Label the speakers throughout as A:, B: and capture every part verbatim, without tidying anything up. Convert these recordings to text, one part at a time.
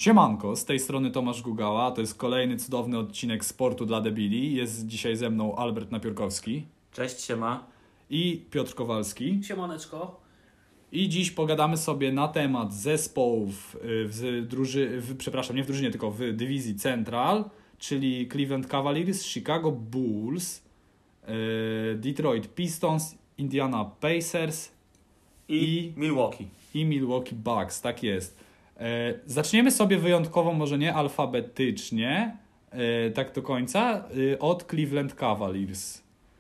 A: Siemanko, z tej strony Tomasz Gugała, to jest kolejny cudowny odcinek Sportu dla Debili. Jest dzisiaj ze mną Albert Napiórkowski.
B: Cześć, siema.
A: I Piotr Kowalski.
C: Siemaneczko.
A: I dziś pogadamy sobie na temat zespołów w druży... w, przepraszam, nie w drużynie, tylko w dywizji Central, czyli Cleveland Cavaliers, Chicago Bulls, Detroit Pistons, Indiana Pacers
B: i,
A: i
B: Milwaukee.
A: I Milwaukee Bucks, tak jest. E, zaczniemy sobie wyjątkowo, może nie alfabetycznie, e, tak do końca, e, od Cleveland Cavaliers.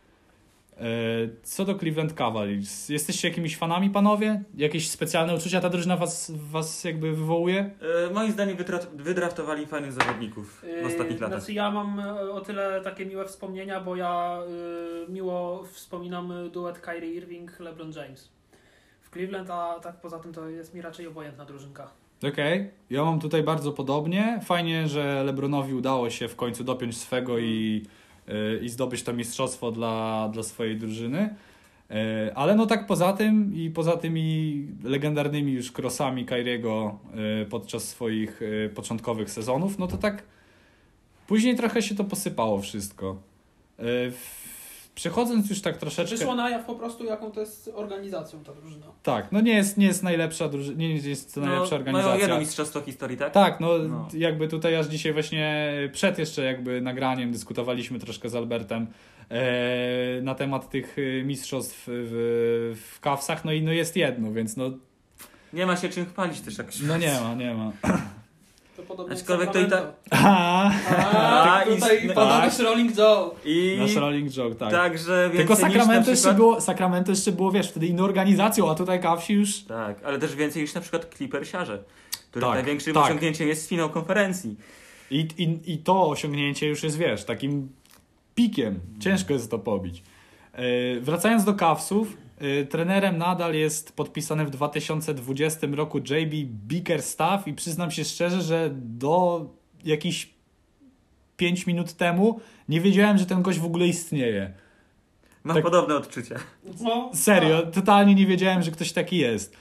A: E, co do Cleveland Cavaliers, jesteście jakimiś fanami, panowie? Jakieś specjalne uczucia ta drużyna was, was jakby wywołuje?
B: E, moim zdaniem wytra- wydraftowali fajnych zawodników w ostatnich latach.
C: Znaczy ja mam o tyle takie miłe wspomnienia, bo ja y, miło wspominam duet Kyrie Irving, LeBron James w Cleveland, a tak poza tym to jest mi raczej obojętna drużynka.
A: Okej, okay. Ja mam tutaj bardzo podobnie. Fajnie, że LeBronowi udało się w końcu dopiąć swego i, yy, i zdobyć to mistrzostwo dla, dla swojej drużyny. Yy, ale no tak poza tym i poza tymi legendarnymi już krosami Kyriego yy, podczas swoich yy, początkowych sezonów, no to tak później trochę się to posypało wszystko. Yy, Przechodząc już tak troszeczkę...
C: Wyszło na jaw po prostu, jaką to jest organizacją ta drużyna.
A: Tak, no nie jest, nie jest najlepsza drużyna, nie jest to
B: no,
A: najlepsza organizacja.
B: Mają jedno mistrzostwo historii, tak?
A: Tak, no, no jakby tutaj aż dzisiaj właśnie przed jeszcze jakby nagraniem dyskutowaliśmy troszkę z Albertem e, na temat tych mistrzostw w, w Cavsach, no i no jest jedno, więc no...
B: Nie ma się czym chwalić też jak
A: No nie ma, nie ma.
C: To podobnie
B: Aczkolwiek to i tak...
A: A,
C: A, tutaj
B: i,
C: pada nasz Rolling Joke.
B: I...
A: Nasz Rolling Joke, tak.
B: Także
A: tylko Sacramento,
B: przykład...
A: jeszcze było, Sacramento jeszcze było, wiesz, wtedy inną organizacją, a tutaj Cavsi już...
B: Tak, ale też więcej niż na przykład Clippersiarze, których
A: tak,
B: największym
A: tak.
B: osiągnięciem jest finał konferencji.
A: I, i, I to osiągnięcie już jest, wiesz, takim pikiem. Ciężko jest to pobić. Yy, wracając do Cavsów, yy, trenerem nadal jest podpisany w dwa tysiące dwudziestym roku J B Bickerstaff i przyznam się szczerze, że do jakichś pięć minut temu nie wiedziałem, że ten gość w ogóle istnieje.
B: Mam
A: tak,
B: podobne odczucia.
C: No,
A: serio,
C: tak.
A: totalnie nie wiedziałem, że ktoś taki jest.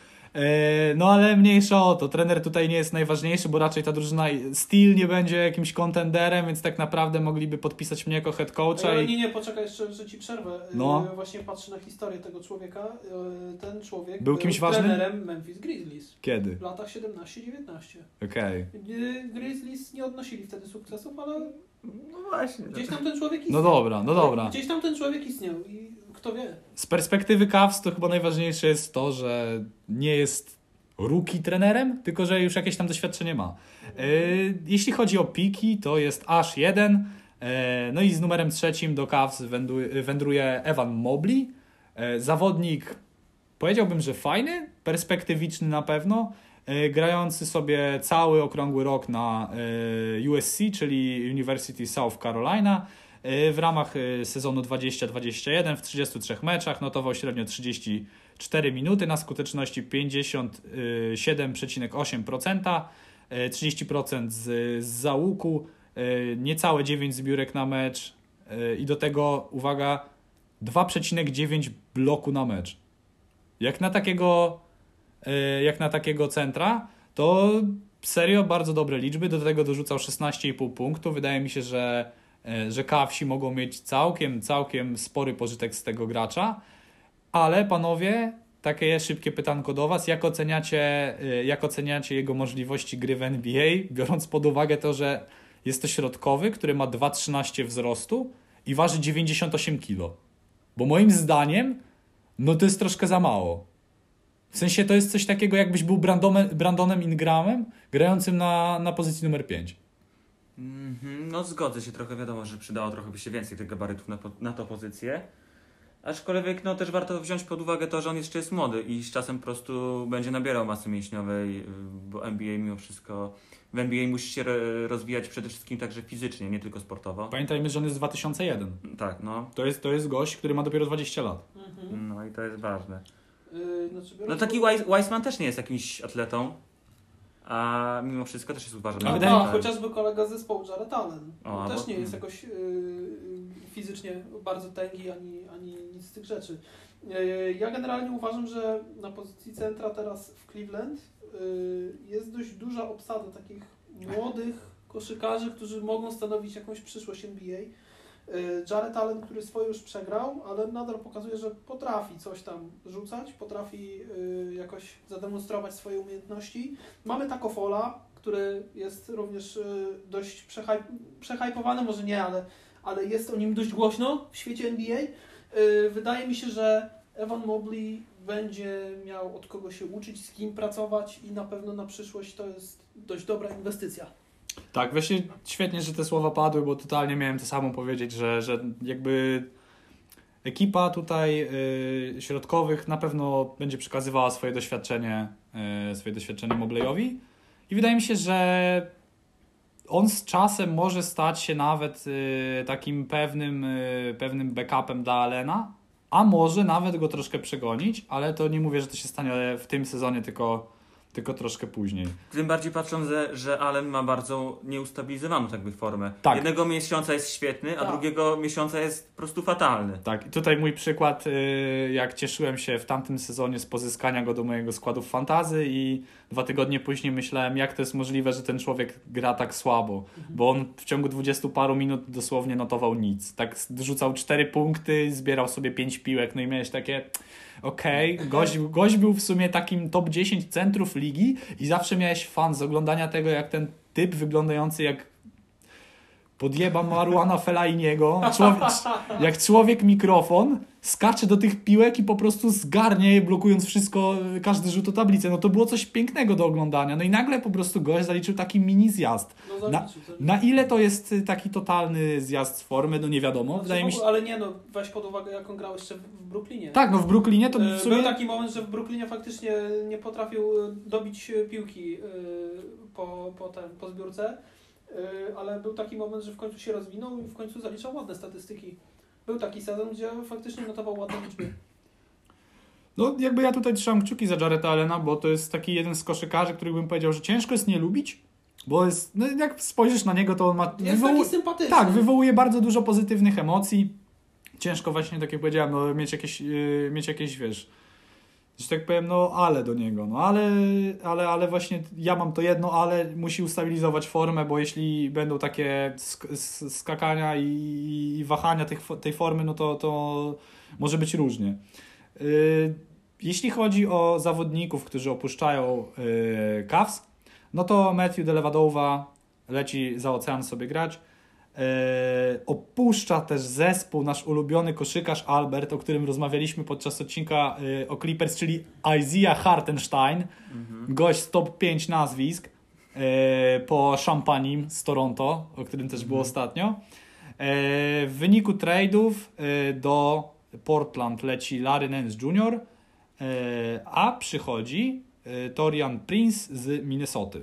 A: No ale mniejsza o to, trener tutaj nie jest najważniejszy, bo raczej ta drużyna Steel nie będzie jakimś kontenderem, więc tak naprawdę mogliby podpisać mnie jako head coacha.
C: Ale
A: i...
C: nie, nie, poczekaj jeszcze, że ci przerwę.
A: No.
C: Właśnie patrzę na historię tego człowieka. Ten człowiek
A: był,
C: był
A: kimś ważnym?
C: trenerem Memphis Grizzlies.
A: Kiedy?
C: W latach siedemnaście dziewiętnaście.
A: Okej.
C: Okay. Grizzlies nie odnosili wtedy sukcesów, ale
B: no właśnie.
C: Gdzieś tam ten człowiek istniał.
A: No dobra, no dobra.
C: Gdzieś tam ten człowiek istniał i kto wie.
A: Z perspektywy Cavs to chyba najważniejsze jest to, że nie jest rookie trenerem, tylko że już jakieś tam doświadczenie ma. E, jeśli chodzi o piki, to jest aż jeden. E, no i z numerem trzecim do Cavs wędruje, wędruje Evan Mobley. E, zawodnik, powiedziałbym, że fajny, perspektywiczny na pewno, e, grający sobie cały okrągły rok na e, U S C, czyli University South Carolina. W ramach sezonu dwadzieścia dwadzieścia jeden w trzydziestu trzech meczach notował średnio trzydzieści cztery minuty na skuteczności pięćdziesiąt siedem przecinek osiem procent, trzydzieści procent z, z załuku, niecałe dziewięć zbiórek na mecz i do tego, uwaga, dwa przecinek dziewięć bloku na mecz. Jak na takiego, jak na takiego centra, to serio bardzo dobre liczby, do tego dorzucał szesnaście i pół punktu. Wydaje mi się, że że Cavsi mogą mieć całkiem, całkiem spory pożytek z tego gracza, ale panowie, takie szybkie pytanko do was, jak oceniacie, jak oceniacie jego możliwości gry w N B A, biorąc pod uwagę to, że jest to środkowy, który ma dwa trzynaście wzrostu i waży dziewięćdziesiąt osiem kilo, bo moim zdaniem no to jest troszkę za mało. W sensie to jest coś takiego, jakbyś był Brandonem, Brandonem Ingramem grającym na, na pozycji numer pięć.
B: Mm-hmm, no zgodzę się trochę, wiadomo, że przydało trochę by się więcej tych gabarytów na, na tą pozycję. Aczkolwiek no też warto wziąć pod uwagę to, że on jeszcze jest młody i z czasem po prostu będzie nabierał masy mięśniowej, bo N B A mimo wszystko, w N B A musi się rozwijać przede wszystkim także fizycznie, nie tylko sportowo.
A: Pamiętajmy, że on jest z dwa tysiące jeden.
B: Tak, no.
A: To jest, to jest gość, który ma dopiero dwadzieścia lat.
B: Mhm. No i to jest ważne.
C: Yy, znaczy,
B: no taki Wiseman też nie jest jakimś atletą. A mimo wszystko też jest uważany.
C: A,
A: wydaje
C: a chociażby kolega z zespołu Jared Allen.
B: O,
C: też
B: bo...
C: nie jest jakoś yy, fizycznie bardzo tęgi ani, ani nic z tych rzeczy. Yy, ja generalnie uważam, że na pozycji centra teraz w Cleveland yy, jest dość duża obsada takich młodych koszykarzy, którzy mogą stanowić jakąś przyszłość N B A. Jarrett Allen, który swoje już przegrał, ale nadal pokazuje, że potrafi coś tam rzucać, potrafi jakoś zademonstrować swoje umiejętności. Mamy Taco Falla, który jest również dość przehaj- przehajpowany, może nie, ale, ale jest o nim dość głośno w świecie N B A. Wydaje mi się, że Evan Mobley będzie miał od kogo się uczyć, z kim pracować i na pewno na przyszłość to jest dość dobra inwestycja.
A: Tak, właśnie świetnie, że te słowa padły, bo totalnie miałem to samo powiedzieć, że, że jakby ekipa tutaj y, środkowych na pewno będzie przekazywała swoje doświadczenie, y, swoje doświadczenie Mobleyowi i wydaje mi się, że on z czasem może stać się nawet y, takim pewnym, y, pewnym backupem dla Allena, a może nawet go troszkę przegonić, ale to nie mówię, że to się stanie w tym sezonie, tylko tylko troszkę później.
B: Tym bardziej patrząc, że, że Allen ma bardzo nieustabilizowaną tak by formę.
A: Tak.
B: Jednego miesiąca jest świetny, a
C: tak.
B: drugiego miesiąca jest po prostu fatalny.
A: Tak, i tutaj mój przykład, jak cieszyłem się w tamtym sezonie z pozyskania go do mojego składu w fantasy i dwa tygodnie później myślałem, jak to jest możliwe, że ten człowiek gra tak słabo, mhm. bo on w ciągu dwudziestu paru minut dosłownie notował nic. Tak rzucał cztery punkty, zbierał sobie pięć piłek, no i miałeś takie... Okej, okay. gość, gość był w sumie takim top dziesięć centrów ligi i zawsze miałeś fan z oglądania tego, jak ten typ wyglądający jak podjeba Marouana Fellainiego, człowiek, jak człowiek mikrofon, skacze do tych piłek i po prostu zgarnie je, blokując wszystko, każdy rzut o tablicę. No to było coś pięknego do oglądania. No i nagle po prostu gość zaliczył taki mini zjazd.
C: No,
A: na, na ile to jest taki totalny zjazd z formy, no nie wiadomo.
C: Znaczy,
A: Wydaje mi się...
C: Ale nie, no weź pod uwagę, jak on grał jeszcze w Brooklynie.
A: Tak, no w Brooklynie to w sumie...
C: Był taki moment, że w Brooklynie faktycznie nie potrafił dobić piłki po, po, ten, po zbiórce, ale był taki moment, że w końcu się rozwinął i w końcu zaliczał ładne statystyki. Był taki sezon, gdzie faktycznie notował ładne liczby.
A: No jakby ja tutaj trzymam kciuki za Jarretta Allena, bo to jest taki jeden z koszykarzy, który bym powiedział, że ciężko jest nie lubić, bo jest, no jak spojrzysz na niego, to on ma...
C: Jest wywołu... taki sympatyczny.
A: Tak, wywołuje bardzo dużo pozytywnych emocji. Ciężko właśnie, tak jak powiedziałem, no, mieć jakieś, yy, mieć jakieś, wiesz, że tak powiem, no ale do niego, no ale, ale, ale właśnie ja mam to jedno, ale musi ustabilizować formę, bo jeśli będą takie sk- skakania i, i wahania tych, tej formy, no to, to może być różnie. Yy, jeśli chodzi o zawodników, którzy opuszczają yy, Cavs, no to Matthew Dellavedova leci za ocean sobie grać. Yy, opuszcza też zespół nasz ulubiony koszykarz Albert, o którym rozmawialiśmy podczas odcinka yy, o Clippers, czyli Isaiah Hartenstein, mhm. gość z top pięć nazwisk yy, po Champagnim z Toronto, o którym też mhm. było ostatnio. Yy, w wyniku trade'ów yy, do Portland leci Larry Nance junior, yy, a przychodzi yy, Taurean Prince z Minnesoty.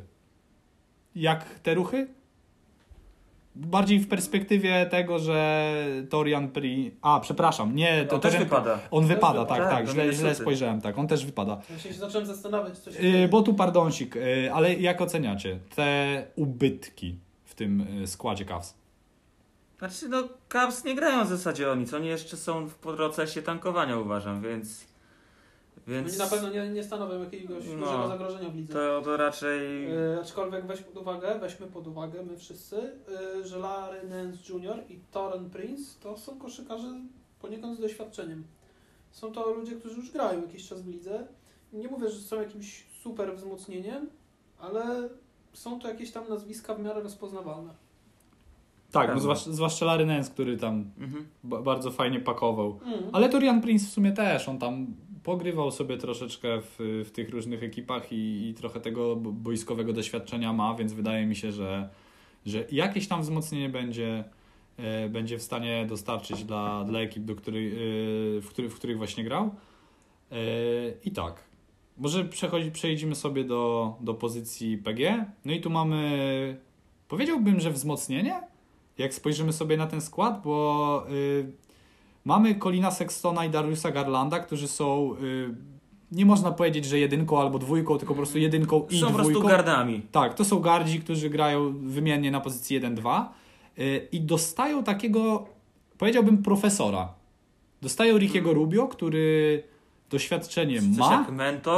A: Jak te ruchy? Bardziej w perspektywie tego, że Taurean Prince... A, przepraszam, nie... To
B: on też
A: Torian...
B: wypada.
A: On wypada, tak, tak,
B: tak
A: źle, źle spojrzałem, tak, on też wypada.
C: Ja się zacząłem zastanawiać, coś...
A: Yy, bo tu pardonsik, yy, ale jak oceniacie te ubytki w tym yy, składzie Cavs?
B: Znaczy, no Cavs nie grają w zasadzie o nic, oni jeszcze są w procesie tankowania, uważam, więc... Więc...
C: Oni na pewno nie, nie stanowią jakiegoś
B: no,
C: dużego zagrożenia w lidze.
B: To, to raczej...
C: Yy, aczkolwiek weź pod uwagę, weźmy pod uwagę my wszyscy, yy, że Larry Nance junior i Taurean Prince to są koszykarze poniekąd z doświadczeniem. Są to ludzie, którzy już grają jakiś czas w lidze. Nie mówię, że są jakimś super wzmocnieniem, ale są to jakieś tam nazwiska w miarę rozpoznawalne.
A: Tak, no zwłaszcza, zwłaszcza Larry Nance, który tam mhm. b- bardzo fajnie pakował.
C: Mhm.
A: Ale Taurean Prince w sumie też, on tam pogrywał sobie troszeczkę w, w tych różnych ekipach i, i trochę tego boiskowego doświadczenia ma, więc wydaje mi się, że, że jakieś tam wzmocnienie będzie, e, będzie w stanie dostarczyć dla, dla ekip, do których, e, w, który, w których właśnie grał. E, I tak, może przechodzi, przejdziemy sobie do, do pozycji P G. No i tu mamy, powiedziałbym, że wzmocnienie, jak spojrzymy sobie na ten skład, bo... E, mamy Collina Sextona i Dariusa Garlanda, którzy są, yy, nie można powiedzieć, że jedynką albo dwójką, tylko po prostu jedynką i
B: są
A: dwójką.
B: Są po prostu gardami.
A: Tak, to są gardzi, którzy grają wymiennie na pozycji jeden dwa yy, i dostają takiego, powiedziałbym, profesora. Dostają Rickiego Rubio, który doświadczenie
B: Coś
A: ma.
B: jak mentor?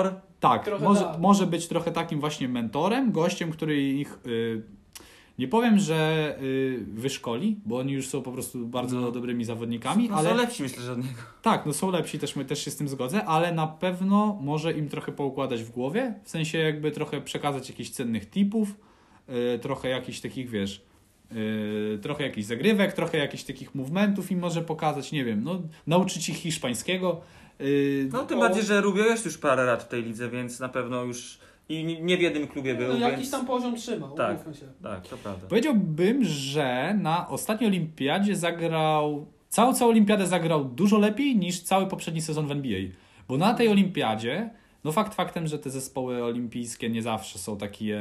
A: Tak,
C: trochę
A: może,
C: da.
A: może być trochę takim właśnie mentorem, gościem, który ich... Y, nie powiem, że y, wyszkoli, bo oni już są po prostu bardzo
B: No.
A: dobrymi zawodnikami,
B: No
A: ale
B: są lepsi myślę, że od niego.
A: tak, no są lepsi, też, my też się z tym zgodzę, ale na pewno może im trochę poukładać w głowie, w sensie jakby trochę przekazać jakichś cennych tipów, y, trochę jakichś takich, wiesz, y, trochę jakichś zagrywek, trochę jakichś takich movementów im może pokazać, nie wiem, no nauczyć ich hiszpańskiego. Y,
B: No tym
C: O.
B: bardziej, że Rubio jest już parę lat w tej lidze, więc na pewno już i nie- nie w jednym klubie był,
C: No, jakiś
B: więc...
C: tam poziom trzymał,
B: Tak.
C: umówmy się.
B: Tak, to prawda.
A: Powiedziałbym, że na ostatniej olimpiadzie zagrał, całą całą olimpiadę zagrał dużo lepiej niż cały poprzedni sezon w N B A. Bo na tej olimpiadzie, no fakt faktem, że te zespoły olimpijskie nie zawsze są takie,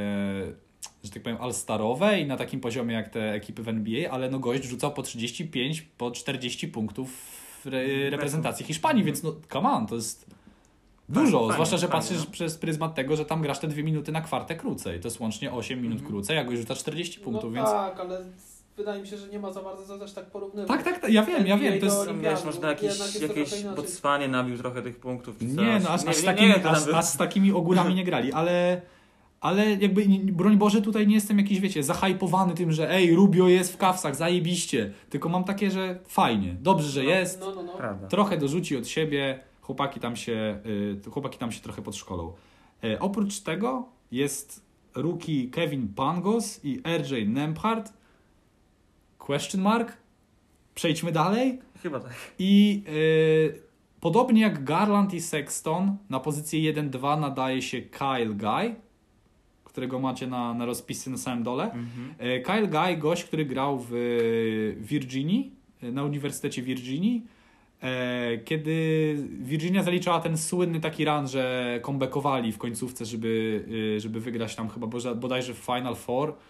A: że tak powiem, all-starowe i na takim poziomie jak te ekipy w N B A, ale no gość rzucał po trzydzieści pięć, po czterdzieści punktów w re- reprezentacji Hiszpanii, więc no come on, to jest dużo,
B: Fajnie,
A: zwłaszcza, że
B: fajnie,
A: patrzysz
B: no.
A: przez pryzmat tego, że tam grasz te dwie minuty na kwartę krócej. To jest łącznie osiem minut
B: Mhm.
A: krócej, jak goś rzuca czterdzieści punktów,
C: no
A: więc...
C: tak, ale wydaje mi się, że nie ma za bardzo co też tak porównywać.
A: Tak, tak, tak, ja wiem, ja wiem. To jest...
C: N B A do
B: Wiesz, można
C: Jednak
B: jakieś,
C: jest to
B: jakieś
C: trochę inaczej.
B: Botswanie nabił trochę tych punktów. Czy
A: Nie,
B: coś.
A: no aż,
B: nie,
A: aż, z
B: nie,
A: takimi,
B: nie wiem, co tam
A: aż,
B: było.
A: aż z takimi ogórami nie grali, ale, ale jakby, nie- broń Boże, tutaj nie jestem jakiś, wiecie, zahajpowany tym, że ej, Rubio jest w kawsach, zajebiście. Tylko mam takie, że fajnie, dobrze, że
C: No,
A: jest,
C: No, no, no.
B: Prawda.
A: trochę dorzuci od siebie, chłopaki tam się, y, chłopaki tam się trochę podszkolą. Y, oprócz tego jest rookie Kevin Pangos i R J Nembhard. Question mark? Przejdźmy dalej.
B: Chyba tak.
A: I y, podobnie jak Garland i Sexton, na pozycję jeden dwa nadaje się Kyle Guy, którego macie na, na rozpisy na samym dole.
B: Mhm.
A: Y, Kyle Guy, gość, który grał w Virginii, y, na Uniwersytecie Virginii, y, kiedy Virginia zaliczała ten słynny taki run, że comebackowali w końcówce, żeby, y, żeby wygrać tam chyba boza- bodajże w Final Four. Y,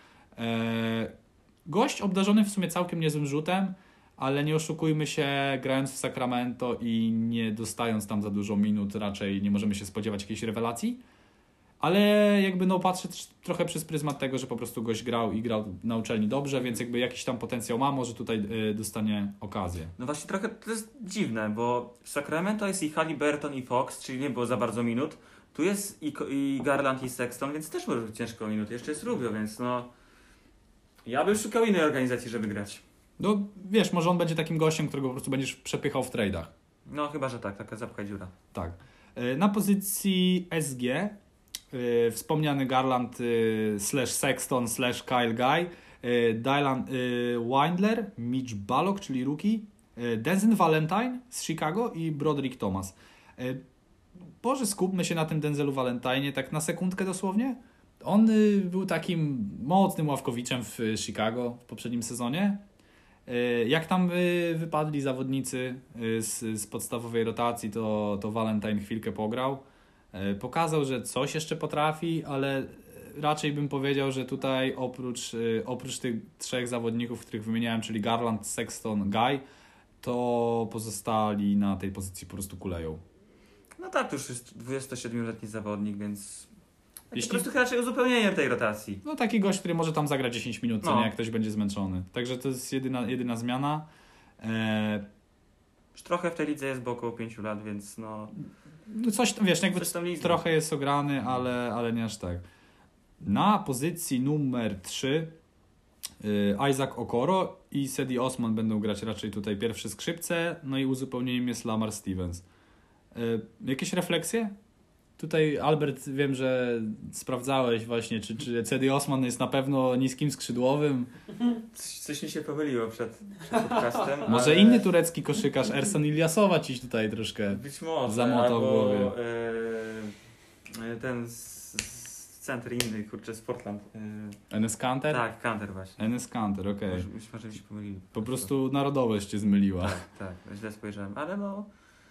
A: gość obdarzony w sumie całkiem niezłym rzutem, ale nie oszukujmy się, grając w Sacramento i nie dostając tam za dużo minut, raczej nie możemy się spodziewać jakiejś rewelacji. Ale jakby no patrzę też trochę przez pryzmat tego, że po prostu gość grał i grał na uczelni dobrze, więc jakby jakiś tam potencjał ma, może tutaj y, dostanie okazję.
B: No właśnie trochę to jest dziwne, bo w Sacramento jest i Haliburton i Fox, czyli nie było za bardzo minut. Tu jest i, i Garland i Sexton, więc też może być ciężko o minut. Jeszcze jest Rubio, więc no... Ja bym szukał innej organizacji, żeby grać.
A: No wiesz, może on będzie takim gościem, którego po prostu będziesz przepychał w trade'ach.
B: No chyba, że tak, taka zapcha dziura.
A: Tak. Y, Na pozycji S G y, wspomniany Garland y, slash Sexton slash Kyle Guy, y, Dylan y, Windler, Mitch Ballock, czyli rookie, y, Denzel Valentine z Chicago i Broderick Thomas. Y, Boże, skupmy się na tym Denzelu Valentine'ie tak na sekundkę dosłownie. On y, był takim mocnym ławkowiczem w y, Chicago w poprzednim sezonie. Y, Jak tam y, wypadli zawodnicy y, z, z podstawowej rotacji, to, to Valentine chwilkę pograł. Y, Pokazał, że coś jeszcze potrafi, ale raczej bym powiedział, że tutaj oprócz, y, oprócz tych trzech zawodników, których wymieniałem, czyli Garland, Sexton, Guy, to pozostali na tej pozycji po prostu kuleją.
B: No tak, to już jest dwudziestosiedmioletni zawodnik, więc...
A: Jeśli-
B: Po prostu raczej uzupełnienie tej rotacji.
A: No taki gość, który może tam zagrać dziesięć minut, co
B: No.
A: nie, jak ktoś będzie zmęczony. Także to jest jedyna, jedyna zmiana. E,
B: Już trochę w tej lidze jest, bo około pięciu lat, więc no...
A: no coś tam, wiesz, jakby
B: Coś tam liczby.
A: trochę jest ograny, ale, ale nie aż tak. Na pozycji numer trzy y, Isaac Okoro i Sedi Osman będą grać raczej tutaj pierwsze skrzypce, no i uzupełnieniem jest Lamar Stevens. Y, jakieś refleksje? Tutaj Albert, wiem, że sprawdzałeś właśnie, czy, czy Sedi Osman jest na pewno niskim skrzydłowym.
B: Coś, coś mi się pomyliło przed, przed podcastem.
A: Może
B: ale...
A: inny turecki koszykarz, Ersan Ilyasowa ci tutaj troszkę
B: Być może.
A: zamotał w
B: albo,
A: głowie.
B: e, ten z, z centry inny, kurczę, z Portland. E,
A: Enes Kanter?
B: tak, Kanter właśnie.
A: Enes Kanter, okej.
B: Może, być może mi się pomylili.
A: Po prostu narodowość cię zmyliła.
B: Tak, tak, źle spojrzałem, ale no...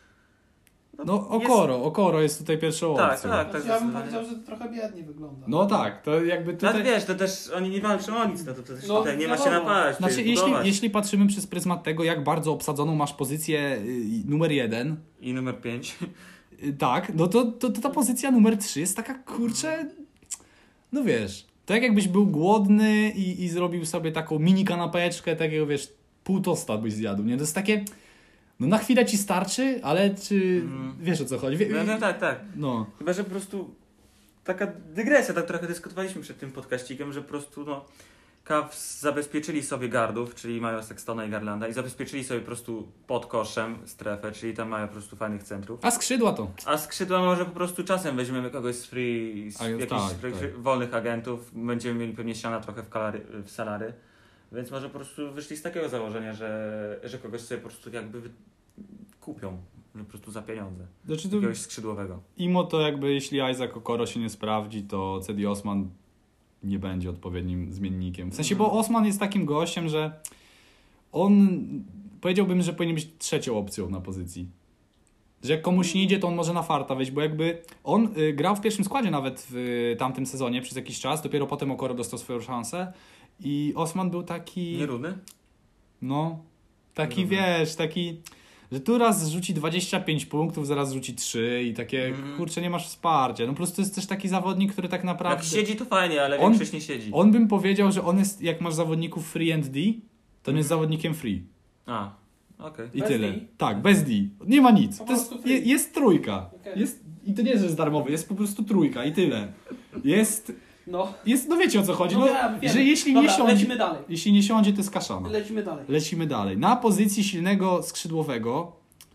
A: No Okoro, Okoro jest tutaj pierwszą
B: Tak,
A: opcją.
B: tak.
C: Znaczy, ja bym powiedział, że to trochę biednie wygląda.
A: No tak, to jakby
B: Tutaj...
A: tutaj...
B: wiesz, to też oni nie walczą o nic, no to, to też
C: No,
B: tutaj nie ma się
C: wiadomo.
B: napalać. to
A: Znaczy,
B: jest
A: jeśli,
B: budować.
A: jeśli patrzymy przez pryzmat tego, jak bardzo obsadzoną masz pozycję y, numer jeden,
B: I numer pięć.
A: y, tak, no to, to, to ta pozycja numer trzy jest taka, kurczę, no wiesz, to jak jakbyś był głodny i, i zrobił sobie taką mini kanapeczkę, takiego, wiesz, pół tosta byś zjadł, nie? To jest takie, no na chwilę ci starczy, ale czy
B: Mm.
A: wiesz o co chodzi? Wie,
B: No, no, tak, tak.
A: no.
B: Chyba, że po prostu taka dygresja, tak trochę dyskutowaliśmy przed tym podcaścikiem, że po prostu no Cavs zabezpieczyli sobie gardów, czyli mają Sextona i Garlanda i zabezpieczyli sobie po prostu pod koszem strefę, czyli tam mają po prostu fajnych centrów.
A: A skrzydła to.
B: A skrzydła może po prostu czasem weźmiemy kogoś z free, z
A: A,
B: jakichś
A: tak,
B: free,
A: tak.
B: wolnych agentów, będziemy mieli pewnie siana trochę w, kalary, w salary, więc może po prostu wyszli z takiego założenia, że, że kogoś sobie po prostu jakby wy- kupią, że po prostu za pieniądze,
A: Znaczy to,
B: jakiegoś skrzydłowego.
A: imo to jakby jeśli Isaac Okoro się nie sprawdzi, to Cedi Osman nie będzie odpowiednim zmiennikiem. W sensie, bo Osman jest takim gościem, że on, powiedziałbym, że powinien być trzecią opcją na pozycji. Że jak komuś nie idzie, to on może na farta wejść, bo jakby on y, grał w pierwszym składzie nawet w y, tamtym sezonie przez jakiś czas, dopiero potem Okoro dostał swoją szansę i Osman był taki...
B: Nierówny?
A: No, taki
B: Dobra.
A: wiesz, taki, że tu raz rzuci dwadzieścia pięć punktów, zaraz rzuci trzy i takie,
B: Mhm.
A: kurczę, nie masz wsparcia. No po prostu jest też taki zawodnik, który tak
B: Jak
A: naprawdę...
B: siedzi to fajnie, ale
A: On-
B: większość nie siedzi.
A: On bym powiedział, że on jest, jak masz zawodników free and D, to on jest
B: Mhm.
A: zawodnikiem free.
B: A, okej.
A: I
C: Bez
A: tyle.
C: D?
A: Tak, bez D. Nie ma nic.
C: Po
A: To jest,
C: prostu free.
A: je, jest trójka.
C: Okej.
A: Jest, I to nie jest, że jest darmowy, jest po prostu trójka i tyle. Jest,
C: No,
A: jest no wiecie o co chodzi,
C: no,
A: no,
C: wiem, wiem.
A: że jeśli
C: Dobra,
A: nie siądzie,
C: lecimy dalej.
A: jeśli nie siądzie, to jest kaszana.
C: Lecimy dalej.
A: Lecimy dalej. Na pozycji silnego skrzydłowego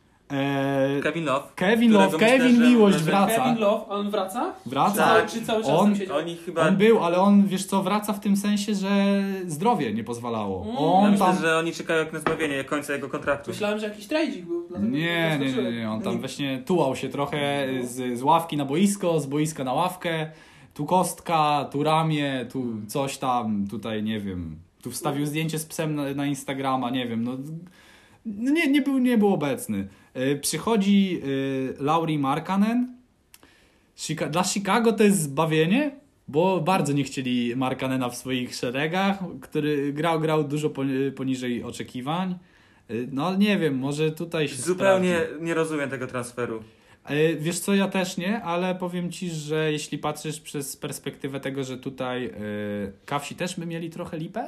A: e,
B: Kevin Love.
A: Kevin
B: którego
A: Love,
B: myślę,
A: Kevin
B: że-
A: Miłość
B: że-
A: wraca.
C: Kevin Love, a on wraca?
A: Wraca.
B: Tak.
C: Czy, czy cały czas
A: On-
C: tam siedział?
B: Oni chyba...
A: On był, ale on, wiesz co, wraca w tym sensie, że zdrowie nie pozwalało.
C: Mm.
B: Ja
A: On
B: myślę,
A: tam...
B: że oni czekają jak na zbawienie końca jego kontraktu.
C: Myślałem, że jakiś trading był. dlatego
A: Nie, nie, nie,
C: zaskoczyłem.
A: nie, on tam właśnie tułał się trochę z, z ławki na boisko, z boiska na ławkę, tu kostka, tu ramię, tu coś tam, tutaj nie wiem, tu wstawił zdjęcie z psem na, na Instagrama, nie wiem, no, no nie, nie, był, nie był obecny. Yy, przychodzi yy, Lauri Markkanen. Chica- dla Chicago to jest zbawienie, bo bardzo nie chcieli Markkanena w swoich szeregach, który grał, grał dużo poni- poniżej oczekiwań. Yy, no ale nie wiem, może tutaj się
B: Zupełnie
A: sprawdzi.
B: nie rozumiem tego transferu.
A: E, Wiesz co, ja też nie, ale powiem Ci, że jeśli patrzysz przez perspektywę tego, że tutaj e, Cavsi też by mieli trochę lipę,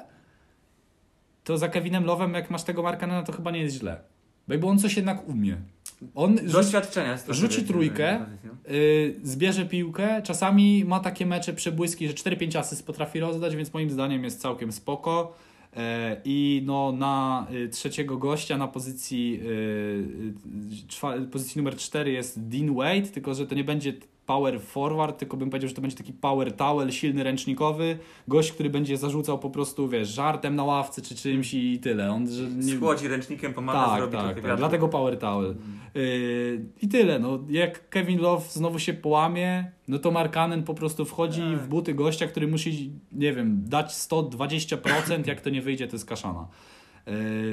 A: to za Kevinem Love'em, jak masz tego Markkanena, to chyba nie jest źle. Bo jakby on coś jednak umie. On rzuci,
B: Doświadczenia. z tego
A: rzuci
B: wiecie,
A: trójkę.
B: pozycją.
A: y, zbierze piłkę, czasami ma takie mecze przebłyski, że cztery pięć asyst potrafi rozdać, więc moim zdaniem jest całkiem spoko. E, I no na y, trzeciego gościa na pozycji, y, y, czwa- pozycji numer cztery jest Dean Wade, tylko że to nie będzie power forward, tylko bym powiedział, że to będzie taki power towel, silny ręcznikowy, gość, który będzie zarzucał po prostu, wiesz, żartem na ławce czy czymś i tyle. On, że nie...
B: Schłodzi ręcznikiem, pomaga,
A: Tak,
B: zrobi
A: tak,
B: trochę
A: tak.
B: wiatru.
A: Dlatego power towel. Yy, I tyle. No. Jak Kevin Love znowu się połamie, no to Markkanen po prostu wchodzi
B: Tak.
A: w buty gościa, który musi, nie wiem, dać sto dwadzieścia procent. Jak to nie wyjdzie, to jest kaszana. Yy,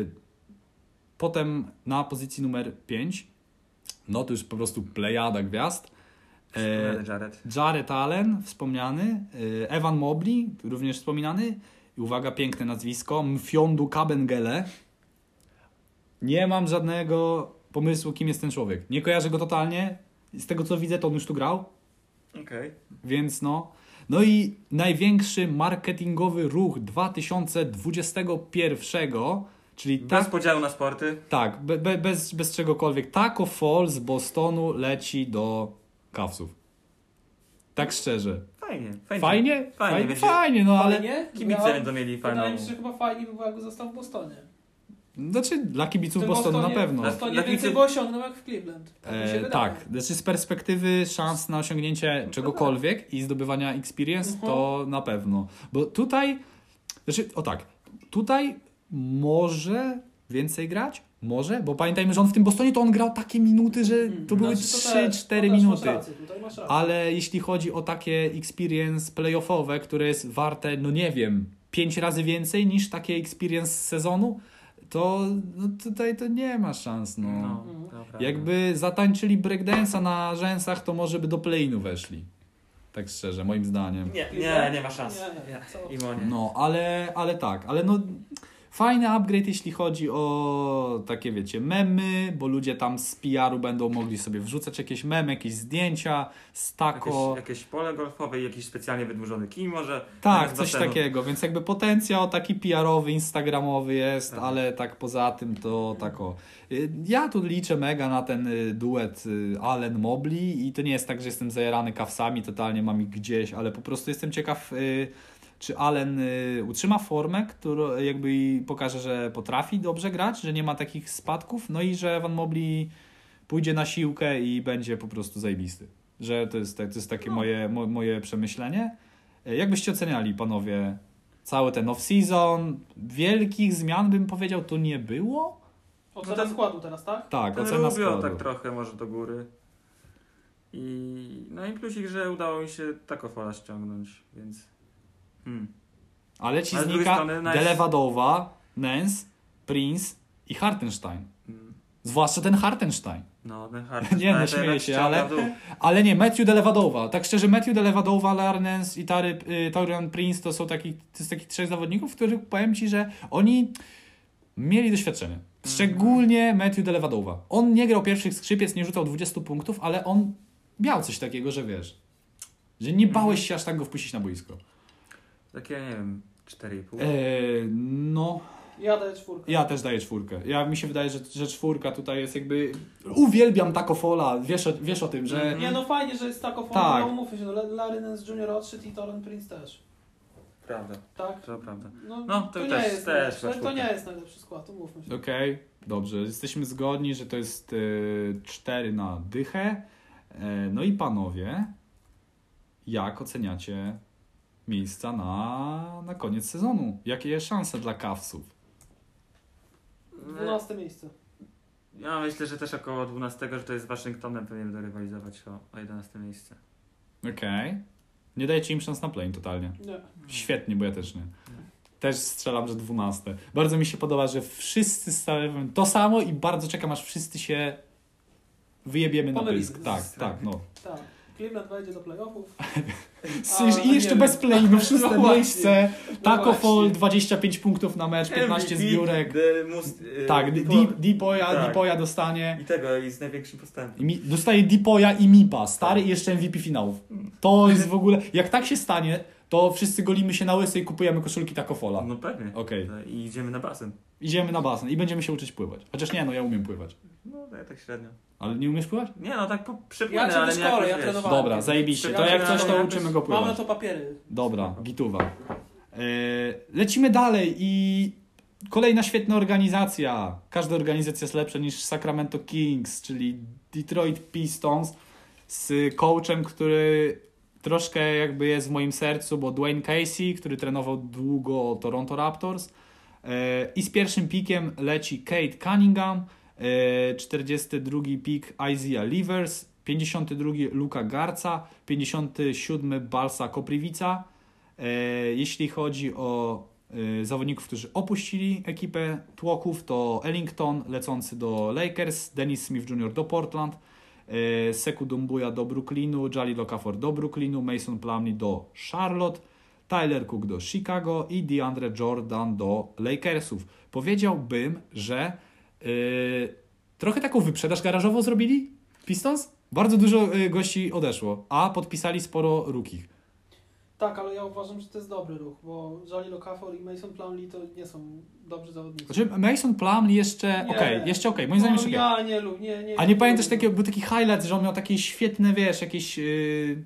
A: potem na pozycji numer pięć, no to już po prostu plejada gwiazd. Yy,
B: Wspomniany Jared.
A: Jarrett Allen, wspomniany, yy, Evan Mobley, również wspominany. I uwaga, piękne nazwisko, Mfiondu Kabengele. Nie mam żadnego pomysłu, kim jest ten człowiek. Nie kojarzę go totalnie. Z tego co widzę, to on już tu grał,
B: Okej.
A: więc no. No i największy marketingowy ruch dwa tysiące dwudziestego pierwszego, czyli
B: Bez
A: tak,
B: podziału na sporty.
A: tak be, be, bez, bez czegokolwiek. Taco Fall z Bostonu leci do Cavsów. Tak szczerze.
B: Fajnie. Fajnie.
A: Fajnie? Fajnie,
B: będzie-
A: fajnie, no ale...
C: Fajnie?
B: Kibice
C: Ja-
B: będą mieli fajną...
C: Wydaje mi się, że chyba fajnie by było, jakby został w Bostonie.
A: Znaczy dla
C: W
A: kibiców
C: tym
A: Bostonu na
C: Bostonie-
A: pewno.
C: W Bostonie
B: Dla
C: więcej
B: kibiców-
C: by osiągnął jak w Cleveland. Tak, mi się
A: E,
C: wydaje.
A: tak, znaczy z perspektywy szans na osiągnięcie czegokolwiek i zdobywania experience,
C: Mhm.
A: to na pewno. Bo tutaj, znaczy, o tak, tutaj może więcej grać, może, bo pamiętajmy, że on w tym Bostonie to on grał takie minuty, że to były
C: Znaczy, to
A: trzy
C: też-
A: cztery
C: to też
A: minuty.
C: Masz rację, tutaj masz rację.
A: Ale jeśli chodzi o takie experience playoffowe, które jest warte, no nie wiem, pięć razy więcej niż takie experience z sezonu, to no tutaj to nie ma szans, no.
B: No,
C: Mhm.
B: dobra.
A: Jakby zatańczyli breakdance'a na rzęsach, to może by do play-inu weszli. Tak szczerze, moim zdaniem.
B: Nie, nie, nie ma szans.
C: Nie, nie,
B: Nie,
C: co?
B: Imo nie.
A: No, ale, ale tak, ale no Fajny upgrade, jeśli chodzi o takie, wiecie, memy, bo ludzie tam z P R u będą mogli sobie wrzucać jakieś memy, jakieś zdjęcia z tako.
B: Jakieś, jakieś pole golfowe, jakiś specjalnie wydłużony kij może.
A: Tak, coś takiego, więc jakby potencjał taki P R owy, instagramowy jest,
B: tak.
A: ale tak poza tym to tak o. Ja tu liczę mega na ten duet Allen Mobley i to nie jest tak, że jestem zajarany Cavsami, totalnie mam ich gdzieś, ale po prostu jestem ciekaw, czy Allen utrzyma formę, która jakby pokaże, że potrafi dobrze grać, że nie ma takich spadków, no i że Van Mobley pójdzie na siłkę i będzie po prostu zajebisty. Że to jest, to jest takie no. moje, mo, moje przemyślenie. Jak byście oceniali, panowie, cały ten off-season? Wielkich zmian, bym powiedział, to nie było?
C: Ocena
B: no ten,
C: składu teraz, tak?
A: Tak,
B: ten
A: ocena
B: Rubio
A: składu.
B: tak trochę może do góry. I, no i plusik, że udało mi się Takofola ściągnąć, więc... Hmm.
A: Ale ci
B: Ale z
A: znika
B: strony nice.
A: Delevadowa, Nance, Prince i Hartenstein.
B: Hmm.
A: Zwłaszcza ten Hartenstein.
B: No, ten Hartenstein.
A: Nie, no śmieję się, ale, ale nie, Matthew Delevadowa. Tak szczerze, Matthew Delevadowa, Larry Nance i Tary, y, Taurean Prince to są taki, to jest takich trzech zawodników, których powiem ci, że oni mieli doświadczenie. Szczególnie Matthew Delevadowa. On nie grał pierwszych skrzypiec, nie rzucał dwudziestu punktów, ale on miał coś takiego, że wiesz, że nie bałeś się aż tak go wpuścić na boisko.
B: Takie, nie wiem, cztery i pół.
A: Eee, no...
C: Ja daję czwórkę.
A: Ja też daję czwórkę. Ja, mi się wydaje, że, że czwórka tutaj jest jakby... Uwielbiam Takofola, wiesz, wiesz o tym, że...
C: Nie, no fajnie, że jest Takofola,
A: Tak.
C: no umówmy się, no Larry Nance junior odszedł i Taurean Prince też.
B: Prawda.
C: Tak?
B: To prawda.
C: No,
B: No,
C: to,
B: to
C: nie
B: też-
C: jest
B: też
C: najlepszy,
B: na
C: to
B: czwórkę.
C: nie jest najlepszy skład, umówmy się.
A: Okej, okay, dobrze. Jesteśmy zgodni, że to jest y, cztery na dychę. E, no i panowie, jak oceniacie miejsca na, na koniec sezonu? Jakie szanse dla Cavsów?
C: dwunaste miejsce.
B: Ja myślę, że też około dwunastego, że to jest z Waszyngtonem, pewnie będą rywalizować o, o jedenaste miejsce.
A: Okej. Okay. Nie dajecie im szans na play totalnie.
C: Nie.
A: Świetnie, bo ja też nie. Też strzelam, że dwunaste. Bardzo mi się podoba, że wszyscy stawiają to samo i bardzo czekam, aż wszyscy się wyjebiemy na
C: Pomylimy.
A: pysk. Tak, tak, no.
C: Tak. Cleveland wejdzie do playoffów.
A: I jeszcze bez play, no szóste
C: No właśnie.
A: miejsce.
C: No
A: Taco Fall,
C: właśnie.
A: dwadzieścia pięć punktów na mecz, piętnaście zbiórek.
B: The most, y,
A: Tak,
B: Deepo-
A: Deep- Deepoya,
B: tak.
A: Deepoya dostanie.
B: I tego, i z największym postępem.
A: I mi, dostaje Deepoya i Mipa, stary i jeszcze M V P finałów. To jest w ogóle, jak tak się stanie, to wszyscy golimy się na łysy i kupujemy koszulki Taco Falla.
B: No pewnie.
A: Okej.
B: To I idziemy na basen.
A: Idziemy na basen i będziemy się uczyć pływać. Chociaż nie, no ja umiem pływać.
B: No to ja tak średnio.
A: Ale nie umiesz pływać?
B: Nie no, tak po, przepłynę,
C: Ja cię
B: ale
C: w
B: nie
C: szkole,
B: jakoś,
C: ja
B: wiesz.
C: trenowałem.
A: Dobra, zajebiście. To
B: Ja
A: jak coś, to
B: jakoś-
A: uczymy go
C: Mamy
A: pływać.
C: na to papiery.
A: Dobra, gituwa. E, lecimy dalej i kolejna świetna organizacja. Każda organizacja jest lepsza niż Sacramento Kings, czyli Detroit Pistons z coachem, który troszkę jakby jest w moim sercu, bo Dwayne Casey, który trenował długo Toronto Raptors, e, i z pierwszym pikiem leci Kate Cunningham, e, czterdziesty drugi pik Isaiah Livers, pięćdziesiąty drugi Luka Garza, pięćdziesiąty siódmy Balsa Koprivica. E, jeśli chodzi o e, zawodników, którzy opuścili ekipę Tłoków, to Ellington lecący do Lakers, Dennis Smith junior do Portland, e, Sekou Doumbouya do Brooklynu, Jalil Okafor do Brooklynu, Mason Plumlee do Charlotte, Tyler Cook do Chicago i DeAndre Jordan do Lakersów. Powiedziałbym, że e, trochę taką wyprzedaż garażową zrobili Pistons. Bardzo dużo e, gości odeszło, a podpisali sporo rookich.
C: Tak, ale ja uważam, że to jest dobry ruch, bo Jalil Okafor i Mason Plumlee to nie są dobrzy zawodnicy.
A: Znaczy Mason Plumlee jeszcze
C: Nie.
A: okej, jeszcze okej, moim zdaniem
C: no,
A: jeszcze
C: ja nie lubię, nie, nie.
A: A nie pamiętasz takiego, był taki highlight, że on miał takie świetne, wiesz, jakieś yy...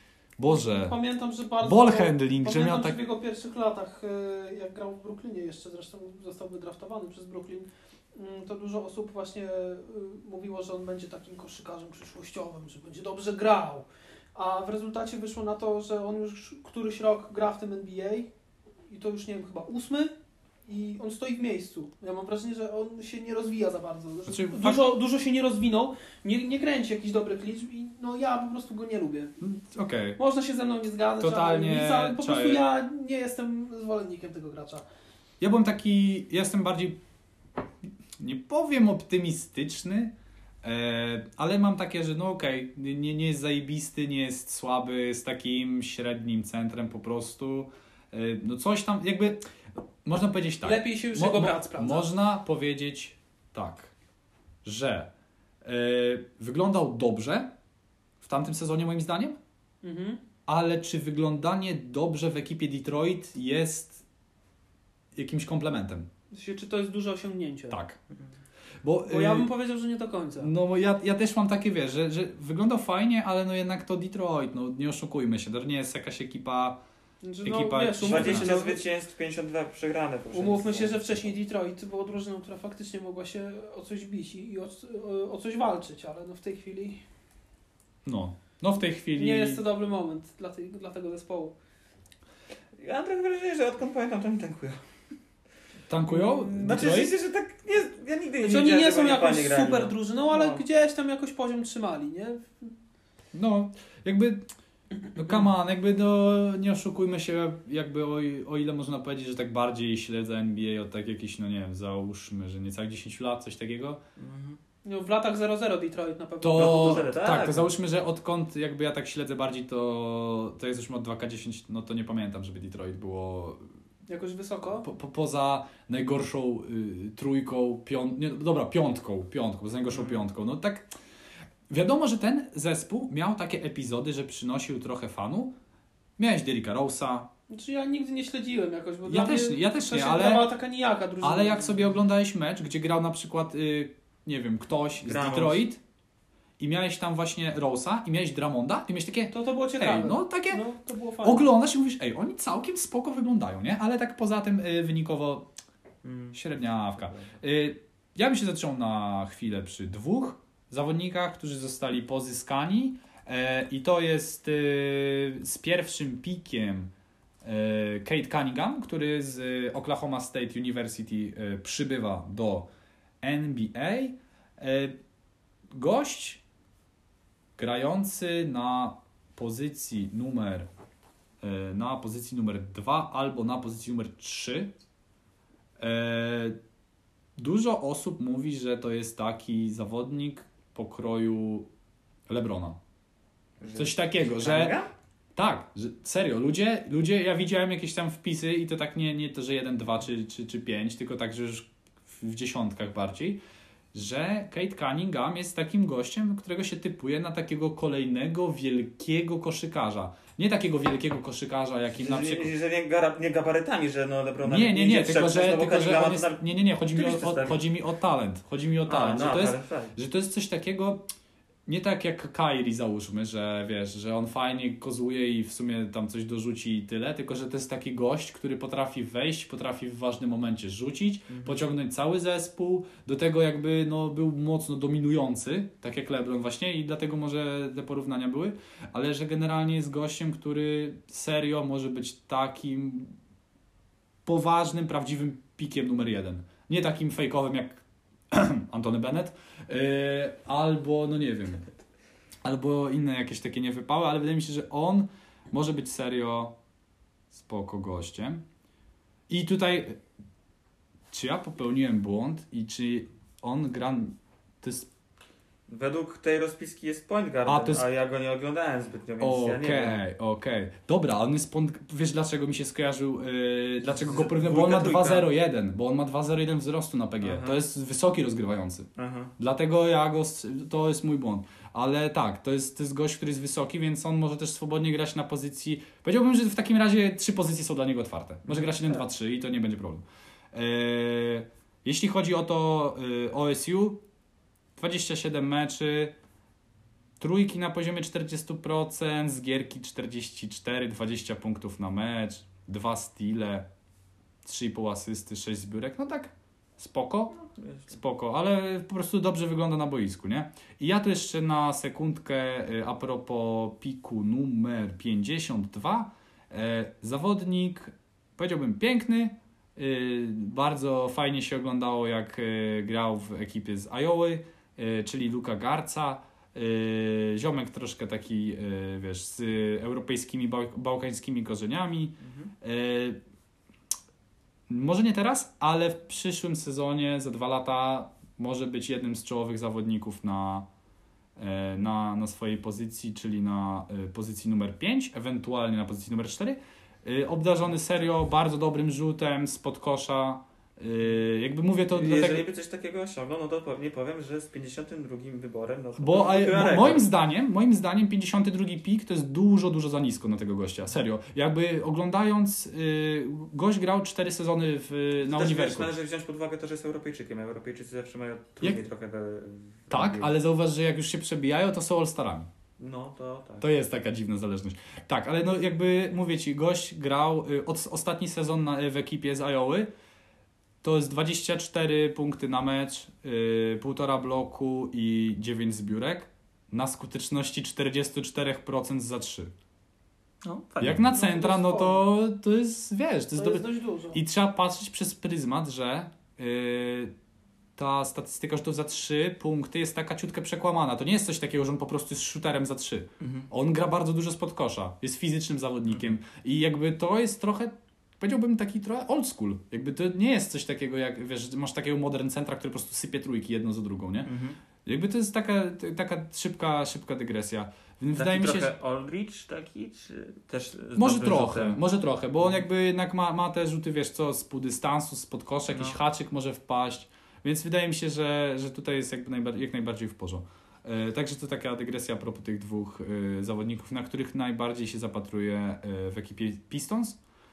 A: Boże,
C: Pamiętam, że bardzo...
A: ball handling, że
C: Pamiętam,
A: miał
C: że
A: tak...
C: w jego pierwszych latach, y, jak grał w Brooklynie jeszcze, zresztą został wydraftowany przez Brooklyn, y, to dużo osób właśnie y, mówiło, że on będzie takim koszykarzem przyszłościowym, że będzie dobrze grał. A w rezultacie wyszło na to, że on już któryś rok gra w tym N B A i to już, nie wiem, chyba ósmy i on stoi w miejscu. Ja mam wrażenie, że on się nie rozwija za bardzo. Że
A: Znaczy,
C: dużo, dużo się nie rozwinął, nie, nie kręci jakichś dobrych liczb i no ja po prostu go nie lubię.
A: Okej.
C: Można się ze mną nie zgadzać,
A: Totalnie
C: ale, nic, ale po prostu
A: czaję.
C: ja nie jestem zwolennikiem tego gracza.
A: Ja byłem taki, ja jestem bardziej, nie powiem optymistyczny, e, ale mam takie, że no okej, nie, nie jest zajebisty, nie jest słaby, jest takim średnim centrem po prostu. E, no coś tam, jakby można powiedzieć tak.
C: Lepiej się już
A: Mo-
C: jego
A: mo-
C: brat sprawdza.
A: Można powiedzieć tak, że yy, wyglądał dobrze w tamtym sezonie moim zdaniem,
C: Mhm.
A: ale czy wyglądanie dobrze w ekipie Detroit jest jakimś komplementem?
C: Czy to jest duże osiągnięcie?
A: Tak. Bo,
C: Bo ja
A: yy,
C: bym powiedział, że nie do końca.
A: No bo ja, ja też mam takie, wiesz, że, że wyglądał fajnie, ale no jednak to Detroit, no nie oszukujmy się, to nie jest jakaś ekipa...
C: Znaczy,
A: ekipa
C: no, wiesz, umówmy się,
B: dwadzieścia
C: no,
B: zwycięstw, pięćdziesiąt dwa przegrane. proszę
C: umówmy
B: państwa.
C: się, że wcześniej Detroit było drużyną, która faktycznie mogła się o coś bić i i o, o, o coś walczyć, ale no w tej chwili
A: No, no w tej chwili...
C: nie jest to dobry moment dla, tej, dla tego zespołu.
B: Ja mam trochę wrażenie, że odkąd pamiętam, to mi tankują.
A: Tankują?
B: Znaczy,
A: Detroit?
B: że, że tak nie, ja nigdy nie
C: Znaczy, oni
B: widziałem,
C: nie
B: żeby
C: są
B: oni
C: jakąś
B: fajnie grali,
C: super
B: no.
C: drużyną, ale
B: No.
C: gdzieś tam jakoś poziom trzymali, nie?
A: No, jakby... No come on, jakby no, nie oszukujmy się, jakby o, o ile można powiedzieć, że tak bardziej śledzę N B A od tak jakichś, no nie wiem, załóżmy, że niecałych dziesięć lat, coś takiego,
B: Mhm.
C: No, w latach zero zero Detroit na pewno.
A: to
B: No, to
A: tak,
B: tak.
A: to załóżmy, że odkąd jakby ja tak śledzę bardziej, to, to jest już od dwa K dziesięć, no to nie pamiętam, żeby Detroit było
C: Jakoś wysoko.
A: po, po, poza najgorszą y, trójką, piąt, nie, dobra, piątką, piątką, poza najgorszą
B: Mhm.
A: piątką, no tak wiadomo, że ten zespół miał takie epizody, że przynosił trochę fanu. Miałeś Derricka Rose'a,
C: Znaczy ja nigdy nie śledziłem jakoś, bo
A: Ja
C: dla
A: też
C: mnie
A: nie, ja też
C: to
A: nie,
C: się
A: ale-
C: wydawała taka nijaka drużyna.
A: ale jak sobie oglądałeś mecz, gdzie grał na przykład, y, nie wiem, ktoś z
B: Dramos.
A: Detroit i miałeś tam właśnie Rose'a i miałeś Drummonda i miałeś takie,
C: To to było ciekawe.
A: ej, no takie,
C: No, to było fajne.
A: oglądasz i mówisz, ej, oni całkiem spoko wyglądają, nie? Ale tak poza tym y, wynikowo
B: Mm.
A: średniawka. Y, ja bym się zaczął na chwilę przy dwóch zawodnikach, którzy zostali pozyskani e, i to jest y, z pierwszym pikiem y, Cade Cunningham, który z y, Oklahoma State University y, przybywa do N B A. Y, gość grający na pozycji numer y, na pozycji numer dwa albo na pozycji numer trzy. E, Dużo osób mówi, że to jest taki zawodnik pokroju LeBrona. Coś takiego, że
B: Cunningham?
A: tak, że serio, ludzie, ludzie, ja widziałem jakieś tam wpisy i to tak nie, nie to, że jeden, dwa czy, czy, czy pięć, tylko tak, że już w, w dziesiątkach bardziej, że Cade Cunningham jest takim gościem, którego się typuje na takiego kolejnego wielkiego koszykarza. Nie takiego wielkiego koszykarza, jakim na przykład...
B: Że, że nie, gara, nie gabarytami, że no LeBrona
A: Nie, nie, nie,
B: idzie
A: tylko
B: przed,
A: że,
B: no bo
A: tylko, że
B: Cunninghama
A: on jest,
B: to tam-
A: nie, nie, nie, chodzi mi,
B: Któryś
A: o, o,
B: przedstawi.
A: chodzi mi o talent, chodzi mi o
B: A,
A: talent,
B: no,
A: że, to jest,
B: ale fajnie.
A: że to jest coś takiego, nie tak jak Kyrie załóżmy, że wiesz, że on fajnie kozuje i w sumie tam coś dorzuci i tyle, tylko że to jest taki gość, który potrafi wejść, potrafi w ważnym momencie rzucić,
B: Mhm.
A: pociągnąć cały zespół, do tego jakby no, był mocno dominujący, tak jak LeBron właśnie i dlatego może te porównania były, ale że generalnie jest gościem, który serio może być takim poważnym, prawdziwym pikiem numer jeden. Nie takim fejkowym jak Antony Bennett, yy, albo no nie wiem, albo inne jakieś takie niewypały, ale wydaje mi się, że on może być serio spoko gościem. I tutaj, czy ja popełniłem błąd i czy on gra, to jest
B: Według tej rozpiski jest point guard,
A: A,
B: a,
A: to jest-
B: ja go nie oglądałem zbytnio, więc ja nie
A: okej,
B: wiem.
A: okej. Dobra, on jest pon... Wiesz dlaczego mi się skojarzył, yy, dlaczego go
B: Z-
A: porównałem? Bo on ma
B: dwójka,
A: dwa zero jeden, bo on ma dwa zero jeden wzrostu na P G.
B: Aha.
A: To jest wysoki rozgrywający.
B: Aha.
A: Dlatego ja go, s- to jest mój błąd. Ale tak, to jest, to jest gość, który jest wysoki, więc on może też swobodnie grać na pozycji. Powiedziałbym, że w takim razie trzy pozycje są dla niego otwarte. Może grać jeden, dwa, trzy i to nie będzie problem. Yy, jeśli chodzi o to yy, O S U, dwadzieścia siedem meczy, trójki na poziomie czterdzieści procent, z gierki czterdzieści cztery, dwadzieścia punktów na mecz, dwa steale, trzy i pół asysty, sześć zbiórek. No tak, spoko. Spoko, ale po prostu dobrze wygląda na boisku, nie? I ja tu jeszcze na sekundkę y, a propos piku numer pięćdziesiąt dwa. E, zawodnik, powiedziałbym piękny, y, bardzo fajnie się oglądało jak y, grał w ekipie z Iowy, y, czyli Luka Garca. Y, ziomek troszkę taki, y, wiesz, z europejskimi, bał- bałkańskimi korzeniami.
B: Mhm.
A: Y, Może nie teraz, ale w przyszłym sezonie, za dwa lata, może być jednym z czołowych zawodników na, e, na, na swojej pozycji, czyli na e, pozycji numer pięć, ewentualnie na pozycji numer cztery. Yy, obdarzony serio bardzo dobrym rzutem spod kosza. Yy, jakby mówię to
B: Jeżeli
A: dlatego...
B: by coś takiego osiągnął, no to pewnie powiem, że z pięćdziesiątym drugim wyborem, no to
A: Bo
B: to
A: a,
B: była
A: mo,
B: rekord.
A: moim zdaniem, moim zdaniem pięćdziesiąty drugi pik to jest dużo, dużo za nisko na tego gościa. Serio. Jakby oglądając, yy, gość grał cztery sezony w, na
B: Też
A: uniwersytecie.
B: wiesz, należy wziąć pod uwagę to, że jest Europejczykiem. Europejczycy zawsze mają trudniej
A: Jak...
B: trochę we,
A: Tak,
B: we...
A: ale zauważ, że jak już się przebijają, to są all-starami.
B: No to tak.
A: To jest taka dziwna zależność. Tak, ale no jakby mówię ci, gość grał y, od, ostatni sezon na, w ekipie z Iowy. To jest dwadzieścia cztery punkty na mecz, y, półtora bloku i dziewięć zbiórek na skuteczności czterdzieści cztery procent za trzy.
B: No, fajnie.
A: Jak na centra, no to, to jest, wiesz, to jest,
C: To
A: dobre.
C: jest dość dużo.
A: I trzeba patrzeć przez pryzmat, że yy, ta statystyka rzutów za trzy punkty jest taka ciutkę przekłamana. To nie jest coś takiego, że on po prostu jest shooterem za trzy.
B: Mhm.
A: On gra bardzo dużo spod kosza, jest fizycznym zawodnikiem i jakby to jest trochę, powiedziałbym, taki trochę old school. Jakby to nie jest coś takiego jak, wiesz, masz takiego modern centra, który po prostu sypie trójki jedno za drugą, nie?
B: Mhm.
A: Jakby to jest taka, taka szybka, szybka dygresja. Wydaje
B: Taki
A: mi się,
B: trochę
A: że...
B: Aldridge taki, czy też z
A: Może
B: dobrym
A: trochę,
B: rzutem?
A: może trochę, bo on jakby jednak ma, ma te rzuty, wiesz co, z pół dystansu, spod kosza, jakiś
B: No.
A: haczyk może wpaść, więc wydaje mi się, że, że tutaj jest jakby najbardziej, jak najbardziej w porządku. E, także to taka dygresja a propos tych dwóch e, zawodników, na których najbardziej się zapatruję e, w ekipie Pistons, e,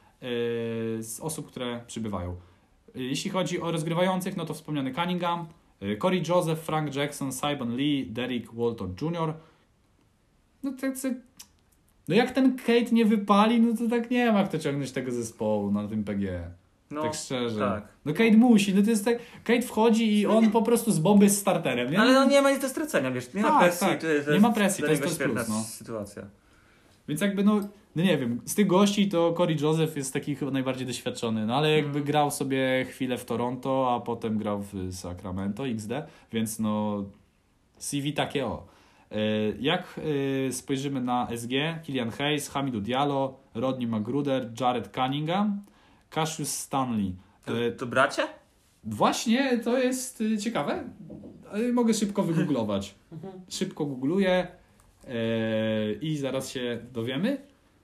A: z osób, które przybywają. E, jeśli chodzi o rozgrywających, no to wspomniany Cunningham, e, Corey Joseph, Frank Jackson, Saban Lee, Derrick Walton junior No tacy... No jak ten Kate nie wypali, no to tak nie ma kto ciągnąć tego zespołu na tym P G.
B: No,
A: tak szczerze.
B: tak.
A: No Kate musi, no to jest tak... Kate wchodzi i on po prostu z bomby jest starterem, nie?
B: Ale no nie ma nic do stracenia, wiesz, nie ma
A: Tak,
B: presji.
A: tak.
B: To, jest- to
A: Nie
B: jest
A: ma presji,
B: dla
A: to jest-
B: niego
A: to jest
B: świetna
A: plus, no.
B: sytuacja.
A: Więc jakby no... No nie wiem, z tych gości to Corey Joseph jest taki chyba najbardziej doświadczony, no ale jakby
B: Mhm.
A: grał sobie chwilę w Toronto, a potem grał w Sacramento X D, więc no C V takie o. E, Jak e, spojrzymy na S G, Killian Hayes, Hamidou Diallo, Rodney McGruder, Jared Cunningham, Cassius Stanley.
B: To,
A: E,
B: to bracia?
A: Właśnie, to jest y, ciekawe. Ale mogę szybko wygooglować. Szybko googluję e, i zaraz się dowiemy.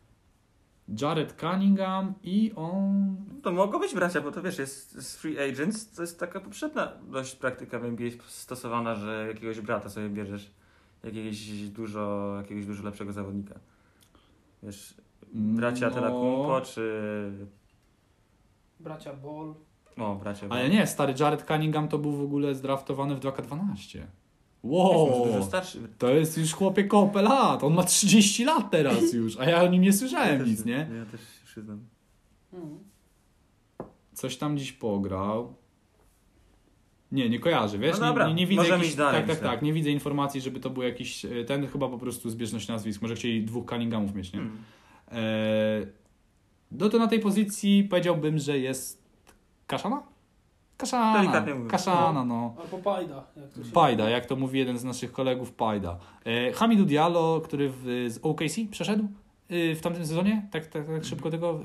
A: Jared Cunningham i on...
B: To mogą być bracia, bo to wiesz, jest z free agents, to jest taka poprzednia dość praktyka w N B A stosowana, że jakiegoś brata sobie bierzesz, jakiegoś dużo, jakiegoś dużo lepszego zawodnika. Wiesz, bracia
A: No.
B: Antetokounmpo, czy...
C: Bracia Ball.
B: O, bracia.
A: Ale nie, stary Jared Cunningham to był w ogóle zdraftowany w dwa K dwanaście.
B: Jest
A: Wow!
B: dużo starszy.
A: To jest już chłopie kopę lat. On ma trzydzieści lat teraz już, a ja o nim nie słyszałem
B: Ja też-
A: nic, nie?
B: Ja też się przyznam.
C: Mhm.
A: Coś tam dziś pograł. Nie, nie kojarzę, wiesz?
B: No dobra,
A: nie, nie widzę
B: możemy
A: jakichś,
B: iść dalej,
A: tak, tak,
B: myślę.
A: tak. Nie widzę informacji, żeby to był jakiś... e, Ten chyba po prostu zbieżność nazwisk. Może chcieli dwóch Cunninghamów mieć, nie?
B: Hmm.
A: Eee, no to na tej pozycji powiedziałbym, że jest Kaszana? Kaszana,
B: Delikatnie mówiąc.
A: Kaszana, no.
C: Albo Pajda, jak to się
A: Pajda, jak to mówi jeden z naszych kolegów, Pajda. E, Hamidou Diallo, który w, z O K C przeszedł e, w tamtym sezonie, tak, tak, tak szybko tego... E,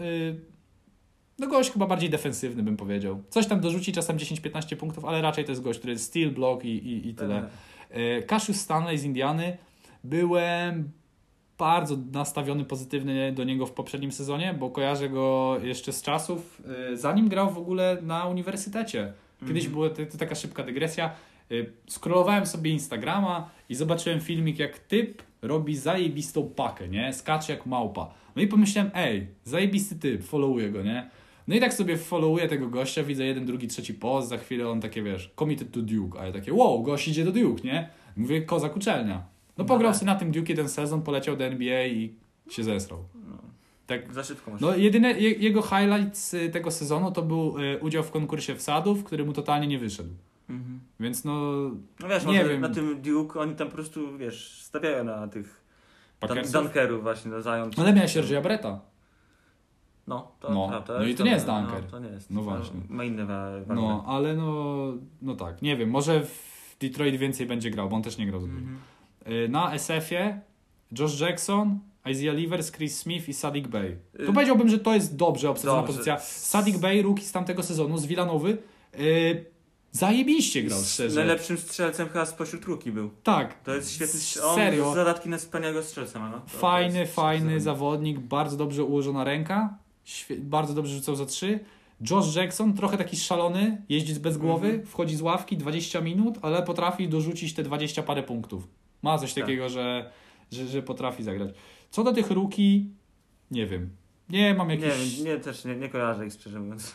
A: no gość chyba bardziej defensywny, bym powiedział. Coś tam dorzuci, czasem dziesięć piętnaście punktów, ale raczej to jest gość, który jest steal, block i, i, i tyle. E, Cassius Stanley z Indiany. Byłem bardzo nastawiony pozytywnie do niego w poprzednim sezonie, bo kojarzę go jeszcze z czasów, e, zanim grał w ogóle na uniwersytecie. Kiedyś
B: Mhm.
A: była to, to taka szybka dygresja. Y, Scrollowałem sobie Instagrama i zobaczyłem filmik, jak typ robi zajebistą pakę, nie? Skacze jak małpa. No i pomyślałem, ej, zajebisty typ, followuję go, nie? No i tak sobie followuję tego gościa, widzę jeden, drugi, trzeci post, za chwilę on takie, wiesz, committed to Duke, a ja takie, wow, gość idzie do Duke, nie? Mówię, kozak uczelnia. No pograł sobie na tym Duke jeden sezon, poleciał do N B A i się zesrał.
B: No.
A: Tak.
B: Za szybko masz.
A: No jedyne, je, jego highlight z tego sezonu to był y, udział w konkursie wsadów, który mu totalnie nie wyszedł.
B: Mhm.
A: Więc no...
B: No wiesz,
A: nie
B: może
A: wiem.
B: na tym Duke oni tam po prostu, wiesz, stawiają na tych dan-
A: Packersów?
B: dunkerów właśnie, no zająć.
A: Ale miałeś Serge'a Bretta.
B: No, to
A: No,
B: prawda.
A: no i to
B: to
A: nie jest
B: no,
A: dunker.
B: to nie jest.
A: No
B: To
A: właśnie.
B: Ma inne wa-
A: No,
B: walory.
A: ale no... No tak, nie wiem, może w Detroit więcej będzie grał, bo on też nie grał za dużo.
B: Mhm.
A: Y, Na S F-ie Josh Jackson, Isaiah Livers, Chris Smith i Sadiq Bey. Tu
B: Y-
A: powiedziałbym, że to jest dobrze obsadzona
B: Dobrze.
A: pozycja. Sadiq Bey, rookie z tamtego sezonu, z Villanowy, y, zajebiście grał,
B: Z
A: szczerze.
B: najlepszym strzelcem chyba spośród rookie był.
A: Tak.
B: To jest świetny
A: S-
B: strzelec. On
A: serio.
B: zadatki na wspaniałego strzelca ma, no. To- to
A: Fajny,
B: jest
A: fajny
B: zawodnik.
A: zawodnik, bardzo dobrze ułożona ręka. świe- bardzo dobrze rzucał za trzy. Josh Jackson, trochę taki szalony, jeździ bez głowy,
B: Mhm.
A: wchodzi z ławki dwadzieścia minut, ale potrafi dorzucić te dwadzieścia parę punktów. Ma coś
B: Tak.
A: takiego, że, że, że potrafi zagrać. Co do tych rookie, nie wiem. Nie mam
B: Nie
A: jakichś...
B: wiem, nie, też nie, nie kojarzę ich szczerze mówiąc.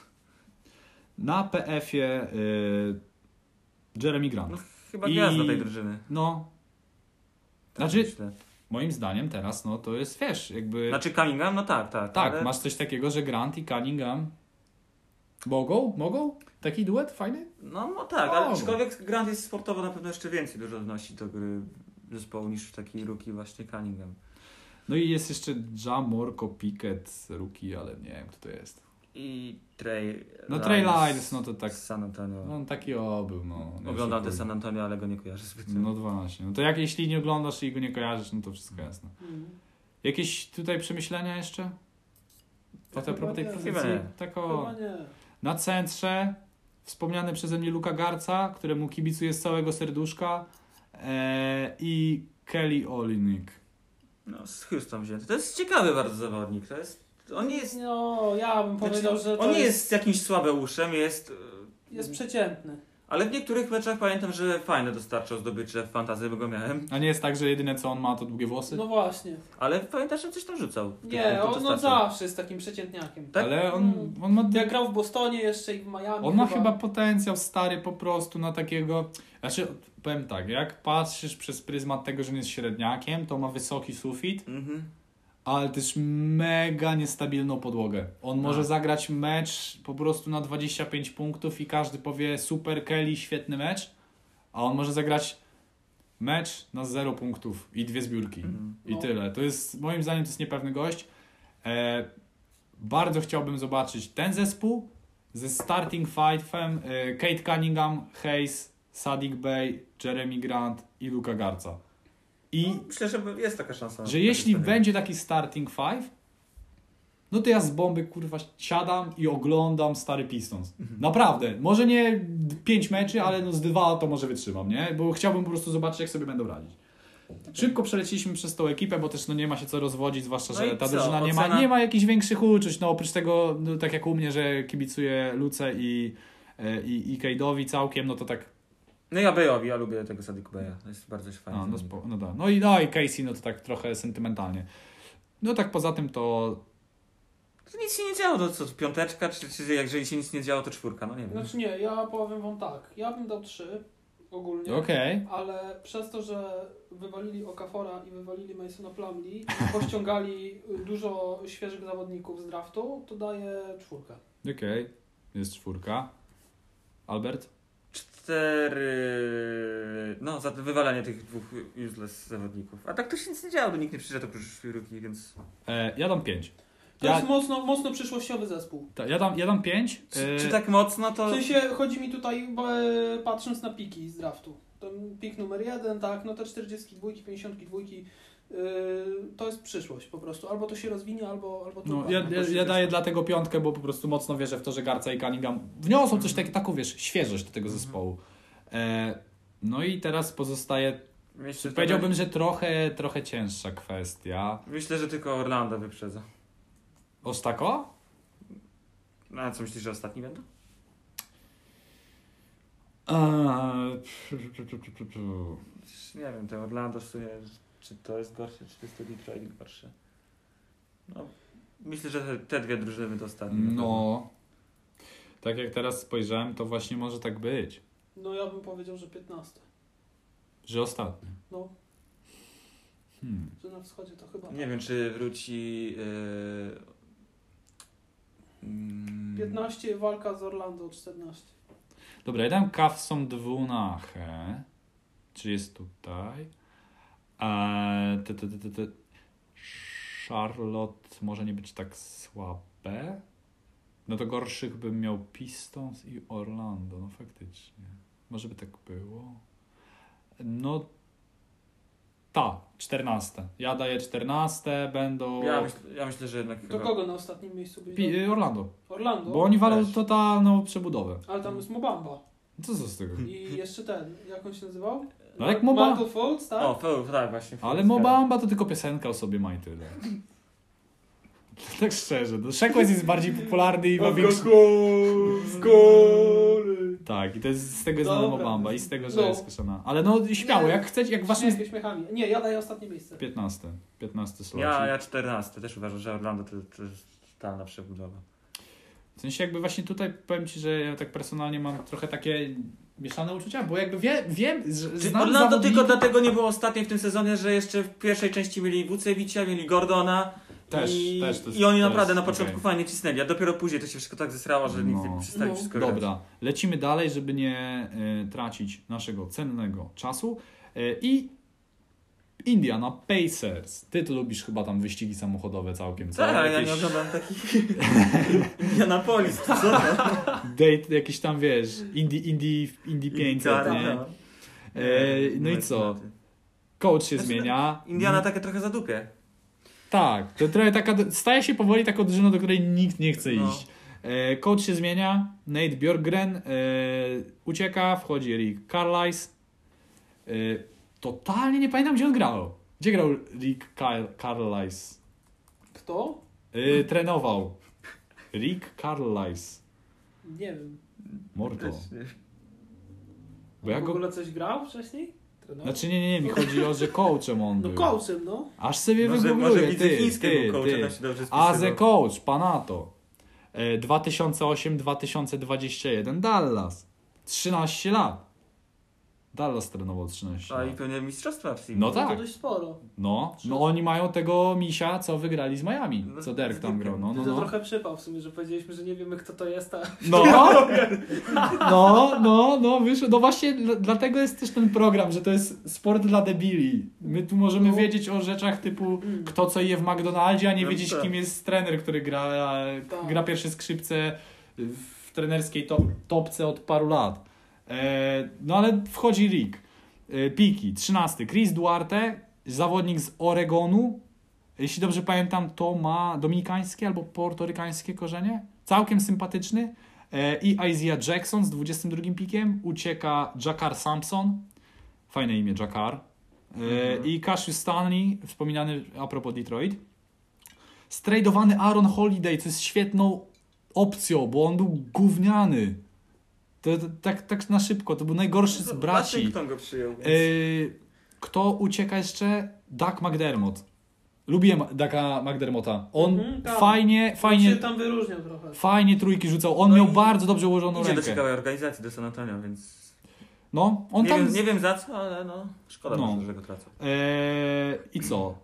A: Na P F-ie y, Jeremy Grant.
B: No, chyba
A: I-
B: gwiazda tej drużyny.
A: No,
B: Tak
A: Znaczy-
B: myślę.
A: moim zdaniem teraz, no to jest, wiesz, jakby...
B: Znaczy Cunningham? No tak, tak.
A: tak,
B: ale...
A: masz coś takiego, że Grant i Cunningham mogą? Mogą? Taki duet fajny?
B: No, no tak, ale
A: O.
B: aczkolwiek Grant jest sportowo na pewno jeszcze więcej dużo wnosi do gry zespołu niż taki rookie właśnie Cunningham.
A: No i jest jeszcze Jamorko Pickett, rookie, ale nie wiem, kto to jest.
B: I Trey
A: No Trey Lyles, no to tak,
B: z San Antonio.
A: no on taki o był, no. nie
B: Oglądam te
A: oszukuj.
B: San Antonio, ale go nie kojarzę zbytnio.
A: No właśnie, no to jak jeśli nie oglądasz i go nie kojarzysz, no to wszystko jasne.
C: Mhm.
A: Jakieś tutaj przemyślenia jeszcze? O te propos tej
C: Chyba nie.
A: pozycji?
B: Chyba nie.
A: Tak o...
C: Chyba nie.
A: Na centrze wspomniany przeze mnie Luka Garca, któremu kibicuję z całego serduszka e, i Kelly Olynyk.
B: No, z Houston wzięty. To jest ciekawy bardzo zawodnik. To jest, on nie jest,
C: No, ja bym powiedział,
B: znaczy,
C: że to
B: on nie
C: jest,
B: jest jakimś słabeuszem, jest... e,
C: jest przeciętny.
B: Ale w niektórych meczach pamiętam, że fajne dostarczał zdobycze w fantazji, bo go miałem.
A: A nie jest tak, że jedyne co on ma to długie włosy?
C: No właśnie.
B: Ale pamiętasz, że coś tam rzucał? Tych
C: Nie,
B: punktów
C: on no
B: dostarczał.
C: zawsze jest takim przeciętniakiem.
B: tak?
A: Ale on, on ma...
C: Jak grał w Bostonie jeszcze i w Miami.
A: On ma chyba potencjał stary po prostu na takiego... Znaczy, powiem tak, jak patrzysz przez pryzmat tego, że on jest średniakiem, to ma wysoki sufit,
B: Mhm.
A: ale też mega niestabilną podłogę. On może
B: A.
A: zagrać mecz po prostu na dwadzieścia pięć punktów i każdy powie super Kelly, świetny mecz, a on może zagrać mecz na zero punktów i dwie zbiórki.
B: Mhm.
A: I
C: No.
A: tyle. To jest, moim zdaniem to jest niepewny gość. E, bardzo chciałbym zobaczyć ten zespół ze starting five'em e, Kate Cunningham, Hayes, Sadiq Bey, Jeremy Grant i Luka Garca. I
B: No, myślę, że jest taka szansa.
A: że jeśli będzie taki starting five, no to ja z bomby kurwa siadam i oglądam stary Pistons. Naprawdę. Może nie pięć meczy, ale no z dwa to może wytrzymam, nie? Bo chciałbym po prostu zobaczyć, jak sobie będą radzić. Szybko przeleciliśmy przez tą ekipę, bo też no nie ma się co rozwodzić, zwłaszcza,
B: No
A: że
B: i
A: ta
B: co?
A: drużyna nie ma,
B: Ocena?
A: nie ma jakichś większych uczuć. No oprócz tego, no, tak jak u mnie, że kibicuję Luce i, e, i, i Cade'owi całkiem, no to tak,
B: No ja Bejowi, ja lubię tego Sadiq Beja. To jest bardzo fajny.
A: no, no,
B: zawodnik.
A: spo, no, da. no, i, no i Casey, no to tak trochę sentymentalnie. No tak poza tym to
B: To nic się nie działo, to co, piąteczka, czy, czy jeżeli się nic nie działo, to czwórka, no nie wiem.
C: Znaczy nie, ja powiem wam tak. Ja bym dał trzy ogólnie.
A: okej.
C: Ale przez to, że wywalili Okafora i wywalili Masona Plumlee i pościągali dużo świeżych zawodników z draftu, to daję czwórkę.
A: Okej, jest czwórka. Albert?
B: Cztery... No, za to wywalanie tych dwóch useless zawodników. A tak to się nic nie działo, bo nikt nie przyszedł oprócz ruki, więc...
A: E, ja dam pięć.
C: To
A: Ja,
C: jest mocno, mocno przyszłościowy zespół.
A: ta, ja, dam, ja dam pięć.
B: Czy,
A: E,
B: czy tak mocno
C: W
B: to...
C: sensie chodzi mi tutaj e, patrząc na piki z draftu. Ten pik numer jeden, tak, no te czterdzieści dwa, pięćdziesiąt dwa, yy, to jest przyszłość po prostu. Albo to się rozwinie, albo, albo to
A: no,
C: upadnie.
A: ja, ja, ja daję dlatego piątkę, bo po prostu mocno wierzę w to, że Garca i Cunningham wniosą coś takiego, taką wiesz, świeżość do tego zespołu. E, no i teraz pozostaje,
B: Myślę, że
A: powiedziałbym, że trochę, trochę cięższa kwestia.
B: Myślę, że tylko Orlando wyprzedza.
A: Ostako?
B: No, a co myślisz, że ostatni będą?
A: Eee,
B: Nie wiem, te Orlando w sumie, czy to jest gorsze, czy to jest to Detroit gorsze. No, myślę, że te, te dwie drużyny będą ostatnie.
A: no, tak jak teraz spojrzałem, to właśnie może tak być,
C: No ja bym powiedział, że piętnaście.
A: że ostatni.
C: No,
A: Hmm.
C: że na wschodzie to chyba
B: Nie
C: tak.
B: wiem, czy wróci... Yy... mm,
C: piętnaście, walka z Orlando czternaście.
A: Dobra, ja dam Cavsom dwunaście, czy jest tutaj. Eee, te, te, te, te, te. Charlotte może nie być tak słabe. No to gorszych bym miał Pistons i Orlando, no faktycznie. Może by tak było. No ta, czternaście. Ja daję czternaście, będą...
B: Ja, myśl, ja myślę, że jednak
C: To
B: chyba...
C: kogo na ostatnim miejscu byś
A: Pi-
C: dał?
A: Orlando.
C: Orlando?
A: Bo oni walą
B: Też.
A: totalną przebudowę.
C: Ale tam jest Mobamba.
A: Co z tego?
C: I jeszcze ten, jak on się nazywał?
A: No jak Moba-
C: Michael Fultz, tak?
B: O, Fultz, tak właśnie.
A: Ale
B: Fultz,
A: Mobamba to tylko piosenka o sobie ma i tyle. Tak szczerze, no Sheck West jest bardziej popularny i ma większy... Tak, i to jest, z tego jest
C: Dobra.
A: Mama Bamba i z tego, że
C: No.
A: jest koszana. Ale no śmiało,
C: Nie.
A: jak chcecie, jak waszym...
C: Śmiechy śmiechami. Nie, ja daję ostatnie miejsce.
A: piętnaste. piętnaste slot.
B: Ja, ja czternaście. Też uważam, że Orlando to, to jest totalna przebudowa.
A: W sensie jakby właśnie tutaj powiem Ci, że ja tak personalnie mam trochę takie mieszane uczucia, bo jakby wie, wiem, że
B: Czy
A: znam
B: Orlando
A: zawodników-
B: tylko dlatego nie było ostatniej w tym sezonie, że jeszcze w pierwszej części mieli Wucewicza, mieli Gordona
A: Też,
B: i,
A: też to jest-
B: i oni
A: to
B: naprawdę
A: jest
B: na początku
A: okej.
B: fajnie cisnęli, a dopiero później to się wszystko tak zesrało, że nic
A: No.
B: nie przestali
C: No.
B: wszystko grać.
A: Dobra, lecimy dalej, żeby nie y, tracić naszego cennego czasu. Y, I Indiana Pacers. Ty to lubisz chyba tam wyścigi samochodowe całkiem, co?
B: Tak, ja
A: Jakieś
B: nie oglądam takich Indianapolis, co to?
A: date, jakieś tam, wiesz, Indy, Indy, Indy pięćset,
B: Tak,
A: nie?
B: no.
A: E, no i
B: Nie,
A: co?
B: tematy.
A: Coach się
B: Znaczy,
A: zmienia.
B: Indiana takie trochę zadupie.
A: Tak, to trochę taka, staje się powoli taką drużyną, do której nikt nie chce
B: No.
A: iść. E, coach się zmienia, Nate Bjorkgren e, ucieka, wchodzi Rick Carlisle. E, totalnie nie pamiętam, gdzie on grał. Gdzie grał Rick Car- Carlisle?
C: Kto?
A: E, trenował. Rick Carlisle.
C: Nie wiem.
A: Mordo.
B: Też nie.
A: Bo ja
C: w
A: go...
C: ogóle coś grał wcześniej? Trenował?
A: Znaczy nie, nie, nie, mi chodzi o, że coachem on
C: No
A: był.
C: coachem, no.
A: Aż sobie
B: Może,
A: wygoogluję,
B: może widzę
A: ty,
B: chińskie
A: ty,
B: był coach,
A: ty.
B: tam się dobrze
A: As a
B: spisywał.
A: coach, panato. E, dwa tysiące osiem dwa tysiące dwadzieścia jeden Dallas. trzynaście lat. Dallas trenował trzynaście
B: A i
A: lat.
B: pewnie mistrzostwa w
A: No
C: To
A: tak.
C: dość sporo.
A: No, no oni mają tego misia, co wygrali z Miami.
B: No,
A: Co Derek tam
B: z
A: grał. No, no,
C: to
A: no.
C: trochę przypał w sumie, że powiedzieliśmy, że nie wiemy kto to jest, a...
A: No, no, no, no, wyszło. No właśnie dl- dlatego jest też ten program, że to jest sport dla debili. My tu możemy
C: No.
A: wiedzieć o rzeczach typu
C: Mm.
A: kto co je w McDonaldzie, a nie
B: No
A: wiedzieć
B: tak.
A: kim jest trener, który gra,
C: Tak.
A: gra pierwsze skrzypce w trenerskiej top, topce od paru lat. E, no ale wchodzi Rick. E, Piki, trzynasty. Chris Duarte, zawodnik z Oregonu. Jeśli dobrze pamiętam, to ma dominikańskie albo portorykańskie korzenie. Całkiem sympatyczny. E, I Isaiah Jackson z dwudziestym drugim pikiem. Ucieka Jakar Sampson. Fajne imię, Jakar. E,
B: Mhm.
A: I Cassius Stanley, wspominany a propos Detroit. Stradowany Aaron Holiday, co jest świetną opcją, bo on był gówniany. To, to, tak, tak na szybko, to był najgorszy z braci.
B: Waszyngton go przyjął. Więc...
A: Yy, kto ucieka jeszcze? Doug McDermott. Lubiłem Douga McDermotta. On
C: Mhm, tak.
A: fajnie,
C: On
A: fajnie,
C: się tam wyróżniał trochę.
A: fajnie trójki rzucał. On
B: No
A: miał
B: i
A: bardzo dobrze ułożoną
B: Idzie do
A: rękę.
B: ciekawej organizacji, do San Antonio, więc...
A: No, on
B: nie,
A: tam...
B: wiem, nie wiem za co, ale no, szkoda
A: No.
B: może, że go tracą.
A: Eee, I co?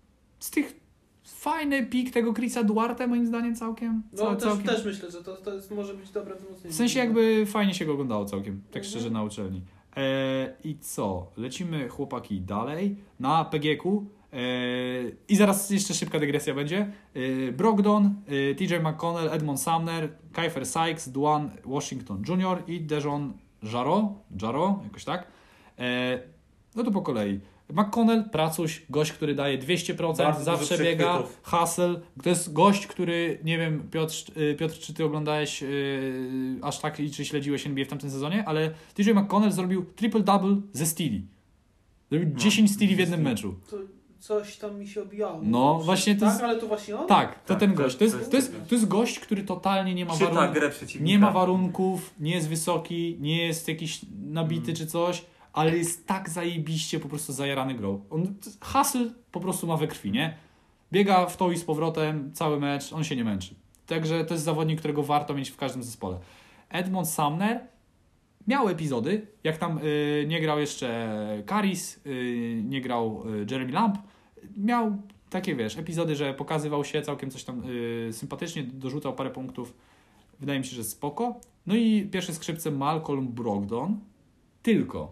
A: Z tych fajny pik tego Chrisa Duarte moim zdaniem całkiem.
C: No
A: Cał,
C: też,
A: całkiem.
C: też myślę, że to, to jest, może być dobre wzmocnienie.
A: W sensie jakby fajnie się go oglądało całkiem, tak
C: Mhm.
A: szczerze na uczelni. Eee, I co? Lecimy chłopaki dalej na P G ku. Eee, I zaraz jeszcze szybka dygresja będzie. Eee, Brogdon, e, T J McConnell, Edmond Sumner, Kiefer Sykes, Duane Washington junior i Dejon Jaro, Jaro, jakoś tak. Eee, no to po kolei. McConnell, pracuś, gość, który daje dwieście procent,
B: Bardzo
A: zawsze
B: dużo
A: biega,
B: przechwytów.
A: hustle. To jest gość, który, nie wiem, Piotr, y, Piotr czy ty oglądałeś yy, aż tak i czy śledziłeś N B A w tamtym sezonie, ale T J McConnell zrobił triple-double ze steali. Zrobił
B: No,
A: dziesięć steali w
B: ze
A: jednym
B: steali.
A: meczu.
C: To coś tam mi się obijało.
A: No, właśnie to
C: Tak,
A: jest-
C: ale to właśnie on?
A: Tak, to
B: Tak,
A: ten
B: to-
A: gość. To jest,
B: to jest
A: to, jest,
B: ten gość.
A: to jest gość, który totalnie nie ma
B: Czyta
A: warunków.
B: grę przeciwnika.
A: Nie ma warunków, nie jest wysoki, nie jest jakiś nabity
B: Mm.
A: czy coś, ale jest tak zajebiście po prostu zajarany grą. On hustle po prostu ma we krwi, nie? Biega w to i z powrotem cały mecz, on się nie męczy. Także to jest zawodnik, którego warto mieć w każdym zespole. Edmond Sumner miał epizody, jak tam y, nie grał jeszcze Caris, y, nie grał y, Jeremy Lamb. Miał takie, wiesz, epizody, że pokazywał się całkiem coś tam y, sympatycznie, dorzucał parę punktów. Wydaje mi się, że spoko. No i pierwsze skrzypce Malcolm Brogdon. Tylko,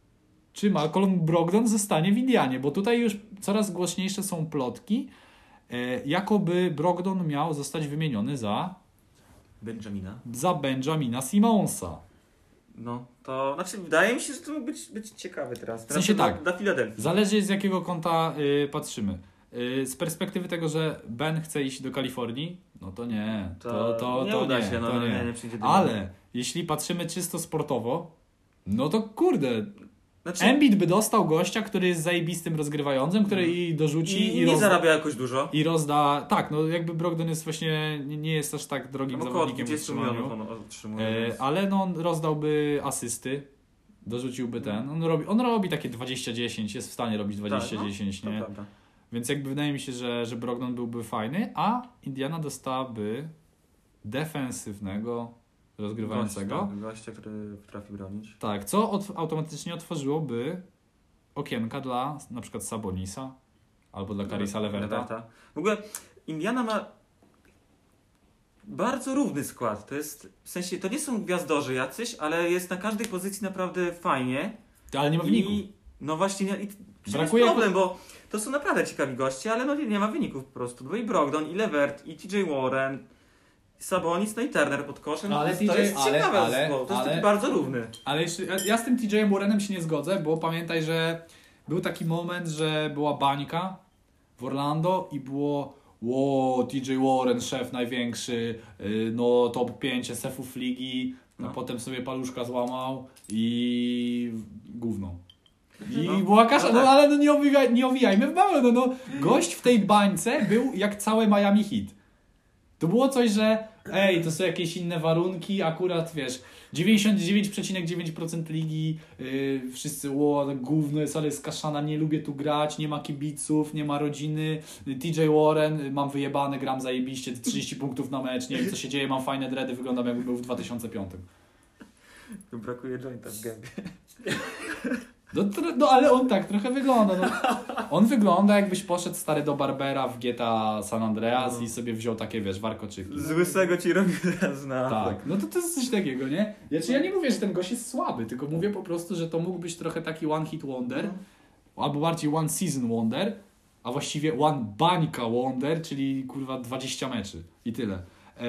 A: czy Malcolm Brogdon zostanie w Indianie? Bo tutaj już coraz głośniejsze są plotki, e, jakoby Brogdon miał zostać wymieniony za,
B: Benjamina.
A: za Benjamina Simonsa.
B: No, to znaczy wydaje mi się, że to mógł być, być ciekawy teraz. teraz
A: sensie
B: dla,
A: tak.
B: Dla Filadelfii.
A: Zależy z jakiego kąta y, patrzymy. Y, z perspektywy tego, że Ben chce iść do Kalifornii, no to nie. To, to,
B: nie
A: to
B: uda
A: nie,
B: się, no,
A: to
B: nie.
A: nie.
B: Nie, nie przyjdzie do
A: Ale jeśli patrzymy czysto sportowo, no to kurde,
B: Znaczy,
A: Embiid by dostał gościa, który jest zajebistym rozgrywającym, który
B: Mhm.
A: i dorzuci
B: i,
A: i,
B: i nie
A: rozda,
B: zarabia jakoś dużo.
A: i rozda... Tak, no jakby Brogdon jest właśnie, nie, nie jest aż tak drogim
B: Około
A: zawodnikiem w
B: dwadzieścia
A: utrzymaniu.
B: milionów on otrzymuje.
A: E,
B: więc-
A: ale no on rozdałby asysty, dorzuciłby ten. On robi, on robi takie dwadzieścia dziesięć, jest w stanie robić dwadzieścia dziesięć,
B: tak, no,
A: nie?
B: to prawda.
A: Więc jakby wydaje mi się, że, że Brogdon byłby fajny, a Indiana dostałaby defensywnego rozgrywającego.
B: Gość, tak, gościa, który potrafi bronić.
A: Tak, co od, automatycznie otworzyłoby okienka dla na przykład Sabonisa albo dla Carisa Leverta.
B: W ogóle Indiana ma bardzo równy skład. To jest, w sensie, to nie są gwiazdorzy jacyś, ale jest na każdej pozycji naprawdę fajnie.
A: Ale nie ma wyników.
B: I no właśnie, nie, i
A: Brakuje
B: jest problem, bo to są naprawdę ciekawi goście, ale no nie, nie ma wyników po prostu. Bo i Brogdon, i Levert, i T J Warren, Sabonis, no i Turner pod koszem.
A: Ale
B: to
A: T J
B: jest
A: ale-
B: ciekawe,
A: ale-
B: zespoł. to jest
A: ale-
B: taki bardzo równy.
A: Ale jeszcze, ja- ja z tym T J Warrenem się nie zgodzę, bo pamiętaj, że był taki moment, że była bańka w Orlando i było wow, T J Warren, szef największy, yy, no top pięć S F-ów ligi, a
B: No.
A: potem sobie paluszka złamał i gówno. I
B: No.
A: była kasza,
B: No
A: no
B: tak.
A: ale no nie, owijaj, nie owijajmy w bawełnę, no, no gość w tej bańce był jak całe Miami Heat. To było coś, że ej, to są jakieś inne warunki, akurat wiesz, dziewięćdziesiąt dziewięć przecinek dziewięć procent ligi, yy, wszyscy, ło, gówno jest, ale jest kaszana, nie lubię tu grać, nie ma kibiców, nie ma rodziny, T J Warren, y, mam wyjebane, gram zajebiście, trzydzieści punktów na mecz, nie wiem co się dzieje, mam fajne dready, wyglądam jakby był w dwa tysiące piątym.
B: Brakuje jointa w gębie.
A: No, tro- no ale on tak trochę wygląda. No. On wygląda jakbyś poszedł stary do Barbera w G T A San Andreas
B: No.
A: i sobie wziął takie, wiesz, warkoczyki.
B: Z łysego ci robi teraz na...
A: Tak, no to to jest coś takiego, nie? Znaczy ja nie mówię, że ten gość jest słaby, tylko mówię po prostu, że to mógł być trochę taki one hit wonder, albo bardziej one season wonder, a właściwie one bańka wonder, czyli kurwa dwadzieścia meczy i tyle. E,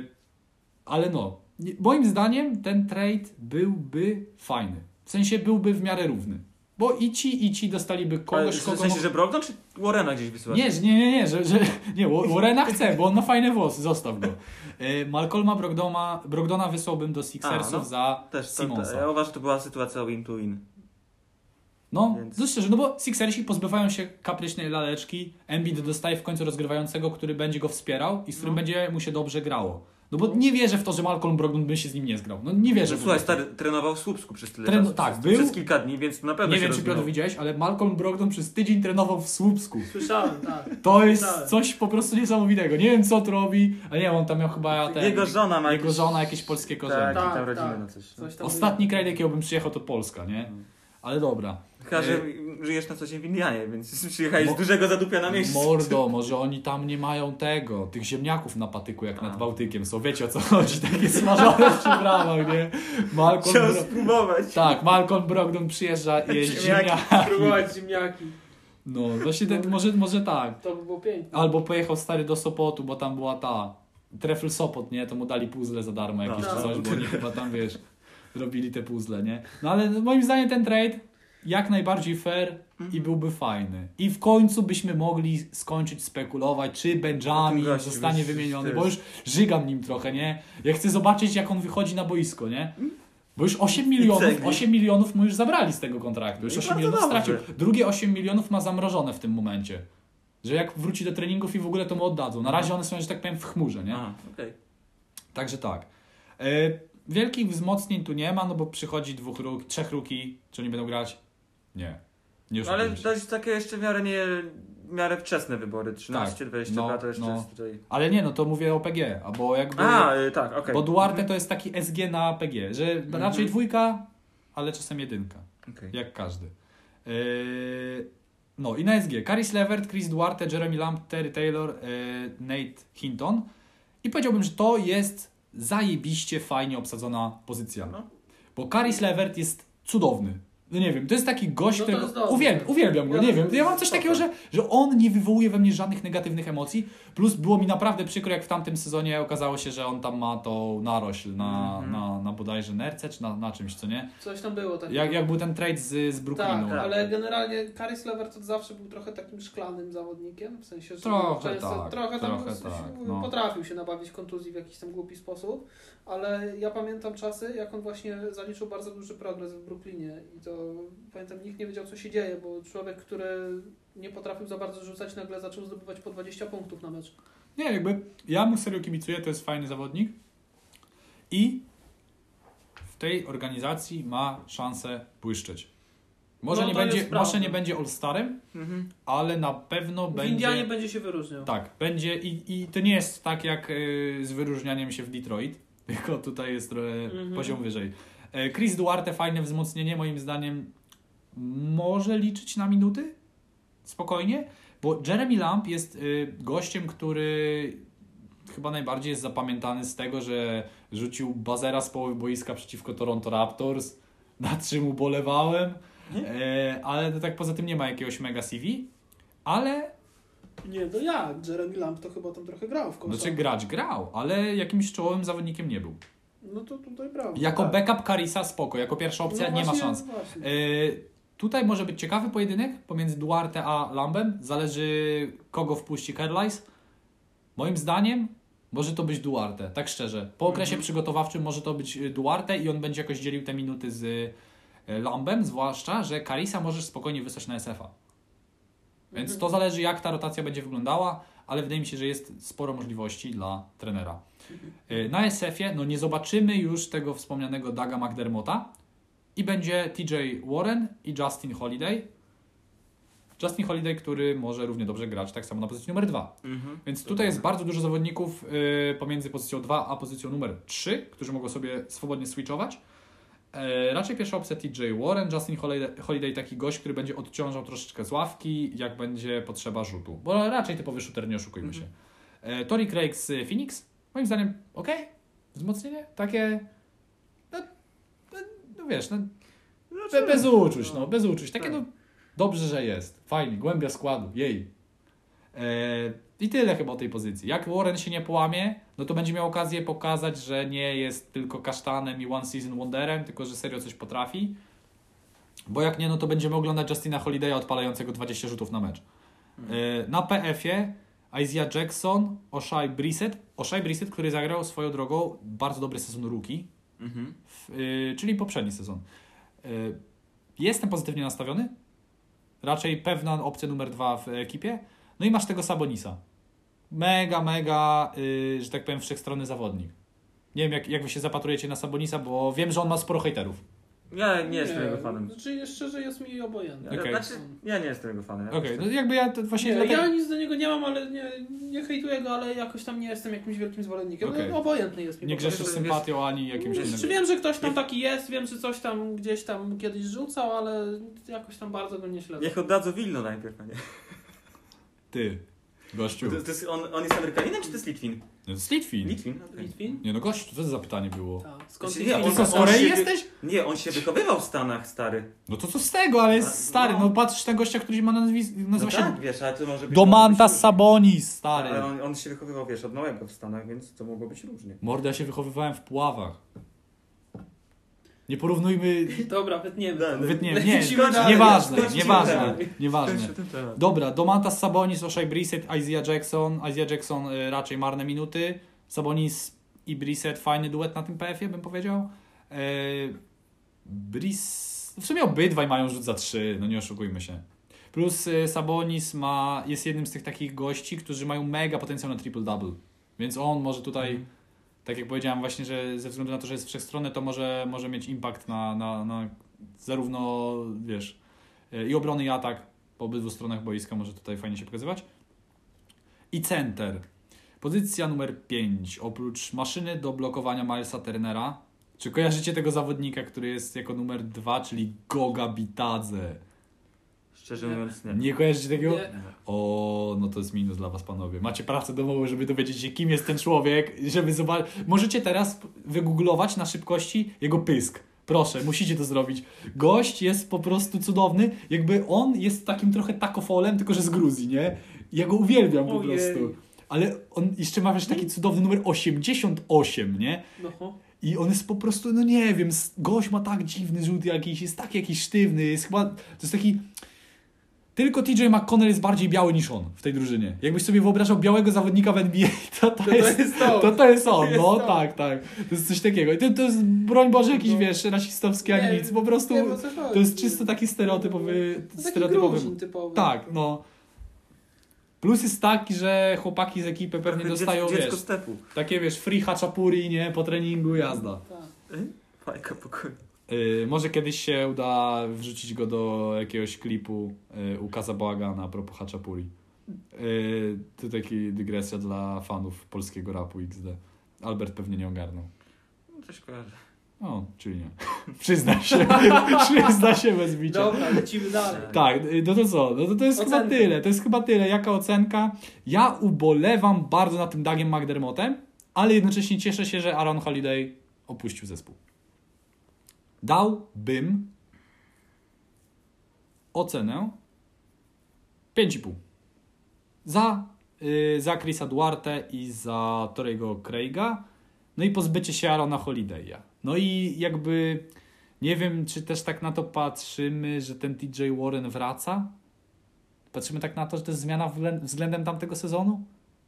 A: ale no, nie, moim zdaniem ten trade byłby fajny. W sensie byłby w miarę równy. Bo i ci, i ci dostaliby
B: Ale
A: kogoś,
B: w
A: kogo...
B: sensie,
A: mo-
B: że Brogdon czy Warrena gdzieś wysyłasz?
A: Nie, że- nie, nie, nie, że, że nie, Wa- Warrena chce, bo on ma fajne włosy, zostaw go. E, Malcolma Brogdona, Brogdona wysłałbym do Sixersów
B: A, no.
A: za
B: Też to,
A: Simonsa.
B: to, ja uważam, że to była sytuacja win to win.
A: No,
B: Więc-
A: to szczerze, no bo Sixersi pozbywają się kaprycznej laleczki, Embiid dostaje w końcu rozgrywającego, który będzie go wspierał i z którym
B: No.
A: będzie mu się dobrze grało. No bo nie wierzę w to, że Malcolm Brogdon by się z nim nie zgrał. No nie wierzę
B: No,
A: w
B: słuchaj,
A: to.
B: stary trenował w Słupsku przez tyle
A: Tren-
B: czasu.
A: tak,
B: przez,
A: był.
B: Przez kilka dni, więc na pewno
A: Nie
B: się
A: wiem, czy
B: rozwinął.
A: Piotr widziałeś, ale Malcolm Brogdon przez tydzień trenował w Słupsku.
C: Słyszałem, tak.
A: To jest
C: Słyszałem.
A: coś po prostu niesamowitego. Nie wiem, co to robi, ale nie, on tam miał chyba ten...
B: Jego żona ma
A: Jego
B: jakieś...
A: żona jakieś polskie korzenie.
B: Tak,
C: Tak,
B: tam rodziny
C: tak.
B: na coś. no.
C: Coś tam
A: Ostatni kraj, do jakiego bym przyjechał, to Polska, nie? Ale dobra.
B: Chyba, że żyjesz na co dzień w Indianie, więc przyjechałeś
A: Mo-
B: z dużego zadupia na miejscu.
A: Mordo, może oni tam nie mają tego, tych ziemniaków na patyku jak nad
B: A.
A: Bałtykiem są. Wiecie o co chodzi, takie smażone w przyprawach, nie? Malcolm
B: Chciał
A: Bro...
B: spróbować.
A: Tak, Malcolm Brogdon przyjeżdża i jest
B: Ziemniaki.
A: ziemniaki.
C: Próbować ziemniaki.
A: No, właśnie ten, może, może tak.
C: To by było piękne.
A: Albo pojechał stary do Sopotu, bo tam była ta Trefl Sopot, nie? To mu dali puzzle za darmo jakieś
B: No.
A: czy coś, bo oni chyba tam, wiesz, robili te puzzle, nie? No ale moim zdaniem ten trade jak najbardziej fair i byłby fajny. I w końcu byśmy mogli skończyć spekulować, czy Benjamin
B: gościu,
A: zostanie
B: wiesz,
A: wymieniony,
B: to
A: bo
B: jest-
A: już żygam nim trochę, nie? Ja chcę zobaczyć, jak on wychodzi na boisko, nie? Bo już osiem milionów,
B: cegli.
A: osiem milionów mu już zabrali z tego kontraktu. Już
B: I
A: osiem
B: bardzo
A: milionów stracił.
B: dobrze.
A: Drugie osiem milionów ma zamrożone w tym momencie. Że jak wróci do treningów i w ogóle to mu oddadzą. Na razie one są, że tak powiem, w chmurze, nie?
B: Aha, okej.
A: Także tak. E, wielkich wzmocnień tu nie ma, no bo przychodzi dwóch ruk, trzech ruki. Czy oni będą grać? Nie. Nie już
B: Ale to jest takie jeszcze w miarę nie... w miarę wczesne wybory. trzynaście, dwadzieścia dwa
A: no,
B: to jeszcze
A: no.
B: jest tutaj...
A: Ale nie, no to mówię o P G, albo jakby...
B: A, y, tak, okej.
A: Bo Duarte to jest taki S G na P G, że
B: Mhm.
A: raczej dwójka, ale czasem jedynka.
B: Okej.
A: Jak każdy. Yy, no i na S G. Caris LeVert, Chris Duarte, Jeremy Lamb, Terry Taylor, yy, Nate Hinton. I powiedziałbym, że to jest zajebiście fajnie obsadzona pozycja.
B: No.
A: Bo Caris LeVert jest cudowny. No nie wiem, to jest taki gość,
C: No to
A: którego
C: jest dobry.
A: uwielbiam, uwielbiam go,
C: Ja
A: nie
C: też
A: wiem. Ja mam coś
C: spoko.
A: takiego, że, że on nie wywołuje we mnie żadnych negatywnych emocji. Plus było mi naprawdę przykro, jak w tamtym sezonie okazało się, że on tam ma tą narośl na,
B: Mhm.
A: na, na bodajże nerce, czy na, na czymś, co nie?
C: Coś tam było takiego.
A: Jak, jak był ten trade z, z Brooklynu.
C: Tak, ale generalnie Caris LeVert od zawsze był trochę takim szklanym zawodnikiem, w sensie, że
A: Trochę
C: często,
A: tak,
C: trochę tam
A: trochę
C: s-
A: tak,
C: s-
A: no.
C: potrafił się nabawić kontuzji w jakiś tam głupi sposób, ale ja pamiętam czasy, jak on właśnie zaliczył bardzo duży progres w Brooklynie i to to pamiętam, nikt nie wiedział, co się dzieje, bo człowiek, który nie potrafił za bardzo rzucać, nagle zaczął zdobywać po dwadzieścia punktów na mecz.
A: Nie, jakby ja mu serio kibicuję, to jest fajny zawodnik i w tej organizacji ma szansę błyszczeć. Może,
C: No
A: nie,
C: to
A: będzie,
C: jest
A: może
C: prawda.
A: nie będzie All-Starem,
B: Mhm.
A: ale na pewno
C: W
A: będzie...
C: Indianie będzie się wyróżniał.
A: Tak, będzie i, i to nie jest tak jak y, z wyróżnianiem się w Detroit, tylko tutaj jest trochę
C: Mhm.
A: poziom wyżej. E, Chris Duarte, fajne wzmocnienie, moim zdaniem może liczyć na minuty, spokojnie, bo Jeremy Lamb jest y, gościem, który chyba najbardziej jest zapamiętany z tego, że rzucił bazera z połowy boiska przeciwko Toronto Raptors, nad czym ubolewałem, e, ale to tak poza tym nie ma jakiegoś mega C V, ale
C: Nie, to ja. Jeremy Lamb to chyba tam trochę grał w końcu.
A: znaczy grać grał, ale jakimś czołowym zawodnikiem nie był.
C: No to tutaj prawda.
A: Jako
C: tak.
A: backup Karisa spoko, jako pierwsza opcja
C: No
A: nie ma
C: właśnie,
A: szans.
C: właśnie.
A: E, tutaj może być ciekawy pojedynek pomiędzy Duarte a Lambem. Zależy kogo wpuści Carlisle. Moim zdaniem może to być Duarte, tak szczerze. Po okresie
B: Mhm.
A: przygotowawczym może to być Duarte i on będzie jakoś dzielił te minuty z e, Lambem, zwłaszcza, że Karisa możesz spokojnie wysłać na S F a. Więc
C: Mhm.
A: to zależy jak ta rotacja będzie wyglądała, ale wydaje mi się, że jest sporo możliwości dla trenera. E, Na S F ie no nie zobaczymy już tego wspomnianego Daga McDermotta i będzie T J Warren i Justin Holiday. Justin Holiday, który może równie dobrze grać tak samo na pozycji numer dwa.
B: Mhm.
A: Więc tutaj jest bardzo dużo zawodników y, pomiędzy pozycją dwa a pozycją numer trzy, którzy mogą sobie swobodnie switchować. E, raczej pierwsza opcja T J Warren, Justin Holiday, Holiday taki gość, który będzie odciążał troszeczkę z ławki, jak będzie potrzeba rzutu. Bo raczej typowy shooter, nie oszukujmy
B: Mhm.
A: się. E, Torrey Craig z Phoenix, moim zdaniem ok, wzmocnienie, takie no, no, no wiesz, no, be, bez uczuć, no, bez uczuć, takie
B: Tak.
A: no dobrze, że jest, fajnie, głębia składu, jej. E, I tyle chyba o tej pozycji. Jak Warren się nie połamie, no to będzie miał okazję pokazać, że nie jest tylko kasztanem i one season wonderem, tylko że serio coś potrafi. Bo jak nie, no to będziemy oglądać Justina Holiday'a odpalającego dwadzieścia rzutów na mecz. E, na P F ie Isaiah Jackson, Oshai Brissett. Oshai Brissett, który zagrał swoją drogą bardzo dobry sezon rookie,
B: Mhm.
A: w, y, czyli poprzedni sezon. Y, jestem pozytywnie nastawiony. Raczej pewna opcja numer dwa w ekipie. No i masz tego Sabonisa. Mega, mega, y, że tak powiem, wszechstronny zawodnik. Nie wiem, jak, jak wy się zapatrujecie na Sabonisa, bo wiem, że on ma sporo hejterów.
B: Ja nie jestem jego fanem.
C: Znaczy, szczerze jest mi obojętny.
B: Ja,
A: Okej.
B: Znaczy, ja nie jestem jego fanem.
A: Okej,
B: jakoś
A: no
B: tak.
A: jakby ja to właśnie...
C: Nie,
A: dlatego-
C: ja nic do niego nie mam, ale nie, nie hejtuję go, ale jakoś tam nie jestem jakimś wielkim zwolennikiem.
A: Okej.
C: No, obojętny jest mi.
A: Nie
C: po prostu.
A: grzeszysz sympatią ani jakimś
C: Czy
A: innym...
C: wiem, że ktoś tam taki jest, wiem, że coś tam gdzieś tam kiedyś rzucał, ale jakoś tam bardzo go nie śledzę.
B: Niech oddadzą Wilno najpierw, a nie.
A: Ty, gościu.
B: To, to jest, on, on jest Amerykaninem, czy to jest Litwin?
A: No to jest Litwin.
B: Litwin? okej.
C: Litwin?
A: Nie no gościu, co to za pytanie było?
C: Tak. Skąd
B: Znaczy,
C: Litwin?
B: nie,
A: Ty
B: on-
A: co, z
B: on
A: Korei
B: się-
A: jesteś?
B: Nie, on się wychowywał w Stanach, stary.
A: No to co z tego, ale jest
B: A,
A: stary.
B: no.
A: No patrzysz na gościa, który ma nazwisko,
B: No
A: nazywa się
B: tak, wiesz, ale to może być...
A: Domantas
B: może być
A: Sabonis, stary.
B: różnie. Ale on, on się wychowywał, wiesz, od małego w Stanach, więc to mogło być różnie.
A: Mordę, ja się wychowywałem w Puławach. Nie porównujmy...
C: Dobra, wytniemy.
B: Da, da.
A: Wytniemy, nie,
C: Lecimy dalej,
A: nieważne,
C: lecimy
A: nieważne,
C: dalej.
A: nieważne. Dobra, Domantas Sabonis, Oshai Brissett, Isaiah Jackson. Isaiah Jackson y, raczej marne minuty. Sabonis i Brissett, fajny duet na tym P F ie, bym powiedział. E, Briss... W sumie obydwaj mają rzut za trzy, no nie oszukujmy się. Plus y, Sabonis ma, jest jednym z tych takich gości, którzy mają mega potencjał na triple-double. Więc on może tutaj, tak jak powiedziałem właśnie, że ze względu na to, że jest wszechstronny, to może, może mieć impact na, na, na zarówno, wiesz, y, i obrony i atak po obydwu stronach boiska może tutaj fajnie się pokazywać. I center. Pozycja numer pięć. Oprócz maszyny do blokowania Milesa Turnera. Czy kojarzycie tego zawodnika, który jest jako numer dwa, czyli Goga Bitadze?
B: Szczerze mówiąc, nie.
A: Nie kojarzycie tego?
C: Nie.
A: O, no to jest minus dla was, panowie. Macie pracę domową, żeby dowiedzieć się, kim jest ten człowiek, żeby zobaczyć. Możecie teraz wygooglować na szybkości jego pysk. Proszę, musicie to zrobić. Gość jest po prostu cudowny. Jakby on jest takim trochę takofolem, tylko że z Gruzji, nie? Ja go uwielbiam po
C: Ojej.
A: prostu. Ale on jeszcze ma wiesz, taki cudowny numer osiemdziesiąt osiem, nie?
C: No, ho.
A: I on jest po prostu, no nie wiem, s- gość ma tak dziwny rzut jakiś, jest taki jakiś sztywny, jest chyba, to jest taki, Tylko T J McConnell jest bardziej biały niż on w tej drużynie. Jakbyś sobie wyobrażał białego zawodnika w N B A, to to,
C: To
A: jest,
C: jest to.
A: to, to jest on.
C: To jest
A: No
C: to.
A: tak, tak. To jest coś takiego. I to, to jest, broń Boże, jakiś,
C: No.
A: wiesz, rasistowski
C: Nie,
A: ani nic. Po prostu
C: wiem, o co chodzi.
A: to jest czysto taki stereotypowy...
C: To taki
A: stereotypowy
C: Gruzin typowy.
A: tak, no. Plus jest taki, że chłopaki z ekipy pewnie
B: Trochę
A: dostają,
B: dziecko, dziecko
A: wiesz,
B: stepu.
A: takie, wiesz, free haczapuri, nie? Po treningu jazda.
C: Tak.
B: Fajka pokoju.
A: Yy, może kiedyś się uda wrzucić go do jakiegoś klipu yy, u Casablanca a propos haczapuri. Yy, to taki dygresja dla fanów polskiego rapu X D. Albert pewnie nie ogarnął.
B: No, coś kojarzę.
A: O, czyli nie. Przyzna się. Przyzna się bez bicia.
C: Dobra, lecimy dalej.
A: Tak, yy, no to co? No to, to jest
C: Ocenka.
A: chyba tyle. To jest chyba tyle. Jaka ocenka? Ja ubolewam bardzo nad tym Dougiem McDermottem, ale jednocześnie cieszę się, że Aaron Holiday opuścił zespół. Dałbym ocenę pięć i pół. Za, yy, za Chrisa Duarte i za Torrey'ego Craiga. No i pozbycie się Aarona Holiday'a. No i jakby nie wiem, czy też tak na to patrzymy, że ten T J Warren wraca? Patrzymy tak na to, że to jest zmiana wzglę- względem tamtego sezonu?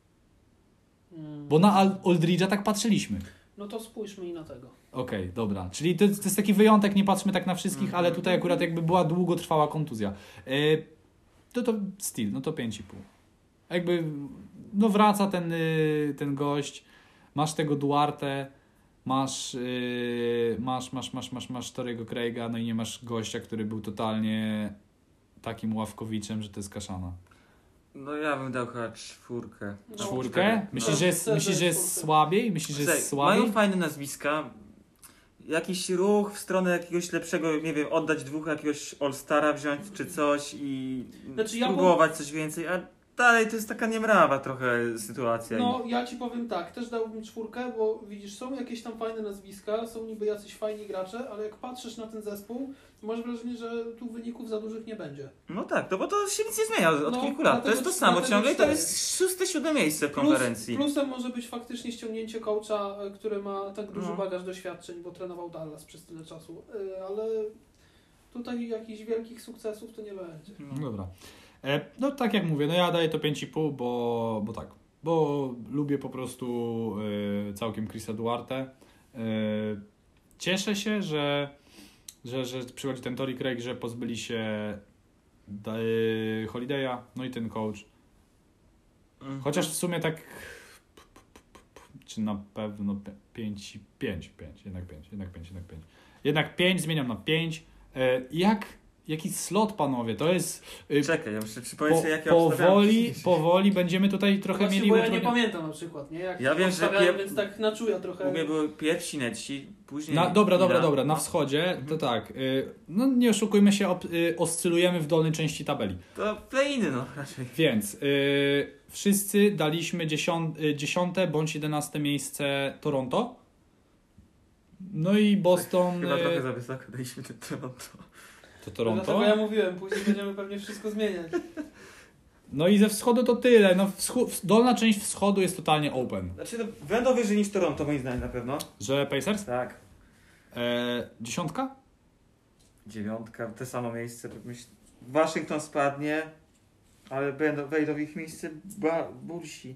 C: Mm.
A: Bo na Al- Aldridge'a tak patrzyliśmy.
C: No to spójrzmy i na tego.
A: Okej, okay, dobra. Czyli to, to jest taki wyjątek, nie patrzmy tak na wszystkich, ale tutaj akurat jakby była długotrwała kontuzja. Yy, to to styl, no to pięć i pół. Jakby, no wraca ten, yy, ten gość, masz tego Duarte, masz, yy, masz, masz, masz, masz, masz Torrey'ego Craiga, no i nie masz gościa, który był totalnie takim ławkowiczem, że to jest kaszana.
B: No ja bym dał chyba czwórkę.
C: No,
A: Czwórkę?
B: No.
A: Myślisz, że jest,
C: Chcę,
A: myślisz, że jest
C: czwórkę.
A: słabiej? Myślisz, że jest
B: Słuchaj,
A: słabiej?
B: mają fajne nazwiska. Jakiś ruch w stronę jakiegoś lepszego, nie wiem, oddać dwóch jakiegoś All-Stara wziąć czy coś i
C: Znaczy, ja
B: spróbować coś więcej, a dalej to jest taka niemrawa trochę sytuacja.
C: No, ja ci powiem tak, też dałbym czwórkę, bo widzisz, są jakieś tam fajne nazwiska, są niby jacyś fajni gracze, ale jak patrzysz na ten zespół, masz wrażenie, że tu wyników za dużych nie będzie.
B: No tak, no bo to się nic nie zmienia od
C: No,
B: kilku lat. To
C: dlatego-
B: jest to samo
C: dlatego
B: ciągle i to
C: cztery.
B: jest szóste, siódme miejsce w
C: Plus,
B: konferencji.
C: plusem może być faktycznie ściągnięcie coacha, e, który ma tak duży
B: No.
C: bagaż doświadczeń, bo trenował Dallas przez tyle czasu, E, ale tutaj jakichś wielkich sukcesów to nie będzie.
A: No dobra. E, no tak jak mówię, no ja daję to pięć i pół, bo, bo tak. Bo lubię po prostu e, całkiem Chrisa Duarte. E, cieszę się, że, że, że przychodzi ten Torrey Craig, że pozbyli się da, e, Holiday'a, no i ten coach.
B: Mhm.
A: Chociaż w sumie tak czy na pewno pięć, pięć, pięć, jednak pięć, jednak pięć, jednak pięć. Jednak pięć zmieniam na pięć. E, jak jaki slot, panowie? To jest e,
B: Czekaj, ja muszę przypomnieć
A: po,
B: sobie, jak ja
A: powoli,
B: obstawiałem.
A: powoli będziemy tutaj trochę
C: Właśnie,
A: mieli
C: bo ja nie
A: utrudnienia.
C: pamiętam na przykład, nie? Jak
B: Ja wiem, że
C: obstawiałem,
B: pier-
C: więc tak na czuja trochę.
B: U mnie były pierwsi neci, później...
A: Na, dobra, dobra,
B: Milan.
A: dobra. Na
B: No.
A: wschodzie to tak. Y, no nie oszukujmy się, ob, y, oscylujemy w dolnej części tabeli.
B: To play-iny, no raczej.
A: Więc y, wszyscy daliśmy dziesiąt, y, dziesiąte bądź jedenaste miejsce Toronto. No i Boston.
B: Chyba
A: y,
B: trochę za wysoko daliśmy ten Toronto.
A: to
C: Dlatego
A: Toronto.
C: ja mówiłem, później będziemy pewnie wszystko zmieniać.
A: No i ze wschodu to tyle. No, wschód, dolna część wschodu jest totalnie open.
B: Znaczy, no, będą wyżej niż Toronto, moim zdaniem na pewno.
A: Że Pacers?
B: Tak.
A: E, dziesiątka?
B: Dziewiątka, te samo miejsce. Myśl... Waszyngton spadnie, ale będą, wejdą w ich miejsce ba- Bulsi.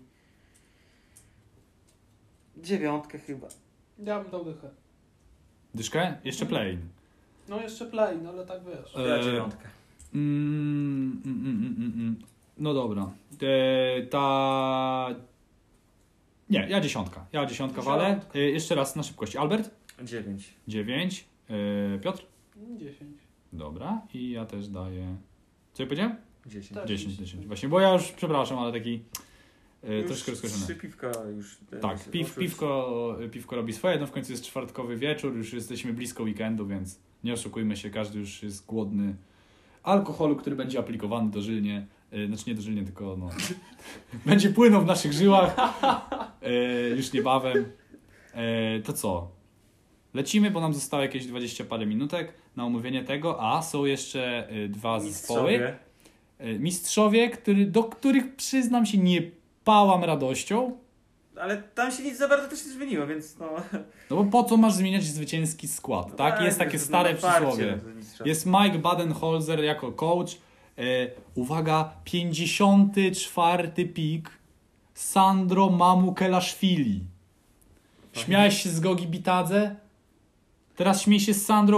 B: Dziewiątkę chyba.
C: Ja bym dał dychę.
A: Dyszkę? Jeszcze play.
C: No jeszcze play, no ale tak wiesz.
A: E,
B: Ja dziewiątkę.
A: Mm, mm, mm, mm, mm. No dobra. E, ta... Nie, ja dziesiątka. Ja dziesiątka walę.
C: Dziesiątka.
A: E, jeszcze raz na szybkość. Albert?
B: Dziewięć.
A: dziewięć. E, Piotr?
C: dziesięć.
A: Dobra. I ja też daję... Co ja powiedziałem?
B: Dziesięć.
C: Tak.
A: dziesięć, dziesięć. Właśnie, bo ja już, przepraszam, ale taki e,
B: Już
A: troszkę rozkoszony.
B: Trzy piwka już.
A: Tak, piw, piwko, piwko robi swoje, no w końcu jest czwartkowy wieczór, już jesteśmy blisko weekendu, więc nie oszukujmy się, każdy już jest głodny alkoholu, który będzie aplikowany dożylnie, yy, znaczy nie dożylnie, tylko no, będzie płynął w naszych żyłach yy, już niebawem. Yy, to co? Lecimy, bo nam zostało jakieś dwadzieścia parę minutek na omówienie tego, a są jeszcze yy, dwa zespoły.
B: Mistrzowie.
A: Yy, mistrzowie, który, do których przyznam się nie pałam radością.
B: Ale tam się nic za bardzo też nie zmieniło, więc no...
A: No bo po co masz zmieniać zwycięski skład, tak? Jest takie
B: to
A: stare
B: na parcie
A: przysłowie.
B: do mistrza.
A: Jest Mike Badenholzer jako coach, E, uwaga, pięćdziesiąty czwarty pik Sandro Mamukelashvili. Śmiałeś się z Gogi Bitadze? Teraz śmiej się z Sandro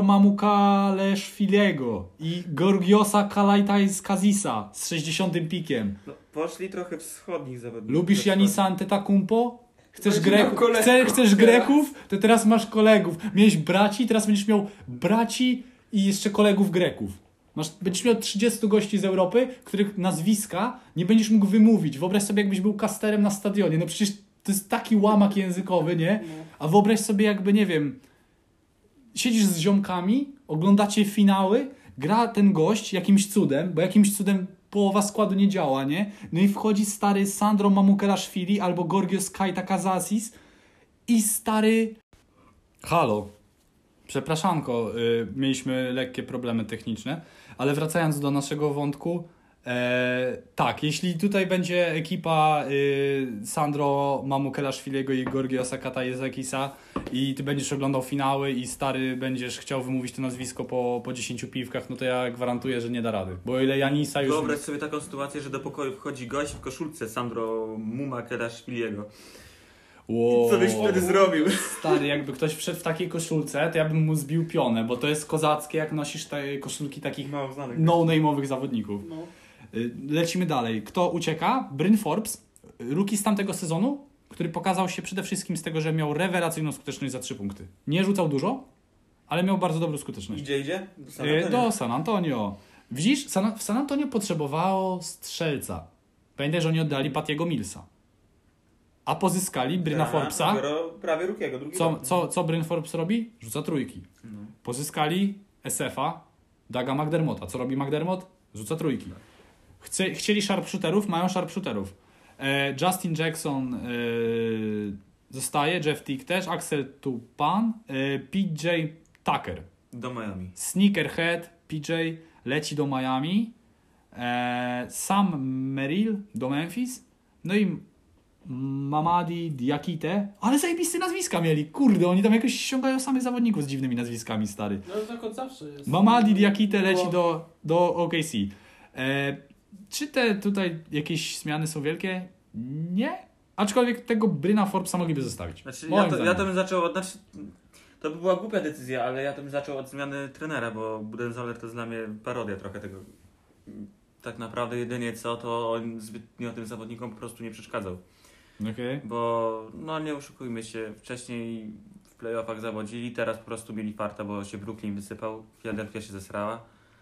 A: Mamukelashviliego i Gorgiosa Kalaitais-Kazisa z sześćdziesiątym pikiem.
B: No, poszli trochę wschodnich zawodników.
A: Lubisz Janisa Antetokounmpo? Chcesz,
C: Będzie
A: Greku,
C: miał kolegów
A: chce, chcesz
C: teraz.
A: Greków? To teraz masz kolegów. Miałeś braci, teraz będziesz miał braci i jeszcze kolegów Greków. Masz, będziesz miał trzydziestu gości z Europy, których nazwiska nie będziesz mógł wymówić. Wyobraź sobie, jakbyś był kasterem na stadionie. No przecież to jest taki łamak językowy, nie? A wyobraź sobie, jakby, nie wiem, siedzisz z ziomkami, oglądacie finały, gra ten gość jakimś cudem, bo jakimś cudem połowa składu nie działa, nie? No i wchodzi stary Sandro Mamukelashvili albo Gorgios Kalaitais-Kazis i stary... Halo. Przepraszanko, y, mieliśmy lekkie problemy techniczne, ale wracając do naszego wątku, e, tak, jeśli tutaj będzie ekipa y, Sandro Mamukelashviliego i Gorgiosa Kalaitais-Kazisa i ty będziesz oglądał finały i stary będziesz chciał wymówić to nazwisko po, po dziesięciu piwkach, no to ja gwarantuję, że nie da rady. Bo o ile Janisa już...
B: Wyobraź sobie taką sytuację, że do pokoju wchodzi gość w koszulce Sandro Mamukelashviliego.
A: Wow.
B: Co byś wtedy zrobił?
A: Stary, jakby ktoś wszedł w takiej koszulce, to ja bym mu zbił pionę, bo to jest kozackie, jak nosisz te koszulki takich
B: Mało znanych.
A: no-name'owych zawodników.
C: No.
A: Y, Lecimy dalej. Kto ucieka? Bryn Forbes, rookie z tamtego sezonu, który pokazał się przede wszystkim z tego, że miał rewelacyjną skuteczność za trzy punkty. Nie rzucał dużo, ale miał bardzo dobrą skuteczność.
B: Gdzie idzie? Do San
A: Y,
B: Antonio.
A: Do San Antonio. Widzisz, San, w San Antonio potrzebowało strzelca. Pamiętaj, że oni oddali Patiego Millsa. A pozyskali Bryna
B: Tak,
A: Forbesa.
B: dopiero prawie Rookiego, drugi
A: Co,
B: rok.
A: co, co Bryn Forbes robi? Rzuca trójki.
B: No.
A: Pozyskali S F a, Daga McDermotta. Co robi McDermott? Rzuca trójki. Chce, chcieli sharpshooterów, mają sharpshooterów. E, Justin Jackson e, zostaje, Jeff Teague też, Axel Tupan, e, P J Tucker.
B: Do Miami.
A: Sneakerhead, P J leci do Miami, e, Sam Merrill do Memphis, no i Mamadi Diakite, ale zajebiste nazwiska mieli, kurde, oni tam jakoś ściągają samych zawodników z dziwnymi nazwiskami, stary.
C: No tak od zawsze jest.
A: Mamadi Diakite leci
C: Było-
A: do, do O K C. E, czy te tutaj jakieś zmiany są wielkie? Nie. Aczkolwiek tego Bryna Forbesa mogliby zostawić.
B: Znaczy,
A: Moim
B: ja, to, ja
A: zdaniem.
B: to bym zaczął od... Znaczy, to by była głupia decyzja, ale ja to bym zaczął od zmiany trenera, bo Budenholzer to jest dla mnie parodia trochę tego. Tak naprawdę jedynie co, to on zbytnio tym zawodnikom po prostu nie przeszkadzał.
A: Okej.
B: Bo, no nie oszukujmy się, wcześniej w playoffach zawodzili, teraz po prostu mieli farta, bo się Brooklyn wysypał, Philadelphia się zesrała.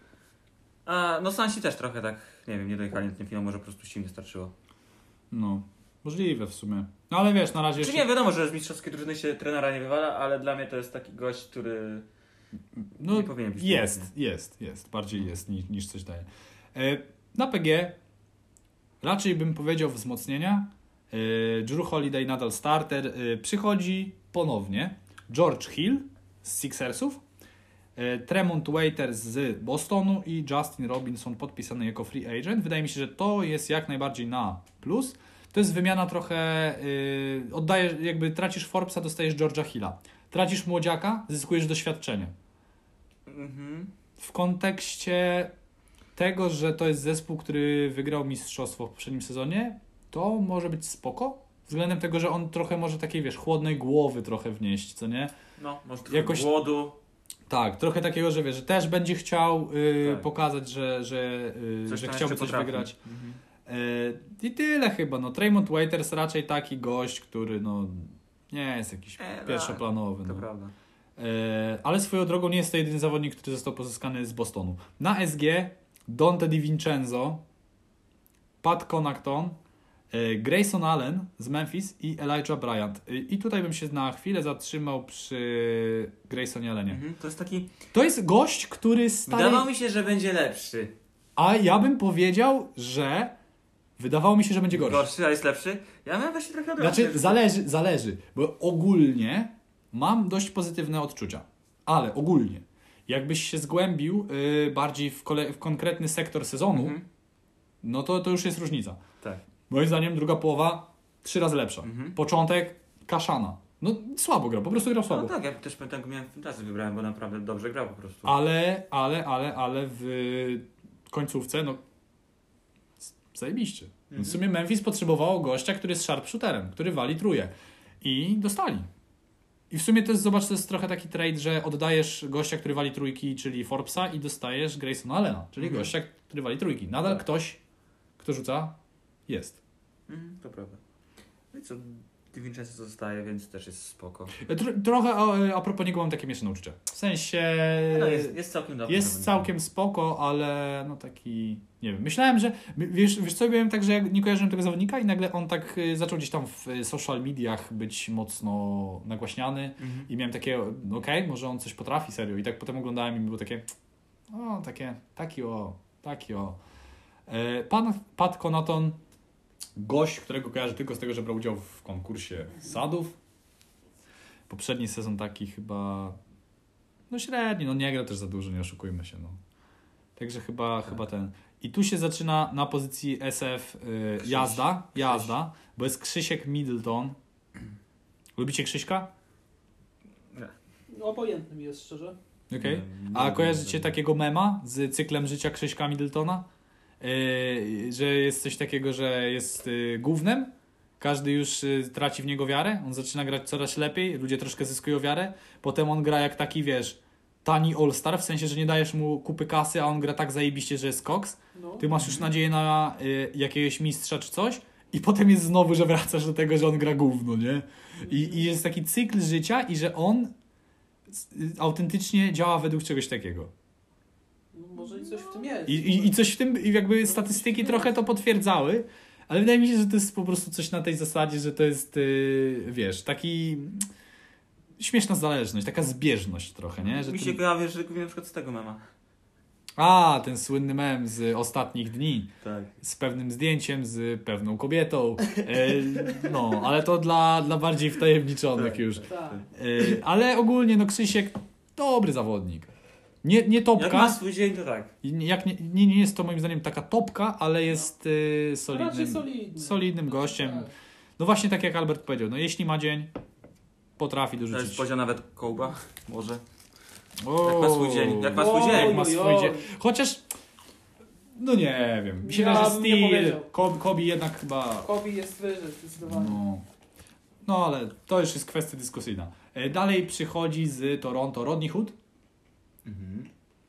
B: A no Sansi też trochę tak, nie wiem, nie dojechali na ten finał, może po prostu sił nie starczyło.
A: No, możliwe w sumie. No ale wiesz, na razie
B: Czy
A: jeszcze...
B: nie, wiadomo, że z mistrzowskiej drużyny się trenera nie wywala, ale dla mnie to jest taki gość, który
A: No,
B: nie powinien być.
A: jest, jest, jest. Bardziej jest niż, niż coś daje. E, na P G raczej bym powiedział wzmocnienia. E, Drew Holiday nadal starter. E, przychodzi ponownie George Hill z Sixersów, e, Tremont Waiters z Bostonu i Justin Robinson podpisany jako free agent. Wydaje mi się, że to jest jak najbardziej na plus. To jest wymiana trochę, e, oddajesz, jakby tracisz Forbesa, dostajesz George'a Hilla. Tracisz młodziaka, zyskujesz doświadczenie.
B: Mhm.
A: W kontekście tego, że to jest zespół, który wygrał mistrzostwo w poprzednim sezonie, to może być spoko. Względem tego, że on trochę może takiej, wiesz, chłodnej głowy trochę wnieść, co nie?
B: No, może trochę
A: Jakoś-
B: głodu.
A: Tak, trochę takiego, że wiesz, że też będzie chciał y,
B: Tak.
A: pokazać, że, że, y,
B: Coś
A: że
B: tam
A: chciałby
B: jeszcze
A: coś
B: potrafi.
A: wygrać.
B: Mhm.
A: Y, I tyle chyba. No, Tremont Waiters raczej taki gość, który no, nie jest jakiś
B: E,
A: pierwszoplanowy.
B: To
A: No.
B: prawda.
A: E, ale swoją drogą nie jest to jedyny zawodnik, który został pozyskany z Bostonu. Na S G Dante DiVincenzo, Pat Connaughton, e, Grayson Allen z Memphis i Elijah Bryant. E, I tutaj bym się na chwilę zatrzymał przy Graysonie Allenie.
B: Mhm. To jest taki...
A: To jest gość, który stary...
B: Wydawało mi się, że będzie lepszy.
A: A ja bym powiedział, że wydawało mi się, że będzie gorszy.
B: Gorszy, a jest lepszy? Ja miałem właśnie trochę odwrotnie.
A: Znaczy, zależy, zależy, bo ogólnie mam dość pozytywne odczucia, ale ogólnie, jakbyś się zgłębił y, bardziej w, kole- w konkretny sektor sezonu,
B: Mhm.
A: no to, to już jest różnica.
B: Tak.
A: Moim zdaniem druga połowa trzy razy lepsza.
B: Mhm.
A: Początek kaszana. No słabo grał, po prostu grał słabo.
B: No tak, ja też pamiętam, miałem fantasy wybrałem, bo naprawdę dobrze grał po prostu.
A: Ale, ale, ale, ale w końcówce, no zajebiście.
B: Mhm.
A: W sumie Memphis potrzebowało gościa, który jest sharpshooterem, który wali truje. I dostali. I w sumie to jest, zobacz, to jest trochę taki trade, że oddajesz gościa, który wali trójki, czyli Forbesa i dostajesz Graysona Allena, czyli
B: Mhm.
A: gościa, który wali trójki. Nadal
B: Tak.
A: ktoś, kto rzuca, jest.
B: Mhm, to prawda. No i co, DiVincenzo zostaje, więc też jest spoko.
A: Tro, trochę a, a propos niego mam takie mieszane uczucia. W sensie
B: No jest, jest całkiem dobry.
A: jest
B: zawodnik.
A: całkiem spoko, ale no taki, nie wiem, myślałem, że, wiesz, wiesz co, byłem tak, że ja nie kojarzyłem tego zawodnika i nagle on tak y, zaczął gdzieś tam w y, social mediach być mocno nagłaśniany
B: Mhm.
A: i miałem takie, no okej, okay, może on coś potrafi, serio. I tak potem oglądałem i było takie, o, takie, taki o, taki o. E, pan Pat Connaughton, gość, którego kojarzę tylko z tego, że brał udział w konkursie sadów. Poprzedni sezon taki chyba, no średni, no nie gra też za dużo, nie oszukujmy się, no. Także chyba,
B: Tak.
A: chyba ten. I tu się zaczyna na pozycji S F y,
B: Krzyś.
A: jazda, jazda, bo jest Krzysiek Middleton. Lubicie Krzyśka?
C: No, obojętny mi jest, szczerze.
A: Okej.
B: Nie,
A: A
B: nie
A: kojarzycie
B: wiem.
A: takiego mema z cyklem życia Krzyśka Middletona? Yy, że jest coś takiego, że jest yy, gównem, każdy już yy, traci w niego wiarę, on zaczyna grać coraz lepiej, ludzie troszkę zyskują wiarę, potem on gra jak taki, wiesz, tani all-star, w sensie, że nie dajesz mu kupy kasy, a on gra tak zajebiście, że jest koks,
C: No.
A: ty masz już nadzieję na y, jakiegoś mistrza czy coś i potem jest znowu, że wracasz do tego, że on gra gówno, nie? I, i jest taki cykl życia i że on y, autentycznie działa według czegoś takiego.
C: No, może i coś w tym jest.
A: I, i, i coś w tym, i jakby statystyki trochę to potwierdzały, ale wydaje mi się, że to jest po prostu coś na tej zasadzie, że to jest, y, wiesz, taki śmieszna zależność, taka zbieżność trochę, nie? Że
B: Mi
A: ten-
B: się kojarzy, że na przykład z tego mema.
A: A, ten słynny mem z ostatnich dni.
B: Tak.
A: Z pewnym zdjęciem, z pewną kobietą. E, no, ale to dla, dla bardziej wtajemniczonych
B: Tak,
A: już.
C: Tak.
A: E, ale ogólnie, no Krzysiek, dobry zawodnik. Nie, nie
B: Jak ma
A: topka.
B: swój dzień, to tak.
A: I Jak nie, nie, nie jest to moim zdaniem taka topka, ale jest e,
C: Raczej
A: solidnym,
C: solidny.
A: solidnym gościem.
C: Tak.
A: No właśnie tak jak Albert powiedział, no jeśli ma dzień, potrafi
B: To jest
A: dorzucić.
B: poziom nawet kołba, może.
A: O,
B: Jak ma swój dzień, jak ma swój
C: Oj,
B: dzień.
A: Jak ma
C: oj,
A: swój
C: oj.
A: dzień. Chociaż, no nie wiem. Mi się
C: Ja
A: wydaje, że
C: bym nie
A: Steel,
C: powiedział.
A: Kobe, Kobe jednak chyba...
C: Kobe jest wyżej zdecydowanie.
A: No. no ale to już jest kwestia dyskusyjna. E, Dalej przychodzi z Toronto Rodney Hood.
B: Mhm.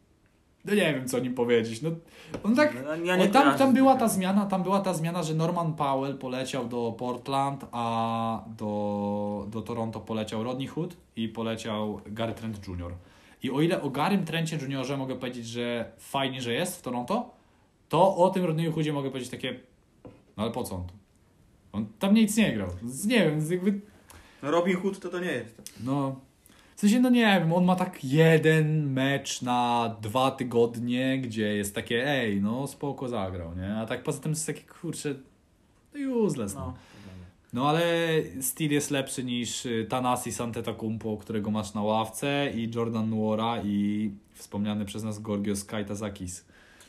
A: No nie wiem co o nim powiedzieć. No, on tak...
B: No, ja nie
A: O, tam,
B: kojarzę
A: tam
B: z
A: była
B: tego.
A: ta zmiana, tam była ta zmiana, że Norman Powell poleciał do Portland, a do, do Toronto poleciał Rodney Hood i poleciał Gary Trent junior I o ile o Garym Trencie juniorze mogę powiedzieć, że fajnie, że jest w Toronto, to o tym Rodneyu Hoodzie mogę powiedzieć takie, no ale po co on tu? On tam nic nie grał. Z- Nie wiem, z jakby,
B: No Robin Hood to to nie jest.
A: no... W sensie, no nie wiem, on ma tak jeden mecz na dwa tygodnie, gdzie jest takie, ej, no spoko zagrał, nie? A tak poza tym jest takie, kurczę, no useless, no.
B: No.
A: No ale Steel jest lepszy niż y, Thanasis Antetokounmpo, którego masz na ławce, i Jordan Nwora, i wspomniany przez nas Gorgios Kaitasakis.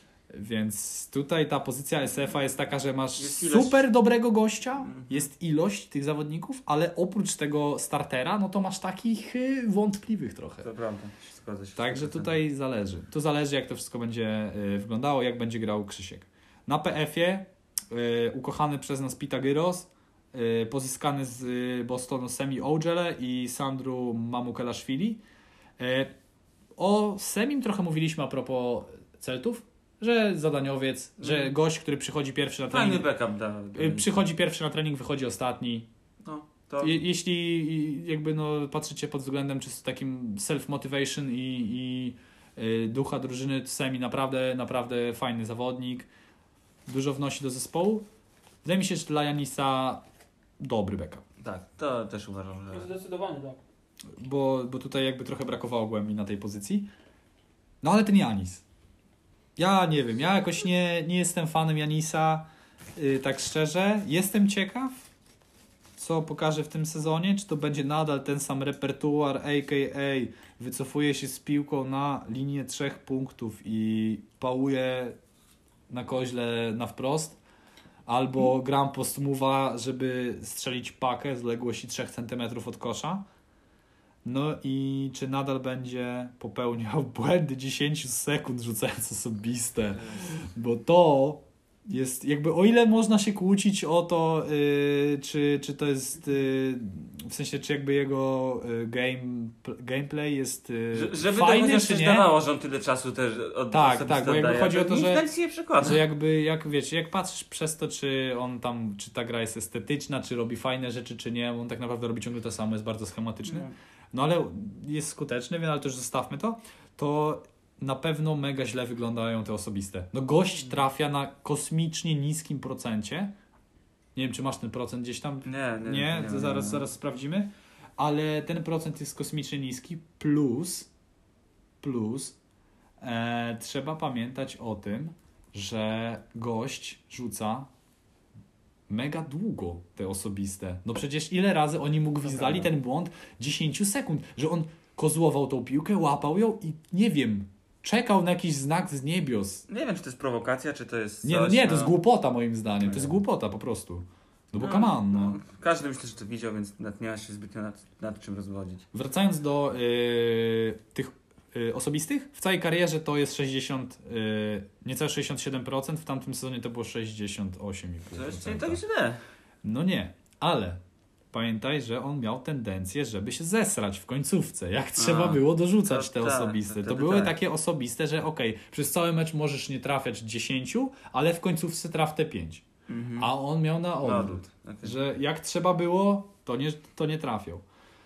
A: Więc tutaj ta pozycja S F a jest taka, że masz
B: Jest ilość-
A: super dobrego gościa,
B: Mhm.
A: jest ilość tych zawodników, ale oprócz tego startera, no to masz takich y, wątpliwych trochę.
B: To prawda, zgadza się.
A: Także tutaj zależy. To zależy, jak to wszystko będzie y, wyglądało, jak będzie grał Krzysiek. Na P F-ie y, ukochany przez nas Pitagyros, y, pozyskany z y, Bostonu Semi Ojele i Sandru Mamukelashvili. Y, o Semim trochę mówiliśmy a propos Celtów, że zadaniowiec, że
B: Mhm.
A: gość, który przychodzi pierwszy na
B: Fajny
A: trening,
B: backup da.
A: y, przychodzi pierwszy na trening, wychodzi ostatni.
B: No, to...
A: Je, jeśli jakby no, patrzycie pod względem czysto takim self-motivation i, i y, ducha drużyny, to Semi naprawdę, naprawdę fajny zawodnik. Dużo wnosi do zespołu. Wydaje mi się, że dla Janisa dobry backup.
B: Tak, to też uważam, że...
C: Zdecydowanie tak.
A: Bo, bo tutaj jakby trochę brakowało głębi na tej pozycji. No ale ten Janis. Ja nie wiem, ja jakoś nie, nie jestem fanem Janisa, yy, tak szczerze. Jestem ciekaw, co pokaże w tym sezonie, czy to będzie nadal ten sam repertuar, a k a wycofuje się z piłką na linię trzech punktów i pałuje na koźle na wprost, albo gram post move'a, żeby strzelić pakę z odległości trzech centymetrów od kosza. No i czy nadal będzie popełniał błędy dziesięć sekund rzucając osobiste, bo to jest jakby, o ile można się kłócić o to, yy, czy, czy to jest, yy, w sensie, czy jakby jego yy, game, gameplay jest yy,
B: Że, żeby
A: fajny,
B: to
A: czy
B: coś
A: nie.
B: dawało, że on tyle czasu też od
A: Tak, tak, bo jakby
B: oddaje.
A: chodzi o to, że-
B: Nic nie przekłada.
A: Że jakby, jak wiecie, jak patrzysz przez to, czy on tam, czy ta gra jest estetyczna, czy robi fajne rzeczy, czy nie, bo on tak naprawdę robi ciągle to samo, jest bardzo schematyczny.
B: No.
A: No ale jest skuteczny, więc ale to już zostawmy to. To na pewno mega źle wyglądają te osobiste. No gość trafia na kosmicznie niskim procencie. Nie wiem, czy masz ten procent gdzieś tam?
B: Nie, nie.
A: Nie, to
B: nie,
A: zaraz,
B: nie.
A: zaraz sprawdzimy. Ale ten procent jest kosmicznie niski, plus plus e, trzeba pamiętać o tym, że gość rzuca mega długo te osobiste. No przecież ile razy oni mu gwizdali ten błąd? dziesięć sekund, że on kozłował tą piłkę, łapał ją i nie wiem, czekał na jakiś znak z niebios.
B: Nie wiem, czy to jest prowokacja, czy to jest.
A: Nie, no
B: coś,
A: nie, to jest głupota moim zdaniem. To jest
B: Nie.
A: głupota po prostu. No bo come on, no.
B: Każdy myślę, że to widział, więc nad- nie ma się zbytnio nad, nad czym rozwodzić.
A: Wracając do yy, tych yy, osobistych, w całej karierze to jest sześćdziesiąt, yy, niecałe sześćdziesiąt siedem procent, w tamtym sezonie to było sześćdziesiąt osiem i pół
B: To jest
A: procent.
B: nie tak źle.
A: No nie, ale pamiętaj, że on miał tendencję, żeby się zesrać w końcówce, jak trzeba
B: A,
A: było dorzucać
B: to
A: te
B: tak,
A: osobiste.
B: to
A: To,
B: wtedy
A: były
B: tak.
A: takie osobiste, że okej, przez cały mecz możesz nie trafiać dziesięciu, ale w końcówce traf te pięć.
B: Mhm.
A: A on miał na odwrót.
B: Odwrót, okej.
A: Że jak trzeba było, to nie, to nie trafiał.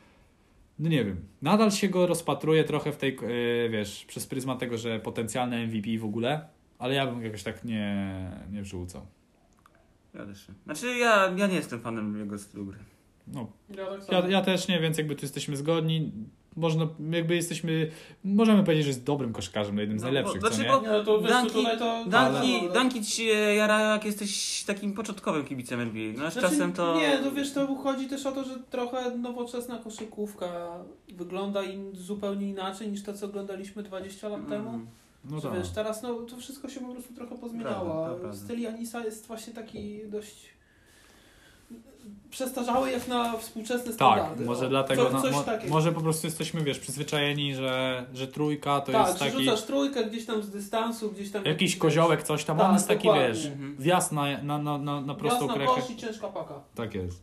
A: No nie wiem. Nadal się go rozpatruje trochę w tej, yy, wiesz, przez pryzmat tego, że potencjalny M V P w ogóle, ale ja bym jakoś tak nie, nie wrzucał.
B: Ja też nie. Znaczy ja, ja nie jestem fanem jego stylu gry.
A: No,
C: Ja, tak samo.
A: ja, ja też nie, więc jakby tu jesteśmy zgodni. Można, jakby jesteśmy, możemy powiedzieć, że jest dobrym koszykarzem, no jednym z
B: No,
A: najlepszych,
B: bo-
A: co
B: znaczy,
A: nie?
B: bo-
C: Nie, no to wiesz,
B: Danki-
C: to tutaj to...
B: Danki,
C: ale-
B: Danki ci się jara, jak jesteś takim początkowym kibicem N B A. No z
C: Znaczy,
B: czasem to...
C: Nie, to wiesz, to chodzi też o to, że trochę nowoczesna koszykówka wygląda in, zupełnie inaczej niż to, co oglądaliśmy dwadzieścia lat temu.
B: Mm.
A: No
C: Że
A: tak.
C: wiesz, teraz no, to wszystko się po prostu trochę pozmieniało.
B: Prawda, to
C: a
B: prawda.
C: Styl Janisa jest właśnie taki dość przestarzały jak na współczesne standardy.
A: Tak, może
C: O,
A: dlatego,
C: co,
A: no,
C: coś
A: mo,
C: takiego.
A: może po prostu jesteśmy, wiesz, przyzwyczajeni, że, że trójka to
C: tak,
A: jest
C: że
A: taki
C: rzucasz trójkę gdzieś tam z dystansu, gdzieś tam...
A: jakiś
C: wiesz,
A: koziołek, coś tam,
C: Tak,
A: on jest taki,
C: dokładnie.
A: wiesz,
B: Mhm.
A: wjazd na, na, na, na, na prostą
C: Jasna
A: krechę.
C: kość i ciężka paka.
A: Tak jest.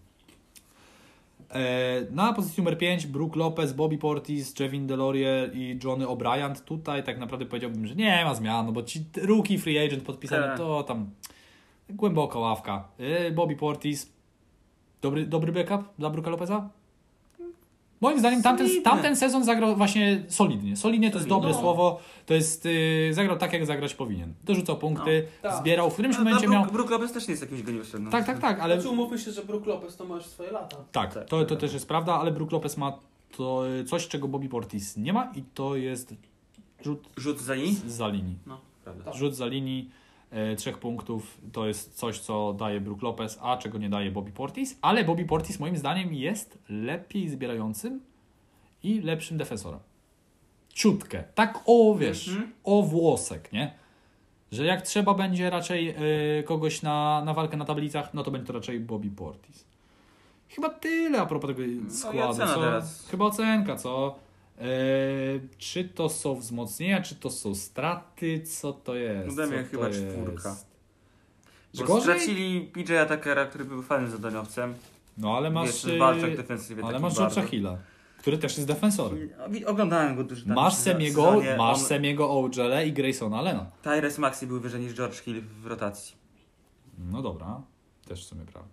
A: E, na pozycji numer pięć Brook Lopez, Bobby Portis, Jevin Delorier i Johnny O'Brien. Tutaj tak naprawdę powiedziałbym, że nie ma zmian, no bo ci rookie free agent podpisany,
B: Tak.
A: to tam głęboka ławka. E, Bobby Portis, dobry, dobry backup dla Brooka Lopeza? Moim zdaniem tamten,
B: Solidny.
A: tamten sezon zagrał właśnie solidnie. Solidnie to jest
B: Solidnie.
A: dobre
C: No.
A: słowo. To jest, yy, zagrał tak, jak zagrać powinien. Dorzucał punkty,
C: No, tak.
A: zbierał, w którymś
B: A,
A: momencie
B: a
A: miał...
B: Brook, Brook Lopez też nie jest jakimś geniuszem. No.
A: Tak, tak, tak, ale...
C: Znaczy umówmy się, że Brook Lopez to ma już swoje lata.
A: Tak,
B: Tak,
A: to, to
B: tak.
A: też jest prawda, ale Brook Lopez ma to y, coś, czego Bobby Portis nie ma i to jest rzut
B: Rzut za i?
A: z za linii.
B: No, prawda.
C: Tak.
A: Rzut za linii y, trzech punktów to jest coś, co daje Brook Lopez, a czego nie daje Bobby Portis, ale Bobby Portis moim zdaniem jest lepiej zbierającym i lepszym defensorem. Ciutkę. Tak o, wiesz,
B: Mhm.
A: o włosek, nie? Że jak trzeba będzie raczej y, kogoś na, na walkę na tablicach, no to będzie to raczej Bobby Portis. Chyba tyle a propos tego
B: i
A: składu.
B: ocena
A: Co?
B: teraz.
A: Chyba ocenka, co? E, czy to są wzmocnienia, czy to są straty, co to jest?
B: Ode mnie
A: Co
B: chyba
A: to
B: czwórka.
A: jest?
B: Bo
A: Gorzej?
B: stracili P J Tuckera, który był fajnym zadaniowcem.
A: No ale masz,
B: Jeszcze
A: y,
B: walczak defensywie.
A: ale
B: taki
A: masz
B: bardzo.
A: George'a Hilla, który też jest defensorem.
B: I- Oglądałem go dużo. tam
A: Masz
B: w
A: Semiego,
B: sezonie.
A: masz
B: On-
A: Semiego Ojele i Graysona Allena.
B: Tyrese Maxey był wyżej niż George Hill w rotacji.
A: No dobra, też w sumie prawda.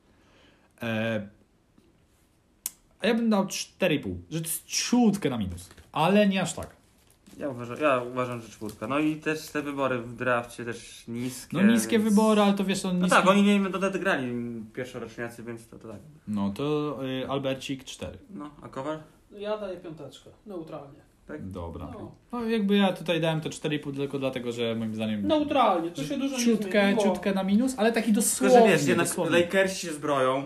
A: E, a ja bym dał cztery i pół, że to jest ciutkę na minus, ale nie aż tak.
B: Ja uważam, ja uważam, że czwórka. No i też te wybory w drafcie też niskie.
A: No niskie
B: więc...
A: wybory, ale to wiesz, on
B: No
A: niski...
B: tak, oni nie dodać grali pierwszoroczniacy, więc to, to tak.
A: No to y, Albercik cztery.
B: No, a Kowal?
C: Ja daję piąteczkę, neutralnie.
B: Tak?
A: Dobra.
C: No.
A: No jakby ja tutaj dałem to cztery i pół tylko dlatego, że moim zdaniem
C: Neutralnie, to się dużo nie
A: ciutkę,
C: zmieniło.
A: ciutkę na minus, ale taki
B: Tylko,
A: dosłownie,
B: że wiesz, jednak
A: dosłownie.
B: Lakersi się zbroją.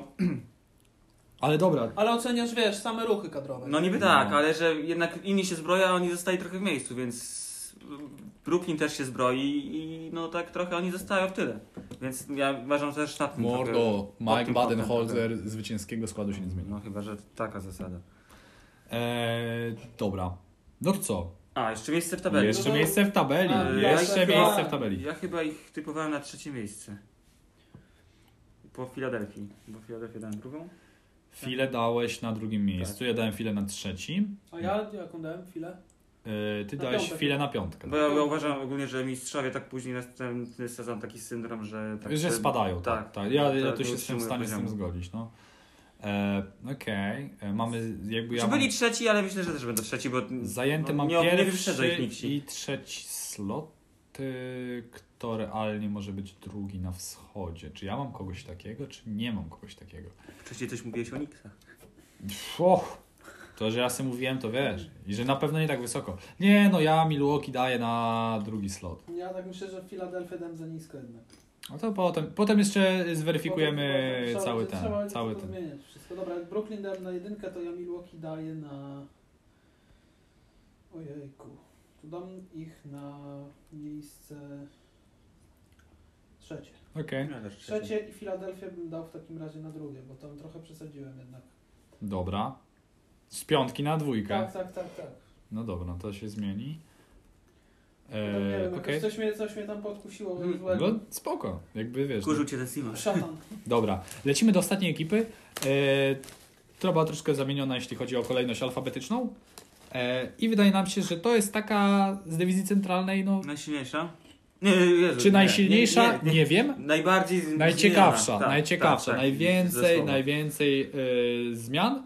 A: Ale dobra,
C: Ale oceniasz, wiesz, same ruchy kadrowe.
B: No niby
A: No.
B: tak, ale że jednak inni się zbroją, a oni zostali trochę w miejscu, więc Brooklyn też się zbroi i no tak trochę oni zostają w tyle. Więc ja uważam też na tym trochę-
A: mordo,
B: pod
A: Mike
B: tym
A: Badenholzer zwycięskiego składu się nie
B: kątem.
A: zmienił.
B: No chyba, że taka zasada.
A: Eee, dobra. No to co?
B: A, jeszcze miejsce w tabeli.
A: Jeszcze
C: No to-
A: miejsce w tabeli.
C: A,
A: Jeszcze
C: ja-
A: miejsce
C: ja-
A: w tabeli.
B: Ja chyba ich typowałem na trzecie miejsce. Po Filadelfii. Bo Filadelfię dałem drugą.
A: File dałeś na drugim miejscu, ja dałem File na trzecim.
C: A ja jaką dałem? Chwilę?
A: Eee, ty
C: Na
A: dałeś
C: piątek.
A: File na piątkę.
B: Bo ja, ja uważam ogólnie, że mistrzowie tak później następny sezon taki syndrom, że... Tak
A: że
B: się-
A: spadają, tak.
B: Tak.
A: tak. Ja, ja
B: tak,
A: tu się
B: nie
A: jestem w
B: utrzymują
A: stanie z tym
B: poziomu.
A: zgodzić. No. Eee, Okej, okay. Mamy jakby ja
B: Czy
A: mam
B: byli trzeci, ale myślę, że też będą trzeci, bo...
A: zajęty
B: no,
A: mam
B: nie, nie wyprzedza ich
A: pierwszy
B: nikt.
A: i trzeci slot, y, kto realnie może być drugi na wschodzie. Czy ja mam kogoś takiego, czy nie mam kogoś takiego?
B: Wcześniej coś mówiłeś o Knicksach.
A: Och, to, że ja sobie mówiłem, to wiesz. I że na pewno nie tak wysoko. Nie, no ja Milwaukee daję na drugi slot.
C: Ja tak myślę, że Filadelfię dałem za nisko jednak.
A: No to potem, potem jeszcze zweryfikujemy
C: Potem trzeba-
A: cały
C: trzeba
A: ten.
C: będzie
A: Cały
C: to
A: ten.
C: zmieniać wszystko. Dobra, jak Brooklyn dałem na jedynkę, to ja Milwaukee daję na... Ojejku. Tu dam ich na miejsce trzecie.
A: Okej,
B: Ja też trzeci.
C: Trzecie i Filadelfię bym dał w takim razie na drugie, bo tam trochę przesadziłem jednak.
A: dobra. Z piątki na dwójkę.
C: Tak, tak, tak, tak.
A: No dobra, to się zmieni.
C: No, nie
A: Eee,
C: wiem,
A: okej.
C: jakoś coś, mnie, coś mnie tam podkusiło.
B: Mm,
C: złego.
A: No spoko, jakby wiesz.
B: Kurzył cię ten Simas.
C: Szatan.
A: Dobra, lecimy do ostatniej ekipy. E, która była troszkę zamieniona, jeśli chodzi o kolejność alfabetyczną. E, I wydaje nam się, że to jest taka z dywizji centralnej, no,
B: Najsilniejsza? Nie, Jezu,
A: czy
B: nie,
A: najsilniejsza,
B: Nie,
A: nie,
B: nie, nie.
A: wiem.
B: Najbardziej z-
A: Najciekawsza,
B: zmieniona. Tak,
A: najciekawsza,
B: tak, tak.
A: najwięcej,
B: Ze słowa.
A: najwięcej e, zmian.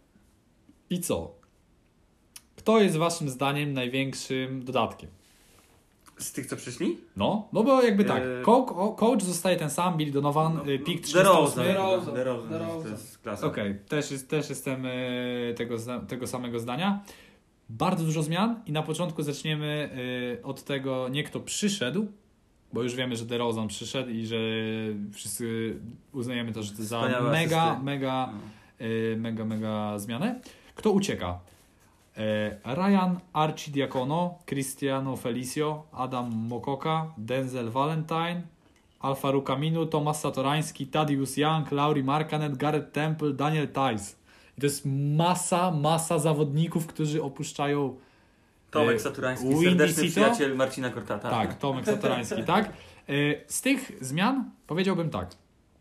A: I co? Kto jest waszym zdaniem największym dodatkiem?
B: Z tych, co przyszli?
A: No, no bo jakby tak,
B: E,
A: coach, o, coach zostaje ten sam, Billy Donovan,
B: No,
A: no, pik
B: DeRozan.
A: trzysta osiem.
C: DeRozan.
B: DeRozan.
C: DeRozan.
B: To jest klasa.
A: Okej, też, jest, też jestem e, tego, zda- tego samego zdania. Bardzo dużo zmian i na początku zaczniemy e, od tego, nie kto przyszedł, bo już wiemy, że DeRozan przyszedł i że wszyscy uznajemy to, że to za
B: Wspaniałe
A: mega,
B: asysty.
A: mega,
B: No.
A: e, mega, mega zmianę. Kto ucieka? E, Ryan Arcidiacono, Cristiano Felicio, Adam Mokoka, Denzel Valentine, Alfaru Camino, Tomasz Satorański, Thaddeus Young, Lauri Markkanen, Garrett Temple, Daniel Tice. I to jest masa, masa zawodników, którzy opuszczają...
B: Tomek
A: e,
B: Saturański,
A: Windy
B: serdeczny
A: Cito?
B: przyjaciel Marcina Kortata.
A: Tak, Tomek Satorański, tak. E, Z tych zmian powiedziałbym tak.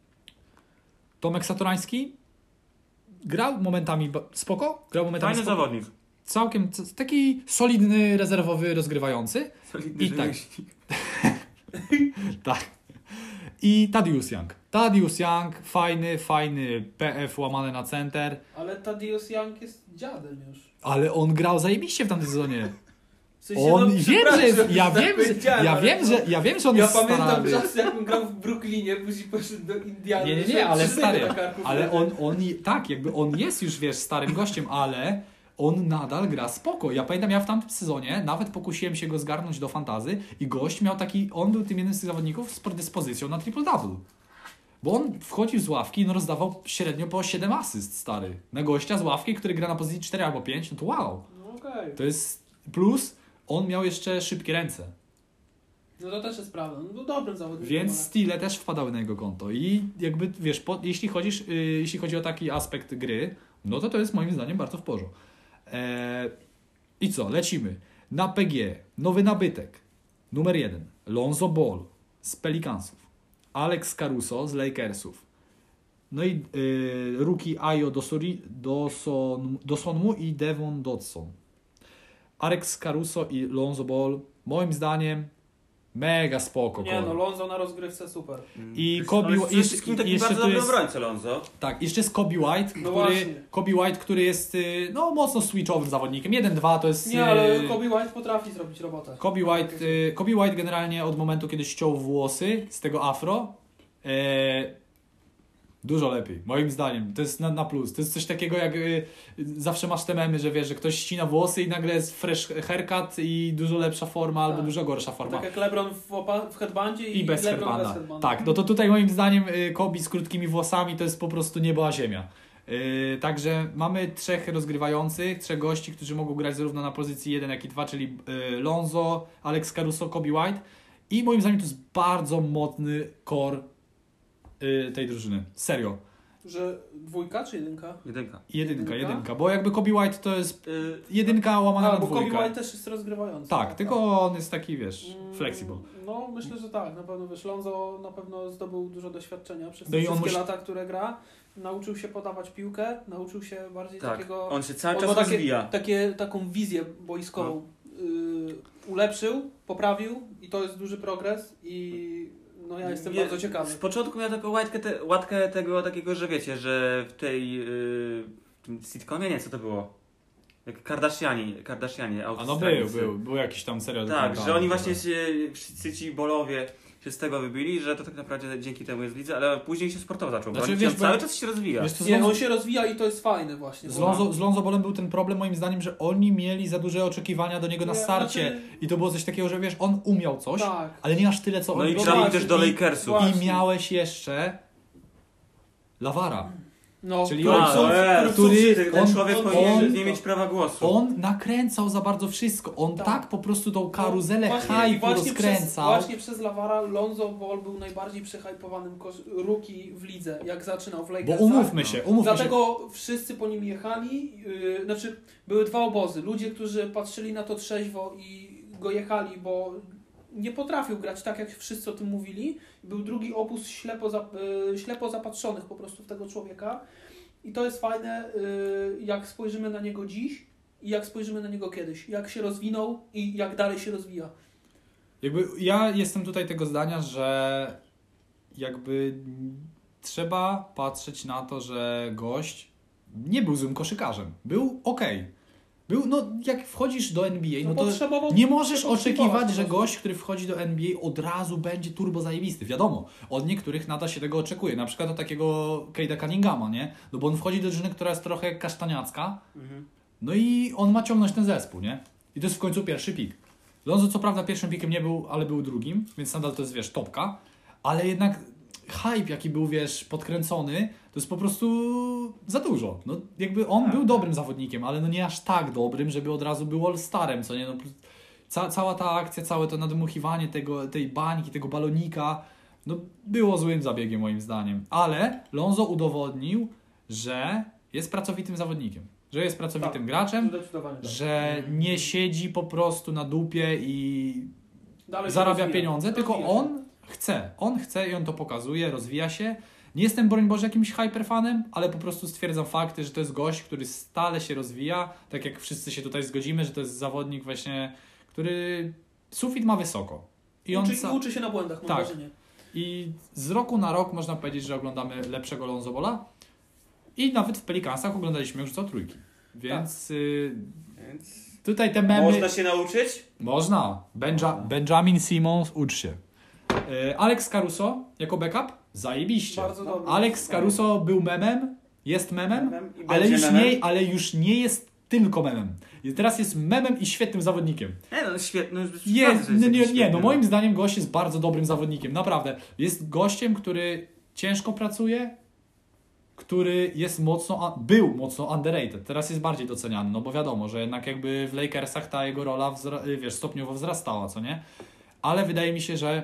A: Tomek Satorański grał momentami ba- spoko, grał momentami
B: Fajny
A: spoko.
B: zawodnik.
A: Całkiem c- taki solidny, rezerwowy, rozgrywający.
B: Solidny
A: I tak.
B: rzemieślnik.
A: Tak. I Thaddeus Young. Thaddeus Young, fajny, fajny P F łamany na center,
C: Ale Thaddeus Young jest dziadem już.
A: ale on grał zajebiście w tamtym sezonie.
C: W sensie,
A: On
C: no,
A: wiem, że
C: przepraszam,
A: jest, ja
C: że tak
A: wiem, że,
C: powiedziałem,
A: ja
C: ale
A: wiem,
C: no,
A: że ja wiem, że on
C: Ja
A: jest
C: pamiętam
A: stary.
C: czas, jak on grał w Brooklynie, później poszedł do Indiany.
A: Nie, nie,
C: że
A: nie, ale
C: trzy
A: stary,
C: na karku
A: ale
C: wtedy.
A: on, on, tak, jakby on jest już, wiesz, starym gościem, ale on nadal gra spoko. Ja pamiętam, ja w tamtym sezonie nawet pokusiłem się go zgarnąć do fantazy i gość miał taki, on był tym jednym z tych zawodników z predyspozycją na triple-double. Bo on wchodził z ławki i no rozdawał średnio po siedem asyst, stary. Na gościa z ławki, który gra na pozycji cztery albo pięć, no to wow.
C: No okej.
A: To jest plus, on miał jeszcze szybkie ręce.
C: No to też jest prawda. No dobrym zawodnikiem.
A: Więc
C: ale-
A: stile też wpadały na jego konto. I jakby, wiesz, po, jeśli, chodzisz, yy, jeśli chodzi o taki aspekt gry, no to to jest moim zdaniem bardzo w porządku. Eee, I co? Lecimy. Na P G. Nowy nabytek. Numer jeden. Lonzo Ball z Pelicansów. Alex Caruso z Lakersów. No i yy, rookie Ayo Dosori, Doson, Dosonmu i Devon Dodson. Alex Caruso i Lonzo Ball, moim zdaniem, mega spoko.
C: Nie
A: kolor.
C: no, Lonzo na rozgrywce super.
A: I
B: Kobe,
A: Kobe,
B: ale przede
A: jeszcze,
B: wszystkim taki
A: jeszcze
B: bardzo
A: tu
B: dobry
A: jest,
B: obrońca Lonzo.
A: tak, jeszcze jest Kobe White,
C: No
A: który,
C: właśnie.
A: Kobe White, który jest y, no, mocno switchowym zawodnikiem. jeden dwa to jest...
C: Nie, ale
A: y,
C: Kobe White potrafi zrobić robotę.
A: Kobe White, y, Kobe White generalnie od momentu, kiedy ściął włosy z tego afro, y, dużo lepiej, moim zdaniem. To jest na, na plus. To jest coś takiego jak y, zawsze masz te memy, że wiesz, że ktoś ścina włosy i nagle jest fresh haircut i dużo lepsza forma albo
C: Tak.
A: dużo gorsza forma.
C: Tak jak LeBron w, opa- w headbandzie i,
A: I bez
C: LeBron
A: headbanda.
C: bez headbanda.
A: Tak, no to tutaj moim zdaniem y, Kobe z krótkimi włosami to jest po prostu niebo a ziemia. Yy, także mamy trzech rozgrywających, trzech gości, którzy mogą grać zarówno na pozycji jeden, jak i dwa, czyli yy, Lonzo, Alex Caruso, Kobe White. I moim zdaniem to jest bardzo mocny core yy, tej drużyny. Serio.
C: Że dwójka czy jedynka?
B: Jedynka.
A: Jedynka,
C: Jedynka?
A: jedynka, bo jakby Kobe White to jest
B: Y,
A: jedynka łamana
C: A,
A: na
C: bo Kobe
A: dwójkę.
C: White też jest rozgrywający.
A: Tak, tylko on jest taki, wiesz,
C: Mm,
A: flexible.
C: No, myślę, że tak. Na pewno, wiesz, Lonzo na pewno zdobył dużo doświadczenia przez
A: No
C: te
A: i on
C: wszystkie
A: musi-
C: lata, które gra. Nauczył się podawać piłkę, nauczył się bardziej
B: tak,
C: takiego...
B: on się cały
C: on
B: czas
C: ma takie,
B: rozwija.
C: takie, taką wizję boiskową y, ulepszył, poprawił i to jest duży progres i no ja jestem
B: Nie,
C: bardzo ciekawy.
B: Z początku miał taką łatkę, te, łatkę tego takiego, że wiecie, że w tej yy, w tym sitcomie, nie, co to było? Jak Kardashiani, Kardashianie,
A: A no był,
B: Australicy.
A: był, był jakiś tam serial.
B: Tak,
A: dokumentalny,
B: że oni
A: ale-
B: właśnie się, wszyscy ci bolowie się z tego wybili, że to tak naprawdę dzięki temu jest w lidze, ale później się sportowo zaczął, bo
A: Znaczy,
B: on
A: wiesz,
B: się
A: bo-
B: cały czas się rozwija.
A: Wiesz, co, z
C: Nie,
A: Lonzo,
C: on się rozwija i to jest fajne właśnie.
A: z,
C: bo-
A: Lonzo, z Lonzo Ballem był ten problem moim zdaniem, że oni mieli za duże oczekiwania do niego na
C: Nie,
A: starcie
C: znaczy-
A: i to było coś takiego, że wiesz, on umiał coś,
C: Tak.
A: ale nie aż tyle co
B: No
A: on.
B: i
C: no
B: trafił
C: właśnie,
B: też do
C: i-
B: Lakersów.
C: właśnie.
A: I miałeś jeszcze Lavara.
C: No,
A: Czyli
C: który
A: on-
C: w sum-
B: e,
C: który w
B: który
C: sumie-
B: ten, ten
A: on-
B: człowiek
C: on-
B: powinien
A: on-
B: nie mieć prawa głosu.
A: On nakręcał za bardzo wszystko. On tak,
C: Tak.
A: po prostu tą karuzelę
C: No, właśnie-
A: hype'u
C: właśnie
A: rozkręcał.
C: Przez, właśnie przez Lavara Lonzo Ball był najbardziej przehypowanym kosz- rookie w lidze, jak zaczynał w
A: Bo
C: Lakersach.
A: umówmy się, umówmy się.
C: Dlatego wszyscy po nim jechali, yy, znaczy były dwa obozy. Ludzie, którzy patrzyli na to trzeźwo i go jechali, bo nie potrafił grać tak, jak wszyscy o tym mówili. Był drugi obóz ślepo, za, yy, ślepo zapatrzonych po prostu w tego człowieka. I to jest fajne, yy, jak spojrzymy na niego dziś i jak spojrzymy na niego kiedyś. Jak się rozwinął i jak dalej się rozwija.
A: Jakby ja jestem tutaj tego zdania, że jakby trzeba patrzeć na to, że gość nie był złym koszykarzem. Był okej. Był, no jak wchodzisz do N B A, no to
C: potrzebował-
A: nie możesz
C: potrzebował
A: oczekiwać,
C: po
A: że
C: prostu.
A: gość, który wchodzi do N B A od razu będzie turbo zajebisty. Wiadomo, od niektórych nada się tego oczekuje. Na przykład od takiego Cade'a Cunninghama, nie? No bo on wchodzi do drużyny, która jest trochę kasztaniacka, no i on ma ciągnąć ten zespół, nie? I to jest w końcu pierwszy pik. Lonzo co prawda pierwszym pikiem nie był, ale był drugim, więc nadal to jest, wiesz, topka, ale jednak hype, jaki był, wiesz, podkręcony, to jest po prostu za dużo. No jakby on
B: Tak.
A: był dobrym zawodnikiem, ale no nie aż tak dobrym, żeby od razu był all-starem, co nie? No, ca cała ta akcja, całe to nadmuchiwanie tego, tej bańki, tego balonika, no było złym zabiegiem moim zdaniem. Ale Lonzo udowodnił, że jest pracowitym zawodnikiem. Że jest pracowitym
C: Tak.
A: graczem,
C: Zdecydowanie tak.
A: że nie siedzi po prostu na dupie i
C: Dalej się
A: zarabia
C: rozwija.
A: pieniądze, tylko
C: Rozwija się.
A: on chce. On chce i on to pokazuje, rozwija się. Nie jestem, broń Boże, jakimś hyperfanem, ale po prostu stwierdzam fakty, że to jest gość, który stale się rozwija, tak jak wszyscy się tutaj zgodzimy, że to jest zawodnik właśnie, który sufit ma wysoko. I on
C: uczy,
A: sa-
C: uczy się na błędach, mam
A: Tak.
C: wrażenie.
A: I z roku na rok można powiedzieć, że oglądamy lepszego Lonzo Balla. I nawet w Pelicansach oglądaliśmy już co trójki. Więc y,
B: Więc
A: tutaj te memy...
B: można się nauczyć?
A: Można. Benja Benjamin Simmons, ucz się. Y, Alex Caruso jako backup? Zajebiście.
C: Bardzo dobry.
A: Alex Caruso był memem, jest memem,
B: Memem i
A: ale
B: będzie
A: już,
B: memem.
A: nie, ale już nie jest tylko memem. I teraz jest memem i świetnym zawodnikiem.
B: Nie no, świetny. No, bez
A: Jest,
B: przesady, że
A: nie, nie,
B: jakiś
A: nie, no
B: świetny,
A: moim zdaniem gość jest bardzo dobrym zawodnikiem, naprawdę. Jest gościem, który ciężko pracuje, który jest mocno, a- był mocno underrated, teraz jest bardziej doceniany, no bo wiadomo, że jednak jakby w Lakersach ta jego rola wzra- wiesz, stopniowo wzrastała, co nie? Ale wydaje mi się, że,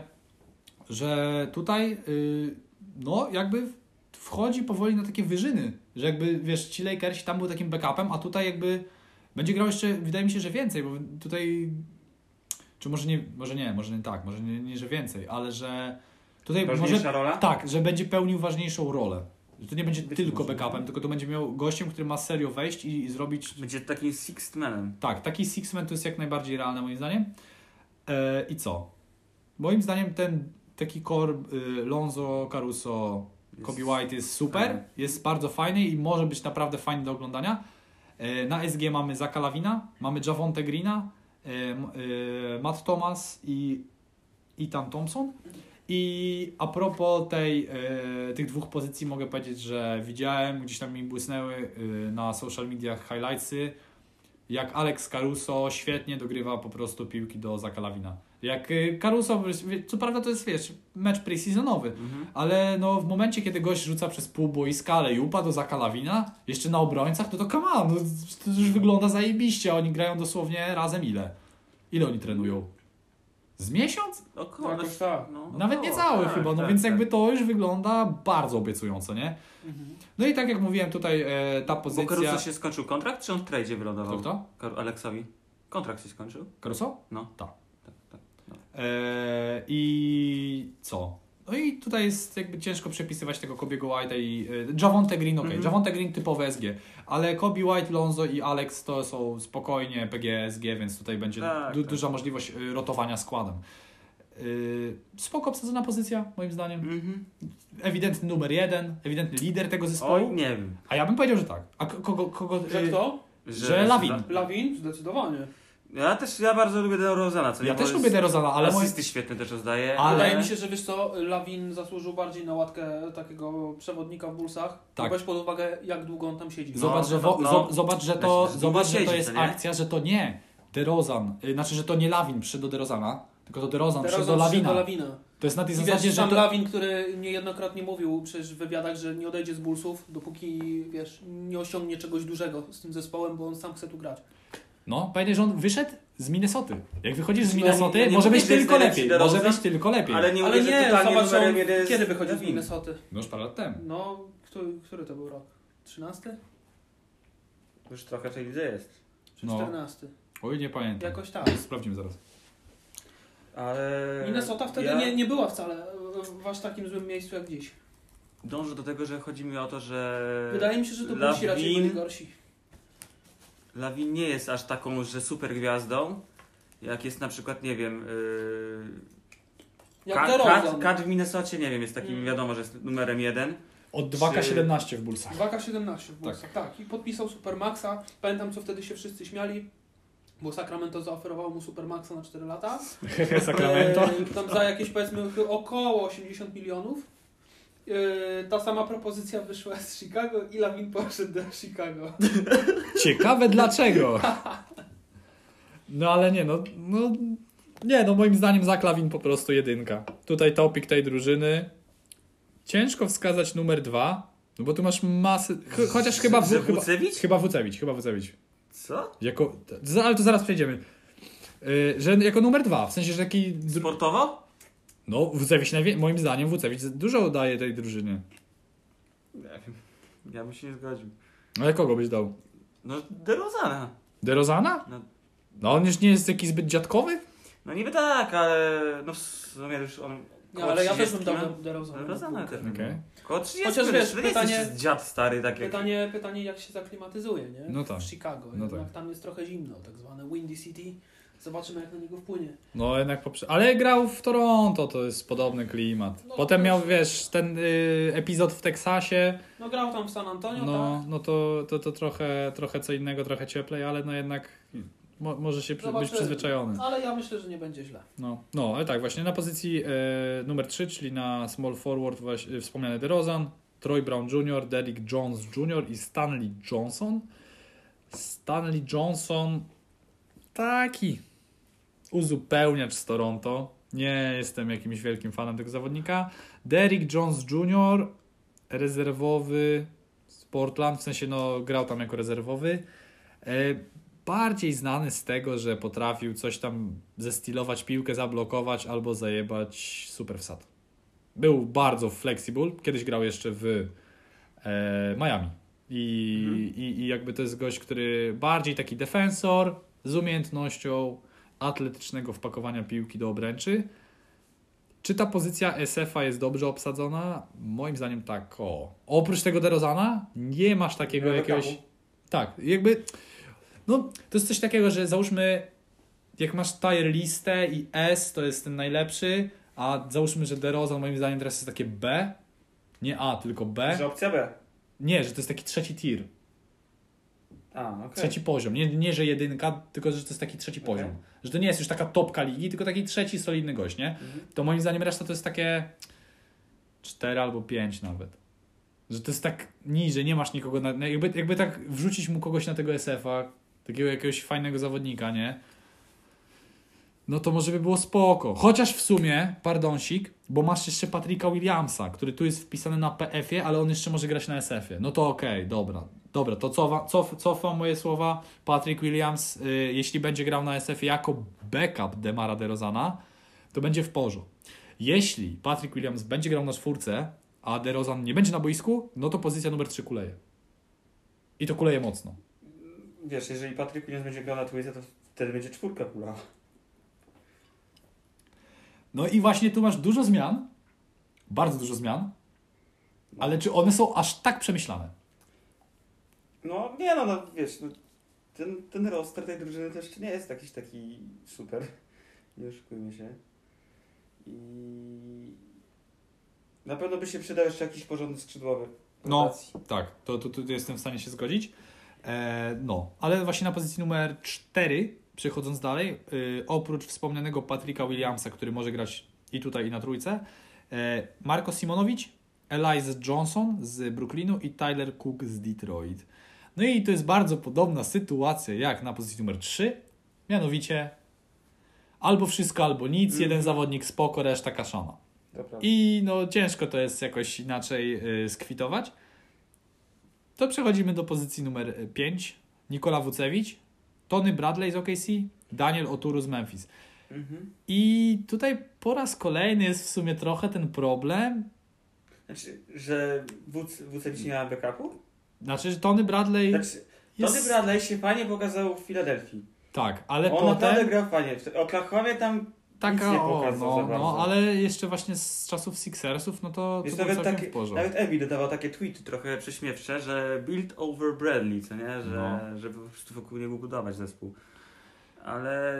A: że tutaj yy, no jakby wchodzi powoli na takie wyżyny, że jakby wiesz, ci Lakersi tam był takim backupem, a tutaj jakby będzie grał jeszcze, wydaje mi się, że więcej, bo tutaj czy może nie, może nie, może nie tak, może nie, nie że więcej, ale że tutaj
B: Ważniejsza
A: może
B: rola?
A: tak, że będzie pełnił ważniejszą rolę. Że to nie będzie
B: Być
A: tylko
B: może.
A: backupem, tylko to będzie miał gościem, który ma serio wejść i, i zrobić.
B: Będzie takim sixth manem.
A: Tak, taki six-man to jest jak najbardziej realne moim zdaniem. E, I co? Moim zdaniem ten taki core y, Lonzo, Caruso,
B: Jest
A: Kobe White jest super,
B: fajny.
A: jest bardzo fajny i może być naprawdę fajny do oglądania. E, na S G mamy Zaka Lavina, mamy Javonte Greena, e, m- e, Matt Thomas i Ethan Thompson. I a propos tej, e, tych dwóch pozycji mogę powiedzieć, że widziałem, gdzieś tam mi błysnęły e, na social mediach highlightsy, jak Alex Caruso świetnie dogrywa po prostu piłki do Zaka Lavina. Jak e, Caruso, co prawda to jest, wiesz, mecz preseasonowy,
B: Mhm.
A: ale no w momencie, kiedy gość rzuca przez pół boiska, ale jupa do Zaka Lavina, jeszcze na obrońcach, to to come on, no, to już wygląda zajebiście, a oni grają dosłownie razem ile? Ile oni trenują? z miesiąc?
B: Około,
C: Jakoś
B: no,
C: tak.
B: no,
A: Nawet
B: około,
A: niecały
B: tak,
A: chyba, no
B: tak,
A: więc
B: tak.
A: jakby to już wygląda bardzo obiecująco, nie?
C: Mhm.
A: No i tak jak mówiłem tutaj, e, ta
B: Bo
A: pozycja...
B: Caruso się skończył kontrakt, czy on w tradzie wylądował?
A: Kto, kto?
B: Kar- Aleksowi. Kontrakt się skończył?
A: Caruso?
B: No.
A: Tak.
B: Tak, tak. No.
A: E, I co? No i tutaj jest jakby ciężko przepisywać tego Kobiego White'a i e, Javonte Green, okej, okay.
B: Mhm.
A: Javonte Green typowe S G, ale Kobe White, Lonzo i Alex to są spokojnie P G S G, więc tutaj będzie
B: Tak,
A: du-
B: tak.
A: duża możliwość e, rotowania składem. E, spoko obsadzona pozycja, moim zdaniem.
B: Mhm.
A: Ewidentny numer jeden, ewidentny lider tego zespołu.
B: Oj, nie wiem.
A: A ja bym powiedział, że tak. A k- kogo... kogo
C: Że
A: e,
C: kto?
A: Że Lawin.
C: Lawin? Zdecydowanie.
B: Ja też, ja bardzo lubię DeRozana, co nie?
A: Ja
B: Bo
A: też
B: jest-
A: lubię DeRozana, ale... Mój...
B: Asysty świetne też rozdaje.
A: Ale-
C: Wydaje mi się, że wiesz co, Lawin zasłużył bardziej na łatkę takiego przewodnika w Bullsach.
A: Tak.
C: Weź pod uwagę, jak długo on tam siedzi.
B: No,
A: Zobacz, że,
B: no,
A: wo,
B: no.
A: zo- zobacz, że to,
B: Myślę, że
A: zobacz, że to
B: siedzi,
A: jest
B: co nie?
A: akcja, że to nie DeRozan, y, znaczy, że to nie Lawin przyszedł do DeRozana, tylko to DeRozan przyszedł do
C: Teraz
A: Lawina.
C: do Lawina.
A: To jest na tej
C: I
A: zasadzie,
C: wiesz,
A: że
C: sam
A: to...
C: Lawin, który niejednokrotnie mówił przecież w wywiadach, że nie odejdzie z Bullsów, dopóki wiesz, nie osiągnie czegoś dużego z tym zespołem, bo on sam chce tu grać.
A: No, pamiętaj, że on wyszedł z Minnesoty. Jak wychodzisz z
B: No,
A: Minnesoty,
B: ja nie
A: może
B: mówię,
A: być
B: że jest
A: tylko
B: najlepszy
A: lepiej. Może
B: DeRozan,
A: być tylko lepiej.
B: Ale nie
C: Ale
B: mówię, że
C: nie,
B: totalnie
C: zobacz,
B: numerem
C: on,
B: jeden jest
C: kiedy wychodził z
B: Lawin.
C: Minnesoty?
A: No już parę lat temu.
C: No, który, który to był rok? trzynasty?
B: Już trochę tej lidze jest.
C: Czy
A: No.
C: czternasty?
A: Oj, nie pamiętam.
C: Jakoś tak.
A: Sprawdzimy zaraz.
B: Ale...
C: Minnesota wtedy
B: ja
C: nie, nie była wcale w aż takim złym miejscu jak dziś.
B: dążę do tego, że chodzi mi o to, że...
C: Wydaje mi się, że to Bullsi raczej
B: Lawin-
C: byli gorsi.
B: Lawin nie jest aż taką, że super gwiazdą, jak jest na przykład, nie wiem... Yy...
C: Jak
B: Kat,
C: DeRozan.
B: Kat w Minnesocie, nie wiem, jest takim,
C: Mm.
B: wiadomo, że jest numerem jeden.
A: Od dwa K siedemnaście w Bullsach.
C: dwa K siedemnaście w Bullsach, tak. I podpisał Supermaxa. Pamiętam, co wtedy się wszyscy śmiali, bo Sacramento zaoferowało mu Supermaxa na cztery lata.
A: Sacramento.
C: E, tam za jakieś, powiedzmy, chyba około osiemdziesiąt milionów. E, ta sama propozycja wyszła z Chicago i Lawin poszedł do Chicago.
A: Ciekawe dlaczego. No ale nie, no, no nie, no moim zdaniem Zach Lawin po prostu jedynka. Tutaj topik tej drużyny. Ciężko wskazać numer dwa, no bo tu masz masę, ch- chociaż chyba w,
B: Że
A: chyba,
B: Wucewicz?
A: chyba Wucewicz, chyba Wucewicz.
B: Co?
A: Jako, z- ale to zaraz przejdziemy. Yy, że jako numer dwa, w sensie, że taki... Dru-
B: Sportowo?
A: no Wucewicz, najwie- moim zdaniem Wucewicz dużo daje tej drużynie.
B: Nie wiem. Ja bym się nie zgodził.
A: Ale kogo byś dał?
B: No, DeRozana.
A: DeRozana?
B: No.
A: No on już nie jest taki zbyt dziadkowy?
B: No niby tak, ale no w sumie już on...
C: No,
B: koło
C: ale ja też bym
B: trzydziestki
C: dał
B: ma.
C: DeRozana.
B: DeRozana też.
A: Okej.
B: Koło trzydzieści.
C: Chociaż wiesz,
B: to nie
C: pytanie-
B: jest dziad stary, tak jak...
C: Pytanie, pytanie, jak się zaklimatyzuje, nie?
A: No tak.
C: W Chicago.
A: No
C: Jednak
A: tak.
C: tam jest trochę zimno, tak zwane Windy City. Zobaczymy, jak na niego wpłynie.
A: No jednak poprze- ale grał w Toronto, to jest podobny klimat.
C: No,
A: Potem
C: to
A: miał,
C: jest-
A: wiesz, ten y, epizod w Teksasie,
C: No grał tam w San Antonio,
A: no,
C: tak?
A: no to, to, to trochę, trochę co innego, trochę cieplej, ale no jednak mo- może się przy- być
C: Zobaczymy.
A: przyzwyczajony.
C: Ale ja myślę, że nie będzie źle.
A: No, no ale tak, właśnie na pozycji e, numer trzy, czyli na small forward właśnie, e, wspomniany DeRozan, Troy Brown junior, Derrick Jones junior i Stanley Johnson. Stanley Johnson taki uzupełniacz z Toronto. Nie jestem jakimś wielkim fanem tego zawodnika. Derrick Jones junior, rezerwowy z Portland, w sensie no grał tam jako rezerwowy. E, bardziej znany z tego, że potrafił coś tam zestilować piłkę, zablokować albo zajebać super wsad. Był bardzo flexible. Kiedyś grał jeszcze w e, Miami. I,
B: Mhm.
A: i, I jakby to jest gość, który bardziej taki defensor z umiejętnością atletycznego wpakowania piłki do obręczy. Czy ta pozycja S F a jest dobrze obsadzona? Moim zdaniem tak. O. Oprócz tego DeRozana nie masz takiego
C: Miał
A: jakiegoś...
C: backupu.
A: Tak, jakby... No, to jest coś takiego, że załóżmy, jak masz tier listę i S to jest ten najlepszy, a załóżmy, że DeRozan moim zdaniem teraz jest takie B, nie A, tylko B.
B: Że opcja B.
A: Nie, że to jest taki trzeci tier,
B: A, okej.
A: trzeci poziom. Nie, nie, że jedynka, tylko że to jest taki trzeci
B: Okej.
A: poziom. Że to nie jest już taka topka ligi, tylko taki trzeci solidny gość, nie?
B: Mhm.
A: To moim zdaniem reszta to jest takie cztery albo pięć nawet. Że to jest tak niżej, nie masz nikogo, na, jakby, jakby tak wrzucić mu kogoś na tego S F a, takiego jakiegoś fajnego zawodnika, nie? No to może by było spoko. Chociaż w sumie, pardonsik, bo masz jeszcze Patricka Williamsa, który tu jest wpisany na P F ie, ale on jeszcze może grać na S F ie. No to okej, okay, dobra. Dobra, to cofa, cof, cofam moje słowa. Patrick Williams, y, jeśli będzie grał na S F ie jako backup Demara DeRozana, to będzie w porządku. Jeśli Patrick Williams będzie grał na czwórce, a DeRozan nie będzie na boisku, no to pozycja numer trzy kuleje. I to kuleje mocno.
B: Wiesz, jeżeli Patrick Williams będzie grał na trójce, to wtedy będzie czwórka kula.
A: No i właśnie tu masz dużo zmian, bardzo dużo zmian, ale czy one są aż tak przemyślane?
B: No nie no, no wiesz, no, ten, ten roster tej drużyny też nie jest jakiś taki super. Nie oszukujmy się. I na pewno by się przydał jeszcze jakiś porządny skrzydłowy.
A: No,
B: rotacji.
A: tak, to, to, to jestem w stanie się zgodzić. E, no, ale właśnie na pozycji numer cztery, przechodząc dalej, y, oprócz wspomnianego Patricka Williamsa, który może grać i tutaj, i na trójce, e, Marko Simonowicz, Eliza Johnson z Brooklynu i Tyler Cook z Detroit. No i to jest bardzo podobna sytuacja jak na pozycji numer trzy, mianowicie albo wszystko, albo nic,
B: Mm.
A: jeden zawodnik spoko, reszta kaszana.
B: Dobra.
A: I no ciężko to jest jakoś inaczej y, skwitować. To przechodzimy do pozycji numer pięć. Nikola Vucevic, Tony Bradley z O K C, Daniel Oturu z Memphis.
B: Mhm.
A: I tutaj po raz kolejny jest w sumie trochę ten problem.
B: Znaczy, że Vucevic nie ma backupu?
A: Znaczy, że Tony Bradley
B: Znaczy,
A: jest...
B: Tony Bradley się fajnie pokazał w Filadelfii.
A: Tak, ale
B: On
A: potem...
B: naprawdę grał fajnie. W Oklahomie tam
A: Taka,
B: nic nie
A: o,
B: pokazał
A: no,
B: za bardzo.
A: no, ale jeszcze właśnie z czasów Sixersów, no to,
B: Wiesz,
A: to było
B: nawet,
A: całkiem
B: takie,
A: w porządku.
B: nawet Embiid dodawał takie tweety trochę prześmiewcze, że build over Bradley, co nie? Że,
A: No.
B: żeby po prostu wokół niego budować zespół. Ale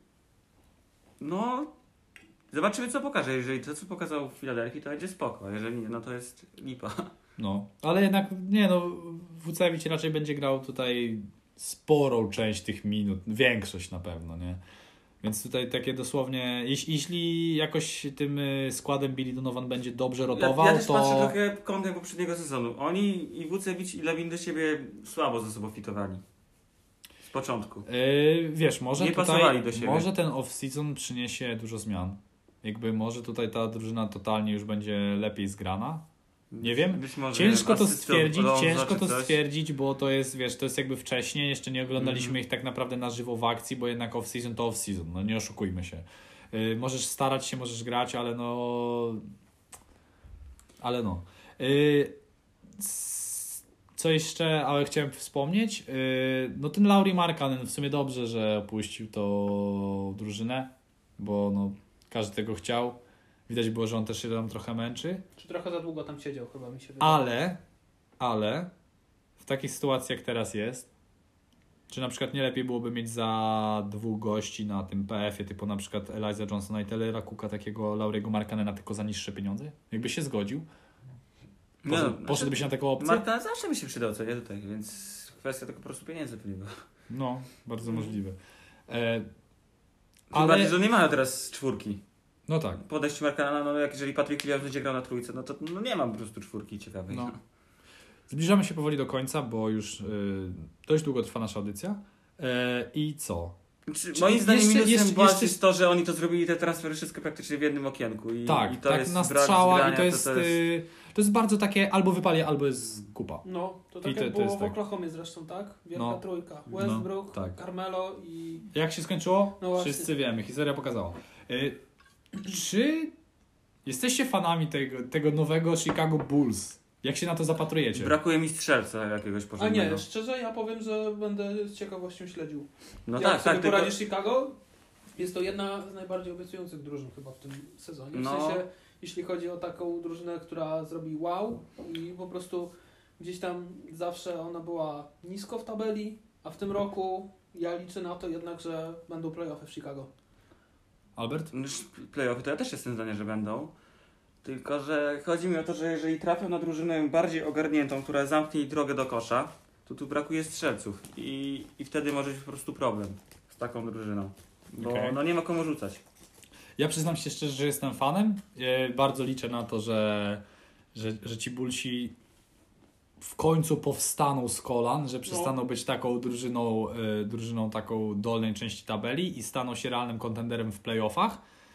B: no zobaczymy co pokaże. Jeżeli to co pokazał w Filadelfii, to będzie spoko. Jeżeli nie, no to jest lipa.
A: No, ale jednak, nie no, Vucevic raczej będzie grał tutaj sporą część tych minut, większość na pewno, nie? Więc tutaj takie dosłownie, jeśli, jeśli jakoś tym y, składem Billy Donovan będzie dobrze rotował,
B: Ja, ja też
A: to...
B: patrzę trochę kątem poprzedniego sezonu. Oni i Vucevic i Levin do siebie słabo ze sobą fitowali. Z początku.
A: Yy, wiesz, może
B: Nie
A: tutaj,
B: pasowali do siebie.
A: może ten off-season przyniesie dużo zmian. Jakby może tutaj ta drużyna totalnie już będzie lepiej zgrana. Nie wiem.
B: Być może
A: Ciężko to
B: asystą
A: stwierdzić,
B: Lonzo
A: ciężko
B: czy
A: to
B: coś.
A: stwierdzić, bo to jest, wiesz, to jest jakby wcześniej, jeszcze nie oglądaliśmy
B: Mhm.
A: ich tak naprawdę na żywo w akcji, bo jednak off-season to off-season, no nie oszukujmy się. Yy, możesz starać się, możesz grać, ale no... Ale no. Yy, c- co jeszcze, ale chciałem wspomnieć, yy, no ten Lauri Markkanen w sumie dobrze, że opuścił tą drużynę, bo no każdy tego chciał. Widać było, że on też się tam trochę męczy.
C: Czy trochę za długo tam siedział, chyba mi się wydaje.
A: Ale, ale w takiej sytuacji jak teraz jest, czy na przykład nie lepiej byłoby mieć za dwóch gości na tym P F-ie, typu na przykład Eliza Johnsona i Taylora Cooka, takiego Lauriego Markkanena, tylko za niższe pieniądze? Jakby się zgodził?
B: Nie,
A: Poszedł,
B: no,
A: poszedłbyś na taką opcję?
B: Marta zawsze by się przydał, co nie tutaj, więc kwestia tylko po prostu pieniędzy po niego.
A: No, bardzo możliwe. E,
B: Tym
A: Ale-
B: bardziej, że nie mają teraz czwórki.
A: no tak.
B: Podejść Markana, no jak jeżeli Patrick Williams będzie grał na trójce, no to no, nie mam po prostu czwórki ciekawej.
A: No. Zbliżamy się powoli do końca, bo już y, dość długo trwa nasza audycja. E, I co?
B: Czy,
A: Czy
B: moim zdaniem
A: jeszcze-
B: minusem
A: jeszcze-
B: Bucks
A: jeszcze-
B: jest to, że oni to zrobili te transfery wszystko praktycznie w jednym okienku. I,
A: Tak,
B: i to
A: tak
B: jest
A: na
B: brak
A: strzała
B: zgrania,
A: i to jest,
B: to, to jest...
A: y, to jest bardzo takie albo wypali, albo jest kupa.
C: No, to
A: I
C: tak
A: to-
C: jak
A: to
C: było
A: jest
C: w
A: tak.
C: Oklahomie zresztą, tak? Wielka
A: No.
C: trójka.
A: No,
C: Westbrook,
A: tak.
C: Carmelo i...
A: Jak się skończyło?
C: No właśnie.
A: Wszyscy wiemy, historia pokazała. Y, czy jesteście fanami tego, tego nowego Chicago Bulls? Jak się na to zapatrujecie?
B: Brakuje mi strzelca jakiegoś
C: A
B: porządnego.
C: nie, szczerze ja powiem, że będę z ciekawością śledził.
B: No
C: Jak
B: tak,
C: sobie
B: tak, tylko...
C: poradzi Chicago? Jest to jedna z najbardziej obiecujących drużyn chyba w tym sezonie. W
B: No.
C: sensie, jeśli chodzi o taką drużynę, która zrobi wow i po prostu gdzieś tam zawsze ona była nisko w tabeli, a w tym roku ja liczę na to jednak, że będą playoffy w Chicago.
A: Albert?
B: No, playoffy to ja też jestem zdania, że będą. Tylko, że chodzi mi o to, że jeżeli trafią na drużynę bardziej ogarniętą, która zamknie jej drogę do kosza, to tu brakuje strzelców i, i wtedy może być po prostu problem z taką drużyną. Bo
A: Okej.
B: no nie ma komu rzucać.
A: Ja przyznam się szczerze, że jestem fanem. E, Bardzo liczę na to, że, że, że ci Bullsi w końcu powstaną z kolan, że przestaną być taką drużyną, e, drużyną taką dolnej części tabeli i staną się realnym kontenderem w playoffach.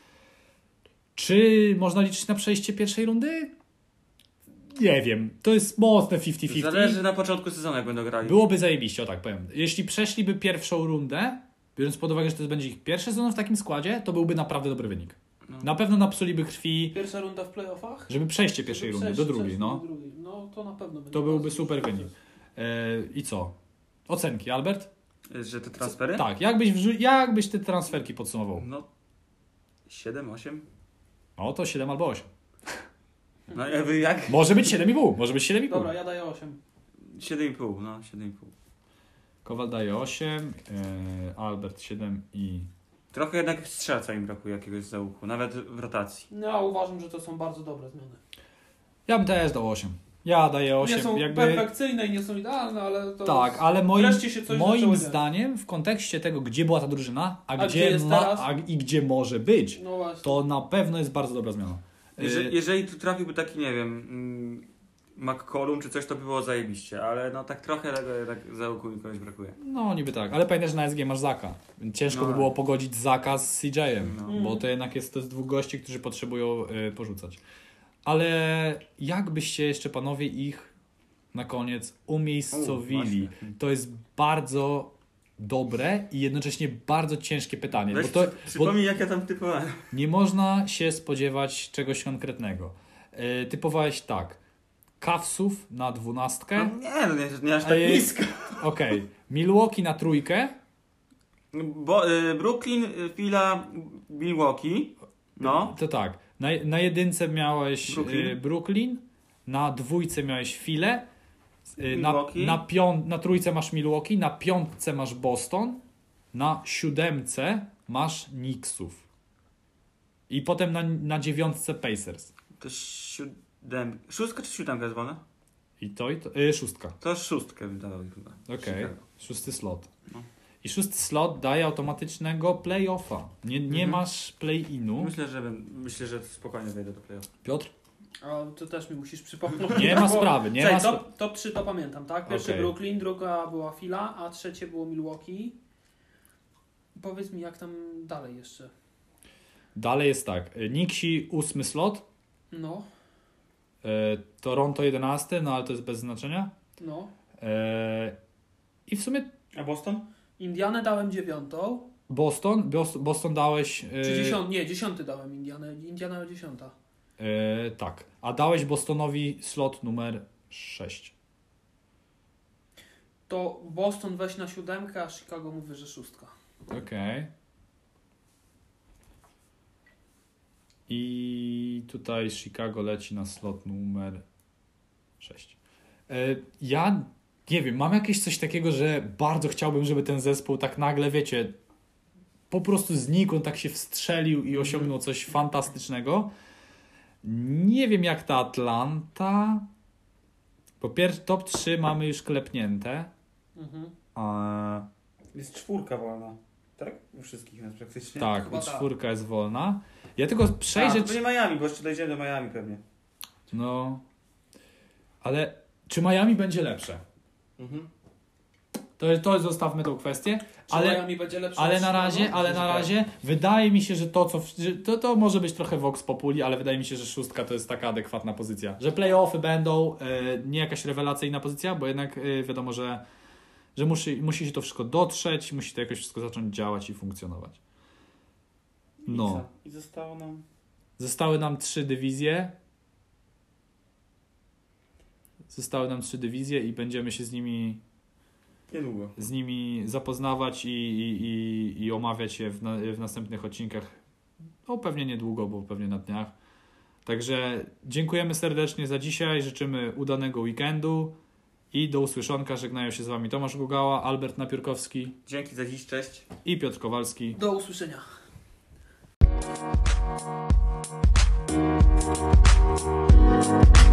A: Czy można liczyć na przejście pierwszej rundy? Nie wiem. To jest mocne pięćdziesiąt pięćdziesiąt.
B: Zależy na początku sezonu, jak będą grali.
A: Byłoby zajebiście, o tak powiem. Jeśli przeszliby pierwszą rundę, biorąc pod uwagę, że to będzie ich pierwszy sezon w takim składzie, to byłby naprawdę dobry wynik.
B: No.
A: Na pewno napsuliby krwi,
C: Pierwsza runda w playoffach?
A: żeby przejście pierwszej rundy do drugiej, no.
C: Do drugiej. No to na pewno będzie
A: To byłby
C: bardzo
A: super
C: duży
A: wynik.
C: sukces.
A: E, I co? Ocenki, Albert?
B: Że te transfery?
A: Tak, jakbyś, wrzu- jakbyś te transferki podsumował?
B: No, siedem, osiem?
A: No to siedem albo osiem.
B: No ja wy jak?
A: Może być siedem i pół, może być siedem i pół.
C: Dobra, ja daję osiem.
B: siedem i pół, no siedem i pół.
A: Kowal daje osiem, e, Albert siedem i...
B: Trochę jednak strzelca im brakuje jakiegoś załuchu, nawet w rotacji.
C: No, ja uważam, że to są bardzo dobre zmiany.
A: Ja bym też dał osiem. Ja daję osiem.
C: Nie są
A: jakby...
C: perfekcyjne i nie są idealne, ale to...
A: Tak, ale moim,
C: Wreszcie się coś
A: moim
C: zaczęło dziać.
A: zdaniem w kontekście tego, gdzie była ta drużyna, a,
C: A
A: gdzie,
C: gdzie jest
A: ma,
C: teraz?
A: a, i gdzie może być,
C: No właśnie.
A: to na pewno jest bardzo dobra zmiana.
B: Jeżeli,
A: Y,
B: jeżeli tu trafiłby taki, nie wiem, mm, McCollum czy coś, to by było zajebiście, ale no tak trochę tego tak załuchu mi kogoś brakuje.
A: No niby tak, ale pamiętaj, że na S G masz Zaka. Więc ciężko
B: No
A: by
B: tak.
A: było pogodzić Zaka z C J-em,
B: No.
A: bo to jednak jest to jest dwóch gości, którzy potrzebują y, porzucać. Ale jak byście jeszcze panowie ich na koniec umiejscowili?
B: U, właśnie.
A: To jest bardzo dobre i jednocześnie bardzo ciężkie pytanie.
B: Weź
A: Bo to,
B: przy,
A: bo
B: przypomnij jak ja tam typowałem.
A: nie można się spodziewać czegoś konkretnego. Yy, typowałeś tak. Cavsów na dwunastkę.
B: No nie, no nie, nie aż tak
A: Ej.
B: nisko.
A: Okej. Milwaukee na trójkę.
B: Bo, y, Brooklyn, y, Phila, Milwaukee. No.
A: To tak. Na, na jedynce miałeś
B: Brooklyn.
A: Brooklyn. Brooklyn. Na dwójce miałeś Philę. Yy, na,
B: Milwaukee.
A: na, pią- na trójce masz Milwaukee. Na piątce masz Boston. Na siódemce masz Knicksów. I potem na, na dziewiątce Pacers.
B: To siódem... Szóstka czy siódemka jest wolna?
A: I to i to. Yy, szóstka.
B: To szóstkę wydawał ich chyba.
A: Okej,
B: Chicago.
A: szósty slot.
B: No.
A: I szósty slot daje automatycznego play-offa. Nie, nie
B: Mhm.
A: masz play-inu.
B: Myślę, że bym, myślę, że spokojnie wejdę do playoff.
A: Piotr?
C: A to też mi musisz przypomnieć.
A: Nie ma
C: Bo-
A: sprawy, nie
C: Słuchaj,
A: ma sp-
C: top, top trzy to pamiętam, tak? Pierwszy
A: Okej.
C: Brooklyn, druga była Phila, a trzecie było Milwaukee. Powiedz mi, jak tam dalej jeszcze?
A: Dalej jest tak. Nixi ósmy slot.
C: No,
A: E, Toronto jedenasty, no ale to jest bez znaczenia.
C: no.
A: E, I w sumie
B: A Boston?
C: Indianę dałem dziewiątą.
A: Boston. Bos- Boston dałeś... E,
C: Czy dziesiąty? Nie, dziesiąty dałem Indianę. Indiana dziesiąta.
A: e, tak. A dałeś Bostonowi slot numer sześć.
C: To Boston weź na siódemkę, a Chicago mówię, że szóstka.
A: Okej. I tutaj Chicago leci na slot numer sześć. E, Ja nie wiem, mam jakieś coś takiego, że bardzo chciałbym, żeby ten zespół tak nagle, wiecie, po prostu znikł, on tak się wstrzelił i osiągnął coś fantastycznego. Nie wiem jak ta Atlanta. Po pierwsze top trzy mamy już klepnięte.
C: Mhm.
A: A,
B: Jest czwórka wolna. Tak? U wszystkich nas praktycznie.
A: tak,
C: Chyba tak.
A: czwórka jest wolna. Ja tylko
B: A,
A: przejrzeć...
B: to nie Miami, bo jeszcze dojdziemy do Miami pewnie.
A: No, ale czy Miami będzie lepsze?
B: Mhm.
A: To, to zostawmy tą kwestię,
C: Czy
A: ale,
C: Miami będzie lepsze
A: ale
C: niż
A: na
C: Chicago?
A: razie, ale na razie wydaje mi się, że to co, że to, to może być trochę vox populi, ale wydaje mi się, że szóstka to jest taka adekwatna pozycja, że playoffy będą, e, nie jakaś rewelacyjna pozycja, bo jednak e, wiadomo, że, że musi, musi się to wszystko dotrzeć, musi to jakoś wszystko zacząć działać i funkcjonować. No.
B: I, co? I zostało nam...
A: Zostały nam trzy dywizje. Zostały nam trzy dywizje i będziemy się z nimi,
B: Niedługo.
A: z nimi zapoznawać i, i, i, i omawiać je w, na, w następnych odcinkach. No pewnie niedługo, bo pewnie na dniach. Także dziękujemy serdecznie za dzisiaj. Życzymy udanego weekendu i do usłyszonka. Żegnają się z Wami Tomasz Gugała, Albert Napiórkowski
B: Dzięki za dziś, cześć.
A: i Piotr Kowalski.
C: Do usłyszenia.
D: We'll be right back.